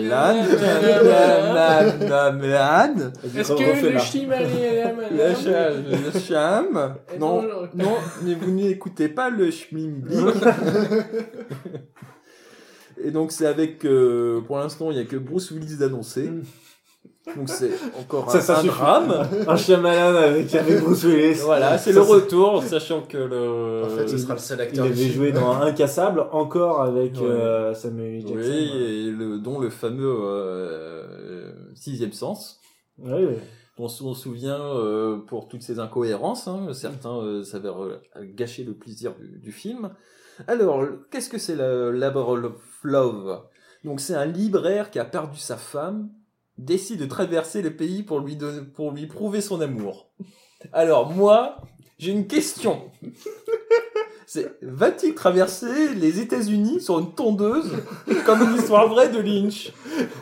[SPEAKER 5] Shyamalan.
[SPEAKER 3] Est-ce que le Shyamalan
[SPEAKER 5] Le Shyam- le Shyam.
[SPEAKER 3] Et
[SPEAKER 5] Non,
[SPEAKER 3] non,
[SPEAKER 5] non, mais vous n'écoutez pas le Schmimbi. Et donc c'est avec, euh, pour l'instant, il n'y a que Bruce Willis d'annoncé. Donc c'est encore
[SPEAKER 2] Ça,
[SPEAKER 5] un,
[SPEAKER 2] ça
[SPEAKER 5] un
[SPEAKER 2] suffit.
[SPEAKER 5] drame.
[SPEAKER 2] Un Shyamalan avec, avec Bruce Willis.
[SPEAKER 5] Voilà, c'est
[SPEAKER 2] Ça,
[SPEAKER 5] le
[SPEAKER 2] c'est-
[SPEAKER 5] retour, sachant que le...
[SPEAKER 4] En fait, ce sera le seul
[SPEAKER 2] Il
[SPEAKER 4] acteur.
[SPEAKER 2] avait
[SPEAKER 4] du film.
[SPEAKER 2] joué dans Incassable, encore avec
[SPEAKER 5] Ouais.
[SPEAKER 2] euh, Samuel L. Jackson.
[SPEAKER 5] Oui, et le, dont le fameux euh, Sixième Sens.
[SPEAKER 2] Ouais, ouais.
[SPEAKER 5] On s'en souvient euh, pour toutes ces incohérences. Hein. Certains euh, s'avèrent euh, gâcher le plaisir du, du film. Alors, qu'est-ce que c'est la Labor of Love ? Donc, c'est un libraire qui a perdu sa femme, décide de traverser le pays pour lui, donner, pour lui prouver son amour. Alors, moi, j'ai une question. C'est, va-t-il traverser les États-Unis sur une tondeuse comme une histoire vraie de Lynch ? Hein ?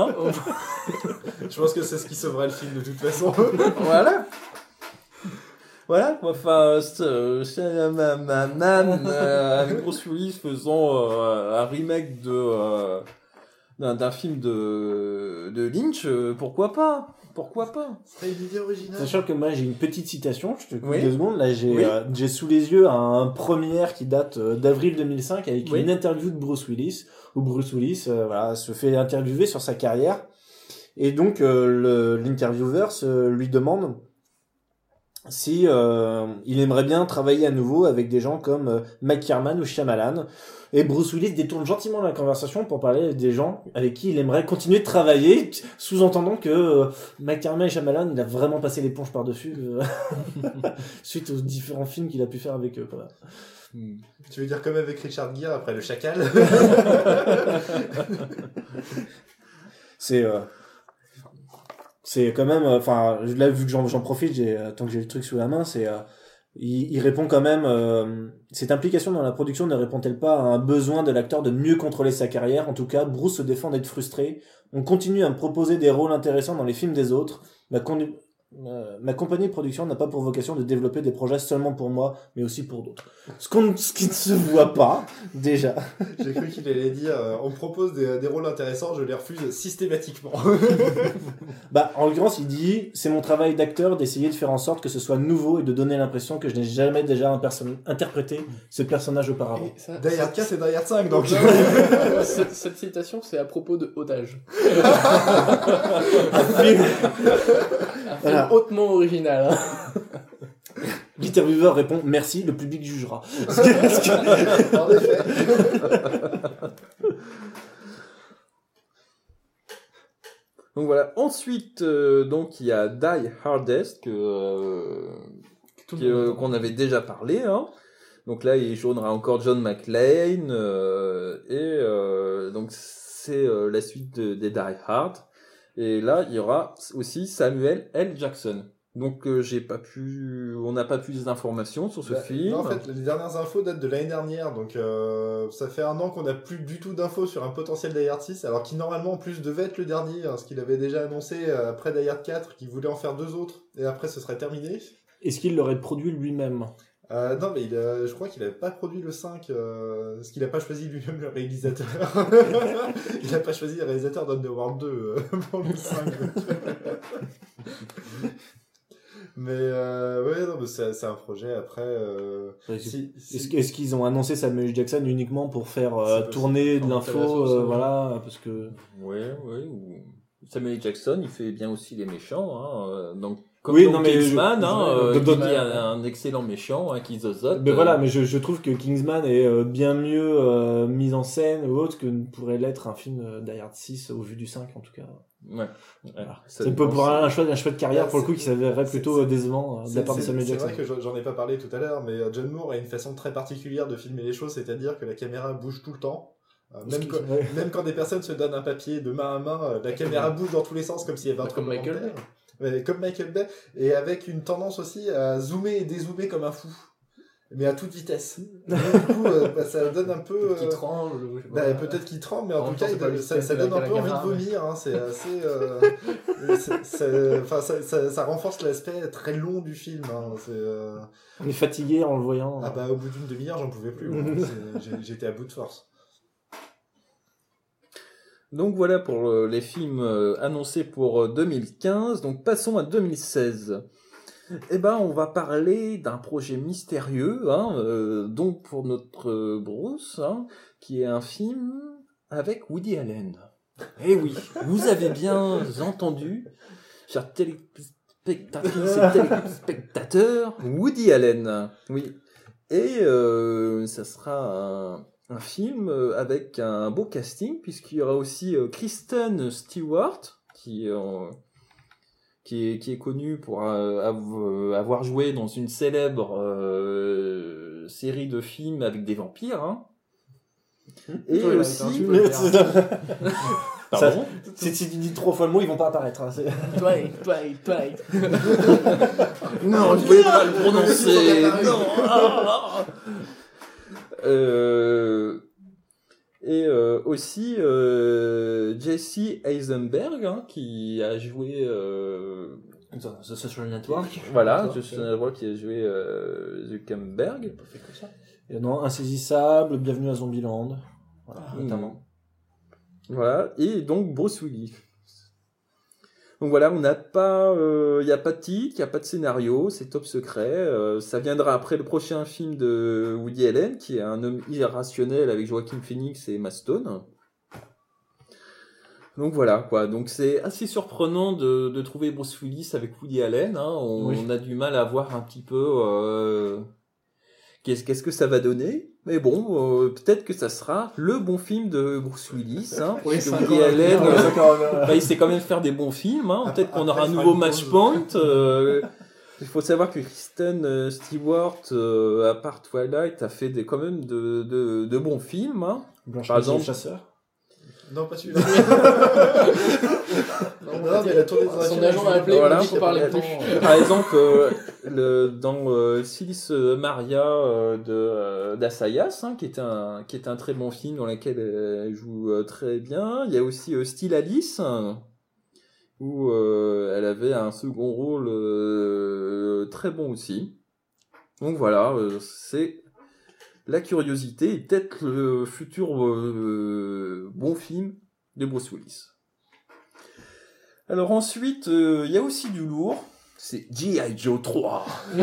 [SPEAKER 4] Je pense que c'est ce qui sauverait le film de toute façon.
[SPEAKER 5] Voilà. Voilà, enfin, c'est, c'est ma, ma, ma, euh, avec Bruce Willis faisant euh, un remake de euh, d'un, d'un film de de Lynch, euh, pourquoi pas ? Pourquoi pas ?
[SPEAKER 4] C'est une idée originale.
[SPEAKER 2] Sachant que moi j'ai une petite citation, je te coupe
[SPEAKER 5] Oui.
[SPEAKER 2] deux secondes. Là j'ai
[SPEAKER 5] Oui.
[SPEAKER 2] euh, j'ai sous les yeux un première qui date euh, d'avril deux mille cinq avec
[SPEAKER 5] Oui.
[SPEAKER 2] une interview de Bruce Willis où Bruce Willis euh, voilà se fait interviewer sur sa carrière et donc euh, le, l'intervieweur se, lui demande si euh, il aimerait bien travailler à nouveau avec des gens comme euh, McTiernan ou Shyamalan. Et Bruce Willis détourne gentiment la conversation pour parler des gens avec qui il aimerait continuer de travailler, sous-entendant que euh, McTiernan et Shyamalan, il a vraiment passé l'éponge par-dessus euh, suite aux différents films qu'il a pu faire avec eux. Quoi.
[SPEAKER 4] Tu veux dire comme avec Richard Gere après Le Chacal?
[SPEAKER 2] C'est... Euh... C'est quand même, enfin, euh, là vu que j'en, j'en profite, j'ai, euh, tant que j'ai le truc sous la main, c'est, euh, il, il répond quand même, euh, cette implication dans la production ne répond-elle pas à un besoin de l'acteur de mieux contrôler sa carrière? En tout cas, Bruce se défend d'être frustré. On continue à me proposer des rôles intéressants dans les films des autres. Ma, con- euh, ma compagnie de production n'a pas pour vocation de développer des projets seulement pour moi, mais aussi pour d'autres. Ce, qu'on, ce qui ne se voit pas, déjà.
[SPEAKER 4] J'ai cru qu'il allait dire, euh, on me propose des, des rôles intéressants, je les refuse systématiquement.
[SPEAKER 2] Bah, en l'occurrence, il dit, c'est mon travail d'acteur d'essayer de faire en sorte que ce soit nouveau et de donner l'impression que je n'ai jamais déjà un perso- interprété ce personnage auparavant.
[SPEAKER 3] Ça,
[SPEAKER 4] Die Hard quatre et Die Hard cinq, donc.
[SPEAKER 3] cette, cette citation, c'est à propos de Otage.
[SPEAKER 2] Un film,
[SPEAKER 3] Un film
[SPEAKER 2] Voilà.
[SPEAKER 3] hautement original. Hein.
[SPEAKER 2] L'intervieweur répond, merci, le public jugera.
[SPEAKER 4] En effet.
[SPEAKER 5] Donc voilà. Ensuite, euh, donc il y a Die Hardest que, euh, qui, euh, qu'on avait déjà parlé. Hein. Donc là, il jouera encore John McClane euh, et euh, donc c'est euh, la suite de, des Die Hard. Et là, il y aura aussi Samuel L. Jackson. Donc euh, j'ai pas pu, on n'a pas plus d'informations sur ce
[SPEAKER 4] Bah,
[SPEAKER 5] film.
[SPEAKER 4] non, en fait, les dernières infos datent de l'année dernière, donc euh, ça fait un an qu'on n'a plus du tout d'infos sur un potentiel Die Hard six, alors qu'il normalement en plus devait être le dernier, hein, ce qu'il avait déjà annoncé euh, après Die Hard quatre, qu'il voulait en faire deux autres, et après ce serait terminé.
[SPEAKER 2] Est-ce qu'il l'aurait produit lui-même?
[SPEAKER 4] Euh, non, mais il a, je crois qu'il avait pas produit le cinq, euh, parce qu'il a pas choisi lui-même le réalisateur. Il a pas choisi le réalisateur d'Underworld deux euh, pour le cinq. Mais euh, ouais, non, mais c'est, c'est un projet après. Euh,
[SPEAKER 2] Ouais,
[SPEAKER 4] si, si-
[SPEAKER 2] Est-ce, est-ce qu'ils ont annoncé Samuel Jackson uniquement pour faire euh,
[SPEAKER 4] C'est
[SPEAKER 2] tourner de
[SPEAKER 3] Pour
[SPEAKER 2] l'info,
[SPEAKER 3] monter la sauce,
[SPEAKER 2] euh,
[SPEAKER 3] ouais.
[SPEAKER 2] voilà, parce que...
[SPEAKER 5] Ouais, ouais. Ou... Samuel Jackson, il fait bien aussi les méchants. Hein. euh, Donc comme
[SPEAKER 2] Oui,
[SPEAKER 5] dans
[SPEAKER 2] non, mais
[SPEAKER 5] Kingsman,
[SPEAKER 2] je-
[SPEAKER 5] hein,
[SPEAKER 2] je-
[SPEAKER 5] euh,
[SPEAKER 2] de-
[SPEAKER 5] qui
[SPEAKER 2] de-
[SPEAKER 5] est un, un excellent méchant, hein, qui zozote.
[SPEAKER 2] Mais
[SPEAKER 5] euh,
[SPEAKER 2] voilà, mais je, je trouve que Kingsman est euh, bien mieux euh, mis en scène ou autre que ne pourrait l'être un film euh, Die Hard six au vu du cinq en tout cas.
[SPEAKER 5] Ouais. ouais.
[SPEAKER 2] Voilà.
[SPEAKER 5] Ça
[SPEAKER 2] C'est
[SPEAKER 5] dépend.
[SPEAKER 2] pour un choix, un choix de carrière
[SPEAKER 4] Ouais,
[SPEAKER 2] pour le coup
[SPEAKER 4] c'est-
[SPEAKER 2] qui s'avérerait
[SPEAKER 4] c'est-
[SPEAKER 2] plutôt
[SPEAKER 4] c'est-
[SPEAKER 2] euh, décevant euh, de la
[SPEAKER 4] C'est,
[SPEAKER 2] part de
[SPEAKER 4] c'est-
[SPEAKER 2] Samuel
[SPEAKER 4] c'est
[SPEAKER 2] Jackson.
[SPEAKER 4] vrai que j'en, j'en ai pas parlé tout à l'heure, mais euh, John Moore a une façon très particulière de filmer les choses, c'est-à-dire que la caméra bouge tout le temps. Euh,
[SPEAKER 2] Ce
[SPEAKER 4] même,
[SPEAKER 2] qui-
[SPEAKER 4] quand,
[SPEAKER 2] ouais.
[SPEAKER 4] même quand des personnes se donnent un papier de main à main, euh, la caméra bouge dans tous les sens comme s'il y avait un
[SPEAKER 3] Bah, comme
[SPEAKER 4] tremblement de
[SPEAKER 3] Michael
[SPEAKER 4] terre. Ouais, comme Michael Bay, et avec une tendance aussi à zoomer et dézoomer comme un fou, mais à toute vitesse. Donc, du coup, euh, bah, ça donne un peu...
[SPEAKER 3] Qui
[SPEAKER 4] euh,
[SPEAKER 3] tremble. je sais
[SPEAKER 4] bah,
[SPEAKER 3] pas.
[SPEAKER 4] peut-être qu'il tremble, mais en,
[SPEAKER 3] En
[SPEAKER 4] tout
[SPEAKER 3] même temps,
[SPEAKER 4] cas,
[SPEAKER 3] c'est
[SPEAKER 4] il
[SPEAKER 3] pas
[SPEAKER 4] donne-
[SPEAKER 3] lui
[SPEAKER 4] ça,
[SPEAKER 3] qui
[SPEAKER 4] ça
[SPEAKER 3] fait
[SPEAKER 4] donne
[SPEAKER 3] la
[SPEAKER 4] un peu envie de
[SPEAKER 3] caméra, mais-
[SPEAKER 4] vomir. Hein, c'est assez... euh, c'est- c'est- enfin, ça, ça, ça, ça renforce l'aspect très long du film. Hein, c'est, euh,
[SPEAKER 2] On est fatigué en le voyant.
[SPEAKER 4] Ah bah, au bout d'une demi-heure, j'en pouvais plus. moi. C'est- j'ai- J'étais à bout de force.
[SPEAKER 5] Donc voilà pour euh, les films euh, annoncés pour euh, deux mille quinze. Donc passons à deux mille seize. Eh ben, on va parler d'un projet mystérieux, hein, euh, donc pour notre euh, Bruce, hein, qui est un film avec Woody Allen. Eh oui, vous avez bien entendu, chers téléspectatrices et téléspectateurs, Woody Allen. Oui. Et euh, ça sera un, un film avec un beau casting, puisqu'il y aura aussi euh, Kristen Stewart, qui, euh, qui est qui est connu pour euh, av- avoir joué dans une célèbre euh, série de films avec des vampires. Hein. Et
[SPEAKER 2] Ouais,
[SPEAKER 5] aussi.
[SPEAKER 2] attends, tu peux le faire.
[SPEAKER 5] Pardon.
[SPEAKER 2] Ça, si, si tu dis trop fois le mot, ils vont pas apparaître. Hein, c'est...
[SPEAKER 3] Twilight, Twilight, Twilight.
[SPEAKER 5] Non, je voulais pas le prononcer. Non. euh, et euh, aussi euh, Jesse Eisenberg, hein, qui a joué euh,
[SPEAKER 2] The Social Network.
[SPEAKER 5] Voilà, The Social Network qui a joué euh, Zuckerberg.
[SPEAKER 2] Il a pas fait que ça. Et non, Insaisissable, Bienvenue à Zombieland. Voilà,
[SPEAKER 5] Mmh.
[SPEAKER 2] notamment.
[SPEAKER 5] Voilà, et donc Bruce Willis. Donc voilà, on n'a pas, il euh, n'y a pas de titre, il n'y a pas de scénario, c'est top secret. Euh, ça viendra après le prochain film de Woody Allen, qui est un homme irrationnel avec Joaquin Phoenix et Emma Stone. Donc voilà, quoi. Donc c'est assez surprenant de, de trouver Bruce Willis avec Woody Allen. Hein. On,
[SPEAKER 2] Oui.
[SPEAKER 5] on a du mal à voir un petit peu euh, qu'est-ce, qu'est-ce que ça va donner. Mais bon, euh, peut-être que ça sera le bon film de Bruce Willis. Hein,
[SPEAKER 2] Pour les
[SPEAKER 5] parce que
[SPEAKER 2] cinq
[SPEAKER 5] Woody
[SPEAKER 2] ans à
[SPEAKER 5] Allen,
[SPEAKER 2] venir, pour les cinq ans à venir.
[SPEAKER 5] bah, il sait quand même faire des bons films. Hein. Peut-être qu'on aura
[SPEAKER 4] Après,
[SPEAKER 5] un
[SPEAKER 4] il fera
[SPEAKER 5] nouveau
[SPEAKER 4] une
[SPEAKER 5] Match
[SPEAKER 4] pause.
[SPEAKER 5] Point. Euh, il faut savoir que Kristen euh, Stewart, euh, à part Twilight, a fait des, quand même de, de, de bons films. Hein.
[SPEAKER 2] Blanche
[SPEAKER 5] Par
[SPEAKER 2] Neige et le
[SPEAKER 5] exemple,
[SPEAKER 2] chasseur.
[SPEAKER 4] Non, pas celui-là.
[SPEAKER 3] Non,
[SPEAKER 4] Non, mais elle a tourné dans
[SPEAKER 3] son
[SPEAKER 4] un
[SPEAKER 3] agent
[SPEAKER 4] film,
[SPEAKER 3] m'a appelé,
[SPEAKER 5] voilà.
[SPEAKER 3] il m'a dit qu'on parlait plus.
[SPEAKER 5] Par exemple, euh, le, dans euh, Silis Maria euh, de euh, d'Assayas, hein, qui est un qui est un très bon film dans lequel elle joue euh, très bien. Il y a aussi euh, Still Alice, hein, où euh, elle avait un second rôle euh, très bon aussi. Donc voilà, euh, c'est la curiosité et peut-être le futur euh, bon film de Bruce Willis. Alors ensuite, il euh, y a aussi du lourd, c'est G I. Joe trois. Et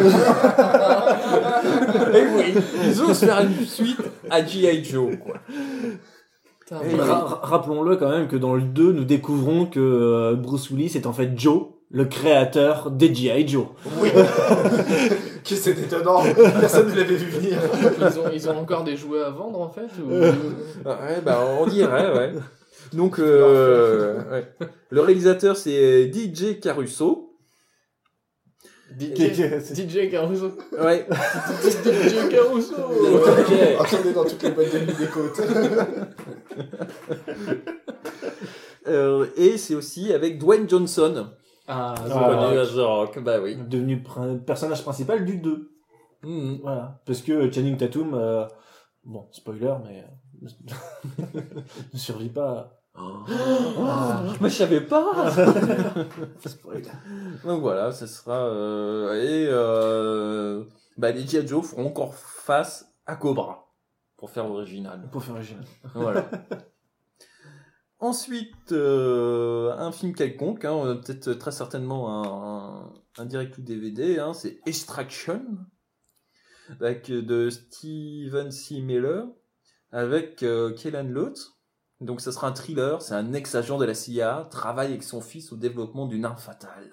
[SPEAKER 5] oui, ils osent faire une suite à G I. Joe, quoi.
[SPEAKER 3] Putain,
[SPEAKER 2] Et ra- ra- rappelons-le quand même que dans le deux, nous découvrons que euh, Bruce Willis est en fait Joe, le créateur des G I. Joe.
[SPEAKER 4] Oui. Que c'est étonnant. Personne ne l'avait vu venir.
[SPEAKER 3] Ils ont, ils ont encore des jouets à vendre en fait ou...
[SPEAKER 5] Ouais, bah on dirait, ouais. Donc, euh, ouais. Le réalisateur, c'est D J Caruso.
[SPEAKER 3] D J, D J Caruso.
[SPEAKER 5] Ouais.
[SPEAKER 3] D J Caruso.
[SPEAKER 5] Okay.
[SPEAKER 4] Attendez dans toutes les boîtes de nuit des côtes.
[SPEAKER 5] euh, et c'est aussi avec Dwayne Johnson.
[SPEAKER 3] Ah,
[SPEAKER 5] c'est
[SPEAKER 2] ah,
[SPEAKER 5] connu à The Rock, bah oui.
[SPEAKER 2] Devenu pr- personnage principal du deux.
[SPEAKER 5] Mmh.
[SPEAKER 2] Voilà. Parce que Channing Tatum, euh, bon, spoiler, mais euh, ne survit pas.
[SPEAKER 5] Oh. Mais je savais pas. Donc voilà, ce sera euh, et euh, bah les G I. Joe feront encore face à Cobra pour faire l'original.
[SPEAKER 2] Pour faire original.
[SPEAKER 5] Voilà. Ensuite, euh, un film quelconque, hein, peut-être très certainement un, un, un direct ou D V D, hein, c'est Extraction avec de Stephen C. Miller avec euh, Kellan Lutz. Donc ça sera un thriller, c'est un ex-agent de la C I A, travaille avec son fils au développement d'une arme fatale.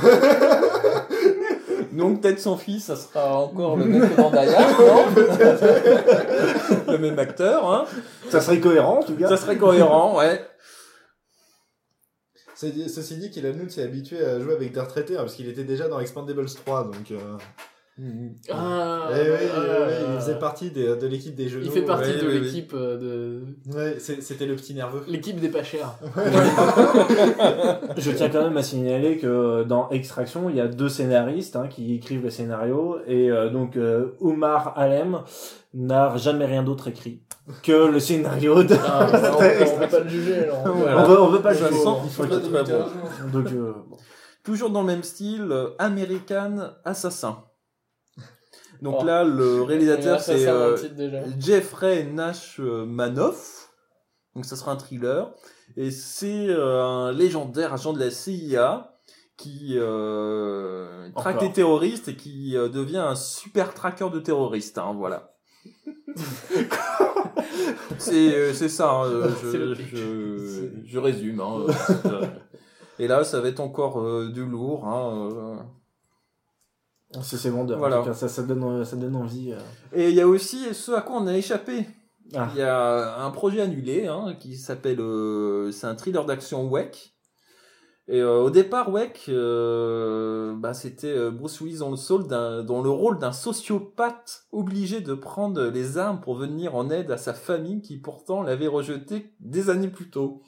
[SPEAKER 5] Donc peut-être son fils, ça sera encore le même que dans Die Hard, non? Le même acteur, hein.
[SPEAKER 2] Ça serait cohérent en tout cas.
[SPEAKER 5] Ça serait cohérent, ouais.
[SPEAKER 4] C'est- Ceci dit, qu'il a nous s'est habitué à jouer avec des retraités, hein, parce qu'il était déjà dans Expandables trois, donc... Euh...
[SPEAKER 3] Ah,
[SPEAKER 4] Eh oui,
[SPEAKER 3] euh,
[SPEAKER 4] eh oui, il faisait partie des- de l'équipe des genoux.
[SPEAKER 3] Il fait partie
[SPEAKER 4] Ouais,
[SPEAKER 3] de
[SPEAKER 4] oui,
[SPEAKER 3] l'équipe euh, de...
[SPEAKER 4] Ouais, c'est- c'était le petit nerveux.
[SPEAKER 3] L'équipe des pas chers.
[SPEAKER 2] Je tiens quand même à signaler que dans Extraction, il y a deux scénaristes hein, qui écrivent le scénario et euh, donc euh, Oumar Alem n'a jamais rien d'autre écrit que le scénario de
[SPEAKER 3] Ah, bah, on, peut- on peut pas le juger alors.
[SPEAKER 2] Voilà. On veut, on veut pas le
[SPEAKER 5] De toute
[SPEAKER 2] juger.
[SPEAKER 5] façon,
[SPEAKER 2] Il faut
[SPEAKER 5] il faut
[SPEAKER 2] qu'il
[SPEAKER 5] être très bon.
[SPEAKER 2] Donc euh, bon.
[SPEAKER 5] Toujours dans le même style, euh, American Assassin. Donc
[SPEAKER 3] Oh.
[SPEAKER 5] là, le réalisateur,
[SPEAKER 3] Assassin
[SPEAKER 5] c'est
[SPEAKER 3] dans le
[SPEAKER 5] euh,
[SPEAKER 3] titre, déjà.
[SPEAKER 5] Jeffrey Nash euh, Manoff. Donc ça sera un thriller. Et c'est euh, un légendaire agent de la C I A qui euh, traque
[SPEAKER 2] Encore.
[SPEAKER 5] les terroristes et qui euh, devient un super traqueur de terroristes. Hein, voilà. c'est euh, c'est ça. Hein, euh,
[SPEAKER 3] C'est le
[SPEAKER 5] je,
[SPEAKER 3] pitch.
[SPEAKER 5] je, je résume. Hein, euh, c'est, euh, et là, ça va être encore euh, du lourd. Hein, euh,
[SPEAKER 2] C'est c'est vendeur.
[SPEAKER 5] Voilà.
[SPEAKER 2] En tout cas, ça, ça donne, ça donne envie. euh.
[SPEAKER 5] Et il y a aussi ce à quoi on a échappé.
[SPEAKER 2] Ah.
[SPEAKER 5] Il y a un projet annulé hein, qui s'appelle, euh, c'est un thriller d'action W E C Et euh, au départ, ouais, que, euh, bah, c'était euh, Bruce Willis dans le, sol d'un, dans le rôle d'un sociopathe obligé de prendre les armes pour venir en aide à sa famille qui pourtant l'avait rejeté des années plus tôt.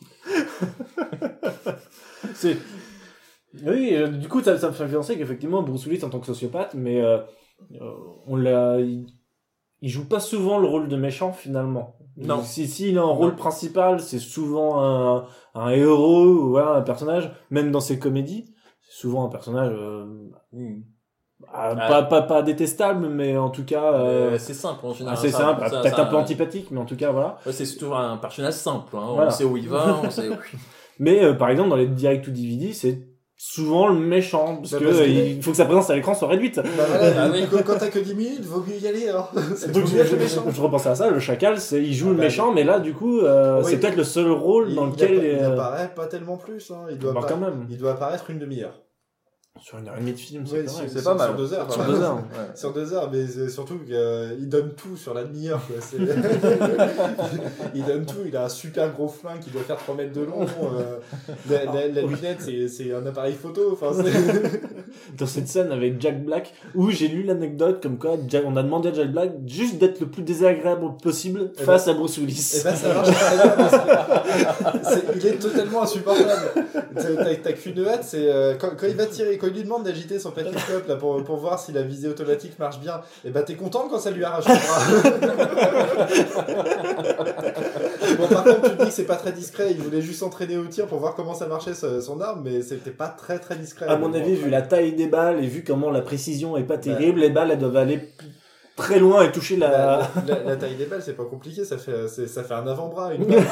[SPEAKER 2] C'est... Oui, euh, du coup, ça, ça me fait penser qu'effectivement, Bruce Willis en tant que sociopathe, mais euh, euh, on l'a, il, il joue pas souvent le rôle de méchant finalement.
[SPEAKER 5] Non.
[SPEAKER 2] Si, si il a un rôle principal, c'est souvent un, un héros ou voilà, un personnage, même dans ses comédies, c'est souvent un personnage euh,
[SPEAKER 5] mmh.
[SPEAKER 2] ah, pas, pas, pas détestable, mais en tout cas... Euh,
[SPEAKER 5] c'est simple en général.
[SPEAKER 2] C'est simple, ça, peut-être ça, un peu antipathique, mais en tout cas, voilà.
[SPEAKER 5] Ouais, c'est surtout un personnage simple, hein.
[SPEAKER 2] Voilà.
[SPEAKER 5] On sait où il va, on sait où...
[SPEAKER 2] Mais euh, par exemple, dans les direct to D V D, c'est souvent le méchant, parce bah, que parce il que... faut que sa présence à l'écran soit réduite.
[SPEAKER 4] Bah voilà, ah oui. quand, quand t'as que dix minutes, vaut mieux y aller. Hein. C'est
[SPEAKER 2] Donc, je, je, méchant. Je, je repensais à ça, le chacal, c'est, il joue ah, le bah, méchant, mais là, du coup, euh, oui, c'est peut-être le seul rôle
[SPEAKER 4] il,
[SPEAKER 2] dans
[SPEAKER 4] il
[SPEAKER 2] lequel...
[SPEAKER 4] Il, il apparaît pas tellement plus, hein. il, doit
[SPEAKER 2] bah,
[SPEAKER 4] pas,
[SPEAKER 2] quand même.
[SPEAKER 4] il doit apparaître une demi-heure.
[SPEAKER 2] Sur une heure et demie de film, c'est,
[SPEAKER 4] ouais,
[SPEAKER 2] c'est,
[SPEAKER 4] c'est pas mal. Sur deux heures.
[SPEAKER 2] Sur deux heures.
[SPEAKER 4] Ouais. Sur deux heures, mais surtout qu'il euh, donne tout sur la demi-heure. Quoi. C'est... il donne tout, il a un super gros flingue qui doit faire trois mètres de long. Euh, la la, la lunette, c'est, c'est un appareil photo. Enfin, c'est...
[SPEAKER 2] Dans cette scène avec Jack Black, où j'ai lu l'anecdote comme quoi Jack, on a demandé à Jack Black juste d'être le plus désagréable possible et face ben, à Bruce Willis.
[SPEAKER 4] Et ben ça marche pas parce que c'est, il est totalement insupportable. T'as, t'as qu'une hâte, c'est euh, quand, quand il va tirer, quand il lui demande d'agiter son papier cup là pour pour voir si la visée automatique marche bien, et bah t'es content quand ça lui arrache le bras. Bon par contre tu te dis que c'est pas très discret, il voulait juste s'entraîner au tir pour voir comment ça marchait son arme, mais c'était pas très très discret.
[SPEAKER 2] À mon avis, vu la taille des balles et vu comment la précision est pas terrible, ouais. Les balles elles doivent aller très loin et toucher la...
[SPEAKER 4] La, la, la taille des balles, c'est pas compliqué, ça fait, c'est, ça fait un avant-bras, une balle.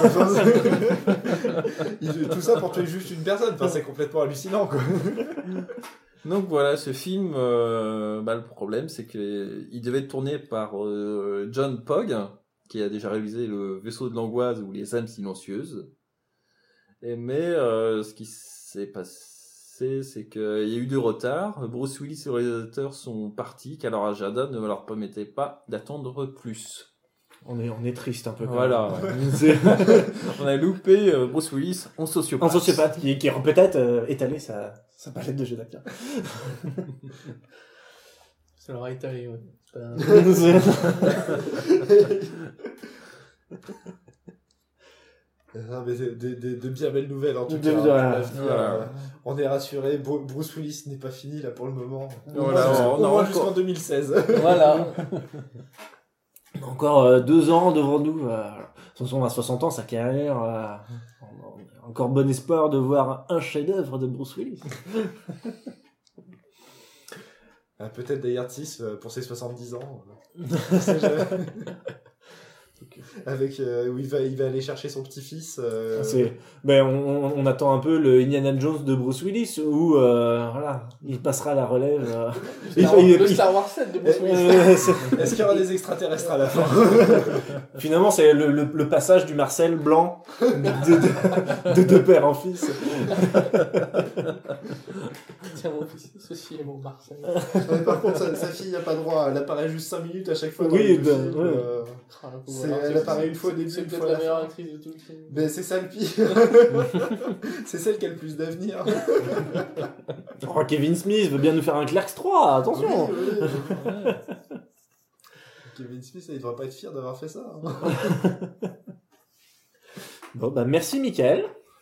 [SPEAKER 4] Il, tout ça pour tuer juste une personne, enfin, c'est complètement hallucinant, quoi.
[SPEAKER 5] Donc voilà, ce film, euh, bah, le problème, c'est qu'il devait être tourné par euh, John Pogg, qui a déjà réalisé Le Vaisseau de l'Angoisse ou Les âmes silencieuses. Et, mais euh, ce qui s'est passé, C'est, c'est qu'il y a eu du retard. Bruce Willis et le réalisateur sont partis, car leur agenda ne leur permettait pas d'attendre plus.
[SPEAKER 2] On est, on est triste un peu. Quand
[SPEAKER 5] voilà.
[SPEAKER 2] Même.
[SPEAKER 5] On a loupé euh, Bruce Willis en sociopathe.
[SPEAKER 2] En sociopathe, qui, qui aurait peut-être euh, étalé sa, sa palette de jeux d'acteurs.
[SPEAKER 3] Ça l'aurait étalé, ouais. Pas...
[SPEAKER 4] Ah, mais de, de, de, de bien belles nouvelles en tout
[SPEAKER 2] de,
[SPEAKER 4] cas.
[SPEAKER 2] De,
[SPEAKER 4] voilà.
[SPEAKER 2] voilà.
[SPEAKER 4] euh, on est rassuré. Bruce Willis n'est pas fini là pour le moment.
[SPEAKER 5] Voilà,
[SPEAKER 4] au moins jusqu'en deux mille seize.
[SPEAKER 2] Voilà. Encore euh, deux ans devant nous. Euh, de toute façon, à soixante ans, sa carrière. Euh, encore bon espoir de voir un chef-d'œuvre de Bruce Willis.
[SPEAKER 4] euh, peut-être Die Hard six pour ses soixante-dix ans. C'est jamais... Avec euh, où il va il va aller chercher son petit-fils. Euh...
[SPEAKER 2] C'est ben on, on attend un peu le Indiana Jones de Bruce Willis où euh, voilà il passera la relève. Euh...
[SPEAKER 3] Il, il, il, le Star Wars sept de Bruce Willis.
[SPEAKER 4] Euh, Est-ce qu'il y aura des extraterrestres à la fin?
[SPEAKER 2] Finalement c'est le, le le passage du Marcel blanc de de, de, de père en fils.
[SPEAKER 3] Tiens mon fils, ceci est mon Marcel.
[SPEAKER 4] Ouais, par contre sa, sa fille n'a pas droit, elle apparaît juste cinq minutes à chaque fois.
[SPEAKER 2] Oui, de,
[SPEAKER 4] film,
[SPEAKER 2] ouais.
[SPEAKER 4] euh...
[SPEAKER 3] Ah,
[SPEAKER 4] c'est, elle c'est, apparaît une fois au début,
[SPEAKER 3] c'est
[SPEAKER 4] une
[SPEAKER 3] peut-être
[SPEAKER 4] fois
[SPEAKER 3] la meilleure actrice de tout le film.
[SPEAKER 4] Mais c'est ça le pire. C'est celle qui a le plus d'avenir.
[SPEAKER 2] Oh, Kevin Smith veut bien nous faire un Clerks trois, attention.
[SPEAKER 4] Oui, oui, oui. Kevin Smith, il devrait pas être fier d'avoir fait ça. Hein.
[SPEAKER 2] Bon, bah merci Michael.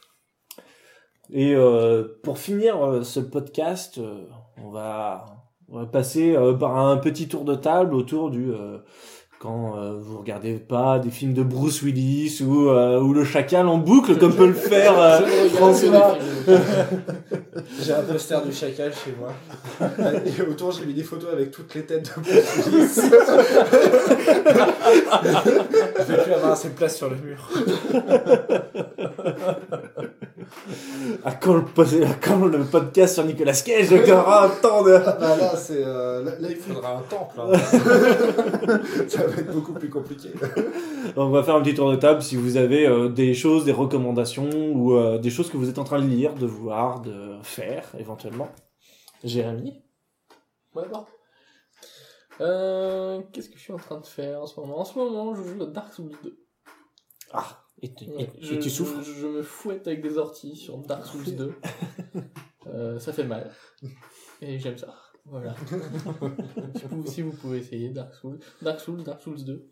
[SPEAKER 2] Et euh, pour finir euh, ce podcast, euh, on va on va passer euh, par un petit tour de table autour du euh, quand euh, vous regardez pas des films de Bruce Willis ou euh, ou le Chacal en boucle comme peut le faire euh, François.
[SPEAKER 4] J'ai un poster du Chacal chez moi. Et autour j'ai mis des photos avec toutes les têtes de Bruce Willis. Je vais plus avoir assez de place sur le mur.
[SPEAKER 2] À quand le, à quand le podcast sur Nicolas Cage aura un temps de...
[SPEAKER 4] Ah bah là, c'est, euh, là, là, il faudra un temple. Hein. Ça va être beaucoup plus compliqué.
[SPEAKER 2] On va faire un petit tour de table si vous avez euh, des choses, des recommandations ou euh, des choses que vous êtes en train de lire, de voir, de faire éventuellement. Jérémy?
[SPEAKER 3] Ouais, bon. Euh, qu'est-ce que je suis en train de faire en ce moment? En ce moment, je joue à Dark Souls deux.
[SPEAKER 2] Ah. Et tu,
[SPEAKER 3] Ouais,
[SPEAKER 2] et-
[SPEAKER 3] je,
[SPEAKER 2] et tu
[SPEAKER 3] je-
[SPEAKER 2] souffres.
[SPEAKER 3] je me fouette avec des orties sur Dark Souls deux. euh, ça fait mal. Euh, ça fait mal. Et j'aime ça. Voilà. si, vous, si vous pouvez essayer Dark Souls, Dark Souls, Dark Souls deux.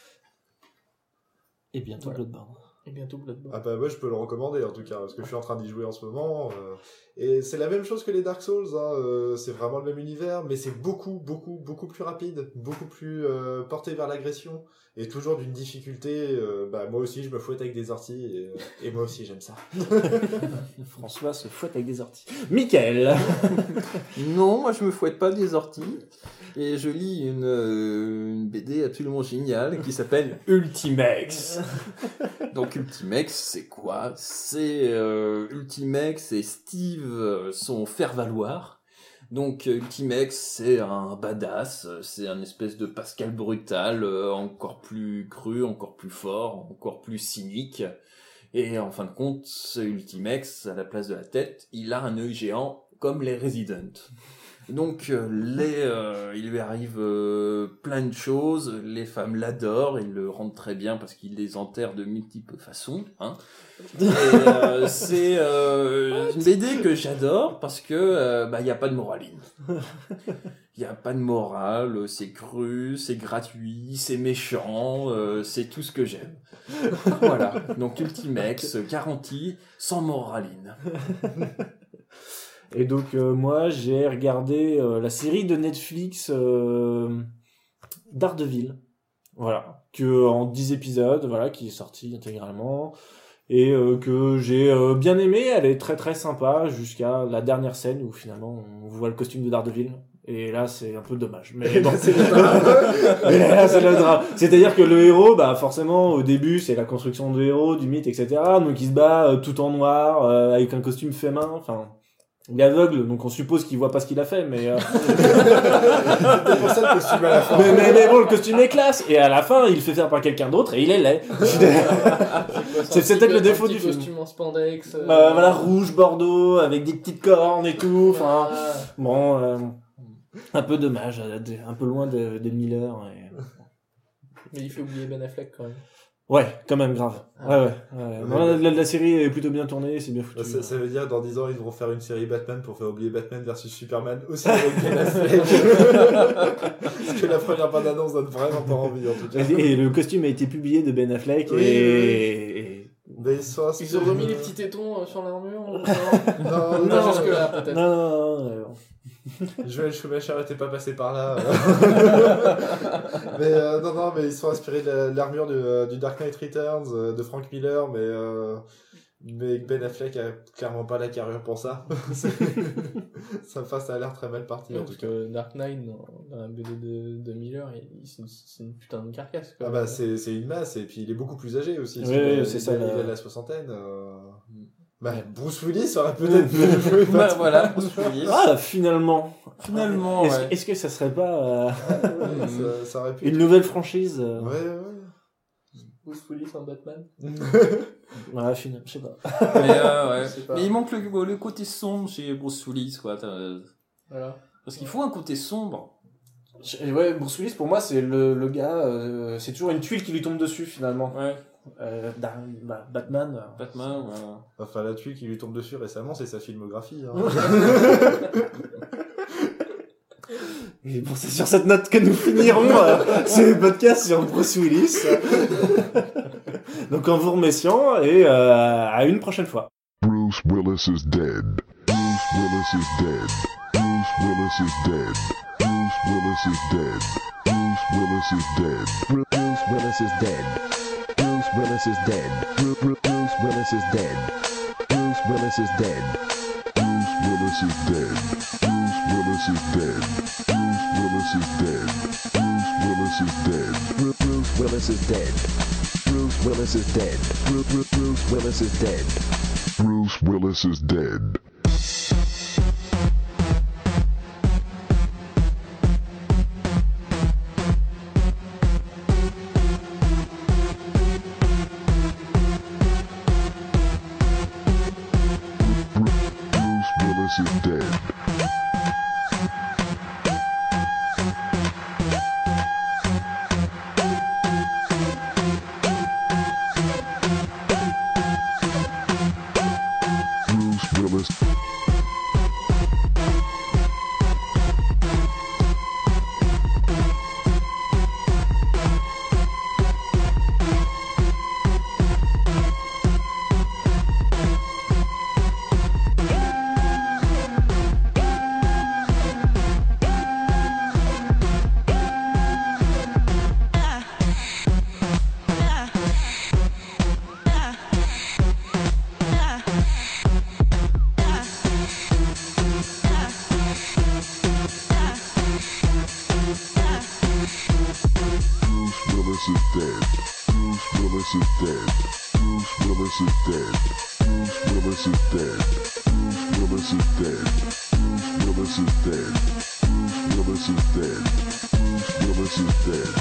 [SPEAKER 2] Et bientôt
[SPEAKER 3] Voilà.
[SPEAKER 2] Bloodborne.
[SPEAKER 3] Et bientôt Bloodborne.
[SPEAKER 4] Ah bah moi je peux le recommander en tout cas, parce que je suis en train d'y jouer en ce moment. euh, et c'est la même chose que les Dark Souls, hein, euh, c'est vraiment le même univers, mais c'est beaucoup, beaucoup, beaucoup plus rapide, beaucoup plus euh, porté vers l'agression, et toujours d'une difficulté. euh, bah moi aussi je me fouette avec des orties, et, euh, et moi aussi j'aime ça.
[SPEAKER 2] François se fouette avec des orties. Michael.
[SPEAKER 5] Non, moi je me fouette pas des orties. Et je lis une, euh, une B D absolument géniale qui s'appelle Ultimex. Donc Ultimex, c'est quoi? C'est euh, Ultimex et Steve, euh, son faire-valoir. Donc euh, Ultimex, c'est un badass, c'est un espèce de Pascal Brutal, euh, encore plus cru, encore plus fort, encore plus cynique. Et en fin de compte, ce Ultimex, à la place de la tête, il a un œil géant comme les Resident. Donc euh, les, euh, il lui arrive euh, plein de choses, les femmes l'adorent, ils le rendent très bien parce qu'il les enterre de multiples façons. Hein. Et euh, c'est euh, une B D que j'adore parce que euh, bah, y a pas de moraline. Il y a pas de morale, c'est cru, c'est gratuit, c'est méchant, euh, c'est tout ce que j'aime. Voilà, donc Ultimex, garantie, sans moraline.
[SPEAKER 2] Et donc euh, moi j'ai regardé euh, la série de Netflix euh, Daredevil, voilà, que en dix épisodes, voilà, qui est sortie intégralement et euh, que j'ai euh, bien aimé. Elle est très très sympa jusqu'à la dernière scène où finalement on voit le costume de Daredevil. Et là, c'est un peu dommage. Mais bon, c'est le drame. Mais là, c'est le drame. C'est-à-dire que le héros, bah, forcément, au début, c'est la construction du héros, du mythe, et cetera. Donc, il se bat euh, tout en noir, euh, avec un costume fait main. Enfin, il est aveugle, donc on suppose qu'il voit pas ce qu'il a fait, mais, euh...
[SPEAKER 4] C'était pour ça le costume à la fin.
[SPEAKER 2] mais, mais, mais bon, le costume est classe. Et à la fin, il le fait faire par quelqu'un d'autre et il est laid. c'est c'est peut-être le défaut du film.
[SPEAKER 3] Costume en spandex. Euh...
[SPEAKER 2] Euh, voilà, rouge, bordeaux, avec des petites cornes et tout. Enfin,
[SPEAKER 3] Ah.
[SPEAKER 2] bon, euh, un peu dommage, euh, de- un peu loin de, de Miller. Et...
[SPEAKER 3] Mais il fait oublier Ben Affleck quand même.
[SPEAKER 2] Ouais, quand même, grave. Ouais, ouais. ouais. Ouais, la, la série est plutôt bien tournée, c'est bien foutu.
[SPEAKER 4] Ça, ça veut dire dans dix ans ils vont faire une série Batman pour faire oublier Batman versus Superman aussi avec Ben Affleck. Parce que la première bande annonce donne vraiment pas envie en tout cas.
[SPEAKER 2] Et, et le costume a été publié de Ben Affleck
[SPEAKER 4] Oui,
[SPEAKER 2] et...
[SPEAKER 4] oui, oui.
[SPEAKER 2] et-
[SPEAKER 4] Mais ils sont
[SPEAKER 3] Ils ont remis les petits tétons euh, sur l'armure. Non,
[SPEAKER 4] Non,
[SPEAKER 3] Pas
[SPEAKER 4] non,
[SPEAKER 3] jusque là peut-être.
[SPEAKER 2] Non, non, non, non.
[SPEAKER 4] Joël Schumacher était pas passé par là. mais euh, non, non, mais ils sont inspirés de la- de l'armure du, euh, du Dark Knight Returns euh, de Frank Miller, mais euh, mais Ben Affleck a clairement pas la carrure pour ça. ça, enfin, ça a l'air très mal parti
[SPEAKER 3] Non,
[SPEAKER 4] en
[SPEAKER 3] parce
[SPEAKER 4] tout cas.
[SPEAKER 3] que Dark Knight, dans, dans la B D de, de Miller, il- c'est une, c'est une putain de carcasse. Quoi.
[SPEAKER 4] Ah bah c'est c'est une masse et puis il est beaucoup plus âgé aussi.
[SPEAKER 2] Oui,
[SPEAKER 4] parce qu'il
[SPEAKER 2] oui,
[SPEAKER 4] a-
[SPEAKER 2] c'est
[SPEAKER 4] il
[SPEAKER 2] ça,
[SPEAKER 4] a-
[SPEAKER 2] la-
[SPEAKER 4] Il a la soixantaine. euh. Bah, Bruce Willis aurait peut-être pu jouer
[SPEAKER 5] Bah,
[SPEAKER 4] Batman.
[SPEAKER 5] voilà, Bruce Willis.
[SPEAKER 2] Ah, finalement.
[SPEAKER 5] Finalement,
[SPEAKER 2] Est-ce,
[SPEAKER 5] ouais.
[SPEAKER 2] est-ce que ça serait pas euh,
[SPEAKER 4] Ouais, ça, ça aurait pu.
[SPEAKER 2] une nouvelle franchise euh...
[SPEAKER 4] Ouais, ouais.
[SPEAKER 3] Bruce Willis en Batman.
[SPEAKER 2] Ouais, finalement, je sais pas.
[SPEAKER 5] Mais, euh, ouais.
[SPEAKER 3] Je sais pas.
[SPEAKER 5] Mais il manque le, le côté sombre chez Bruce Willis, quoi. T'as-
[SPEAKER 3] Voilà.
[SPEAKER 5] Parce qu'il faut un côté sombre.
[SPEAKER 2] Je- Ouais, Bruce Willis, pour moi, c'est le, le gars, euh, c'est toujours une tuile qui lui tombe dessus, finalement.
[SPEAKER 5] Ouais.
[SPEAKER 2] Euh, bah, bah, Batman. euh,
[SPEAKER 5] Batman, voilà.
[SPEAKER 4] Enfin, la tuile qui lui tombe dessus récemment, c'est sa filmographie. Hein.
[SPEAKER 2] Et bon, c'est sur cette note que nous finirons euh, ce podcast sur Bruce Willis. Donc, en vous remerciant et euh, à une prochaine fois.
[SPEAKER 14] Bruce Willis is dead. Bruce Willis is dead. Bruce Willis is dead. Bruce Willis is dead. Bruce Willis is dead. Bruce Willis is dead. Bruce Willis is dead. Bruce Willis is dead. Bruce Willis is dead. Bruce Willis is dead. Bruce Willis is dead. Bruce Willis is dead. Bruce Willis is dead. Bruce Willis is dead. Bruce Willis is dead. Bruce Willis is dead. Bruce Willis is dead. Bruce Willis is dead. Willis is dead. Bruce Willis is dead. Bruce Willis is dead. Bruce Willis is dead. Bruce Willis is dead. Bruce Willis is dead. Bruce Willis is dead.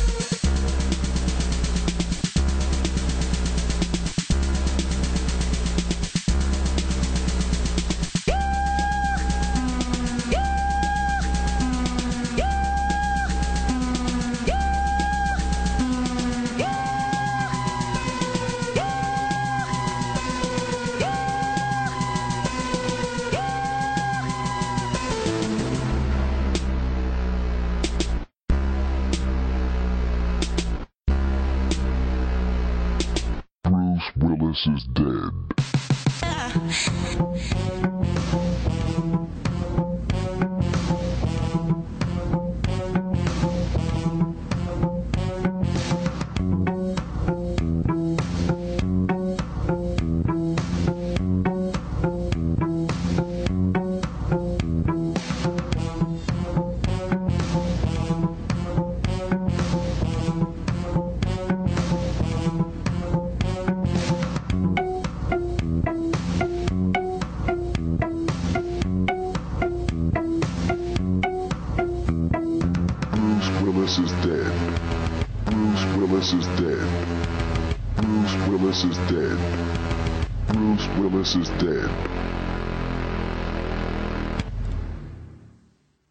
[SPEAKER 14] Willis is dead. Willis is dead. Bruce Willis is dead. Bruce Willis is dead. Bruce Willis is dead.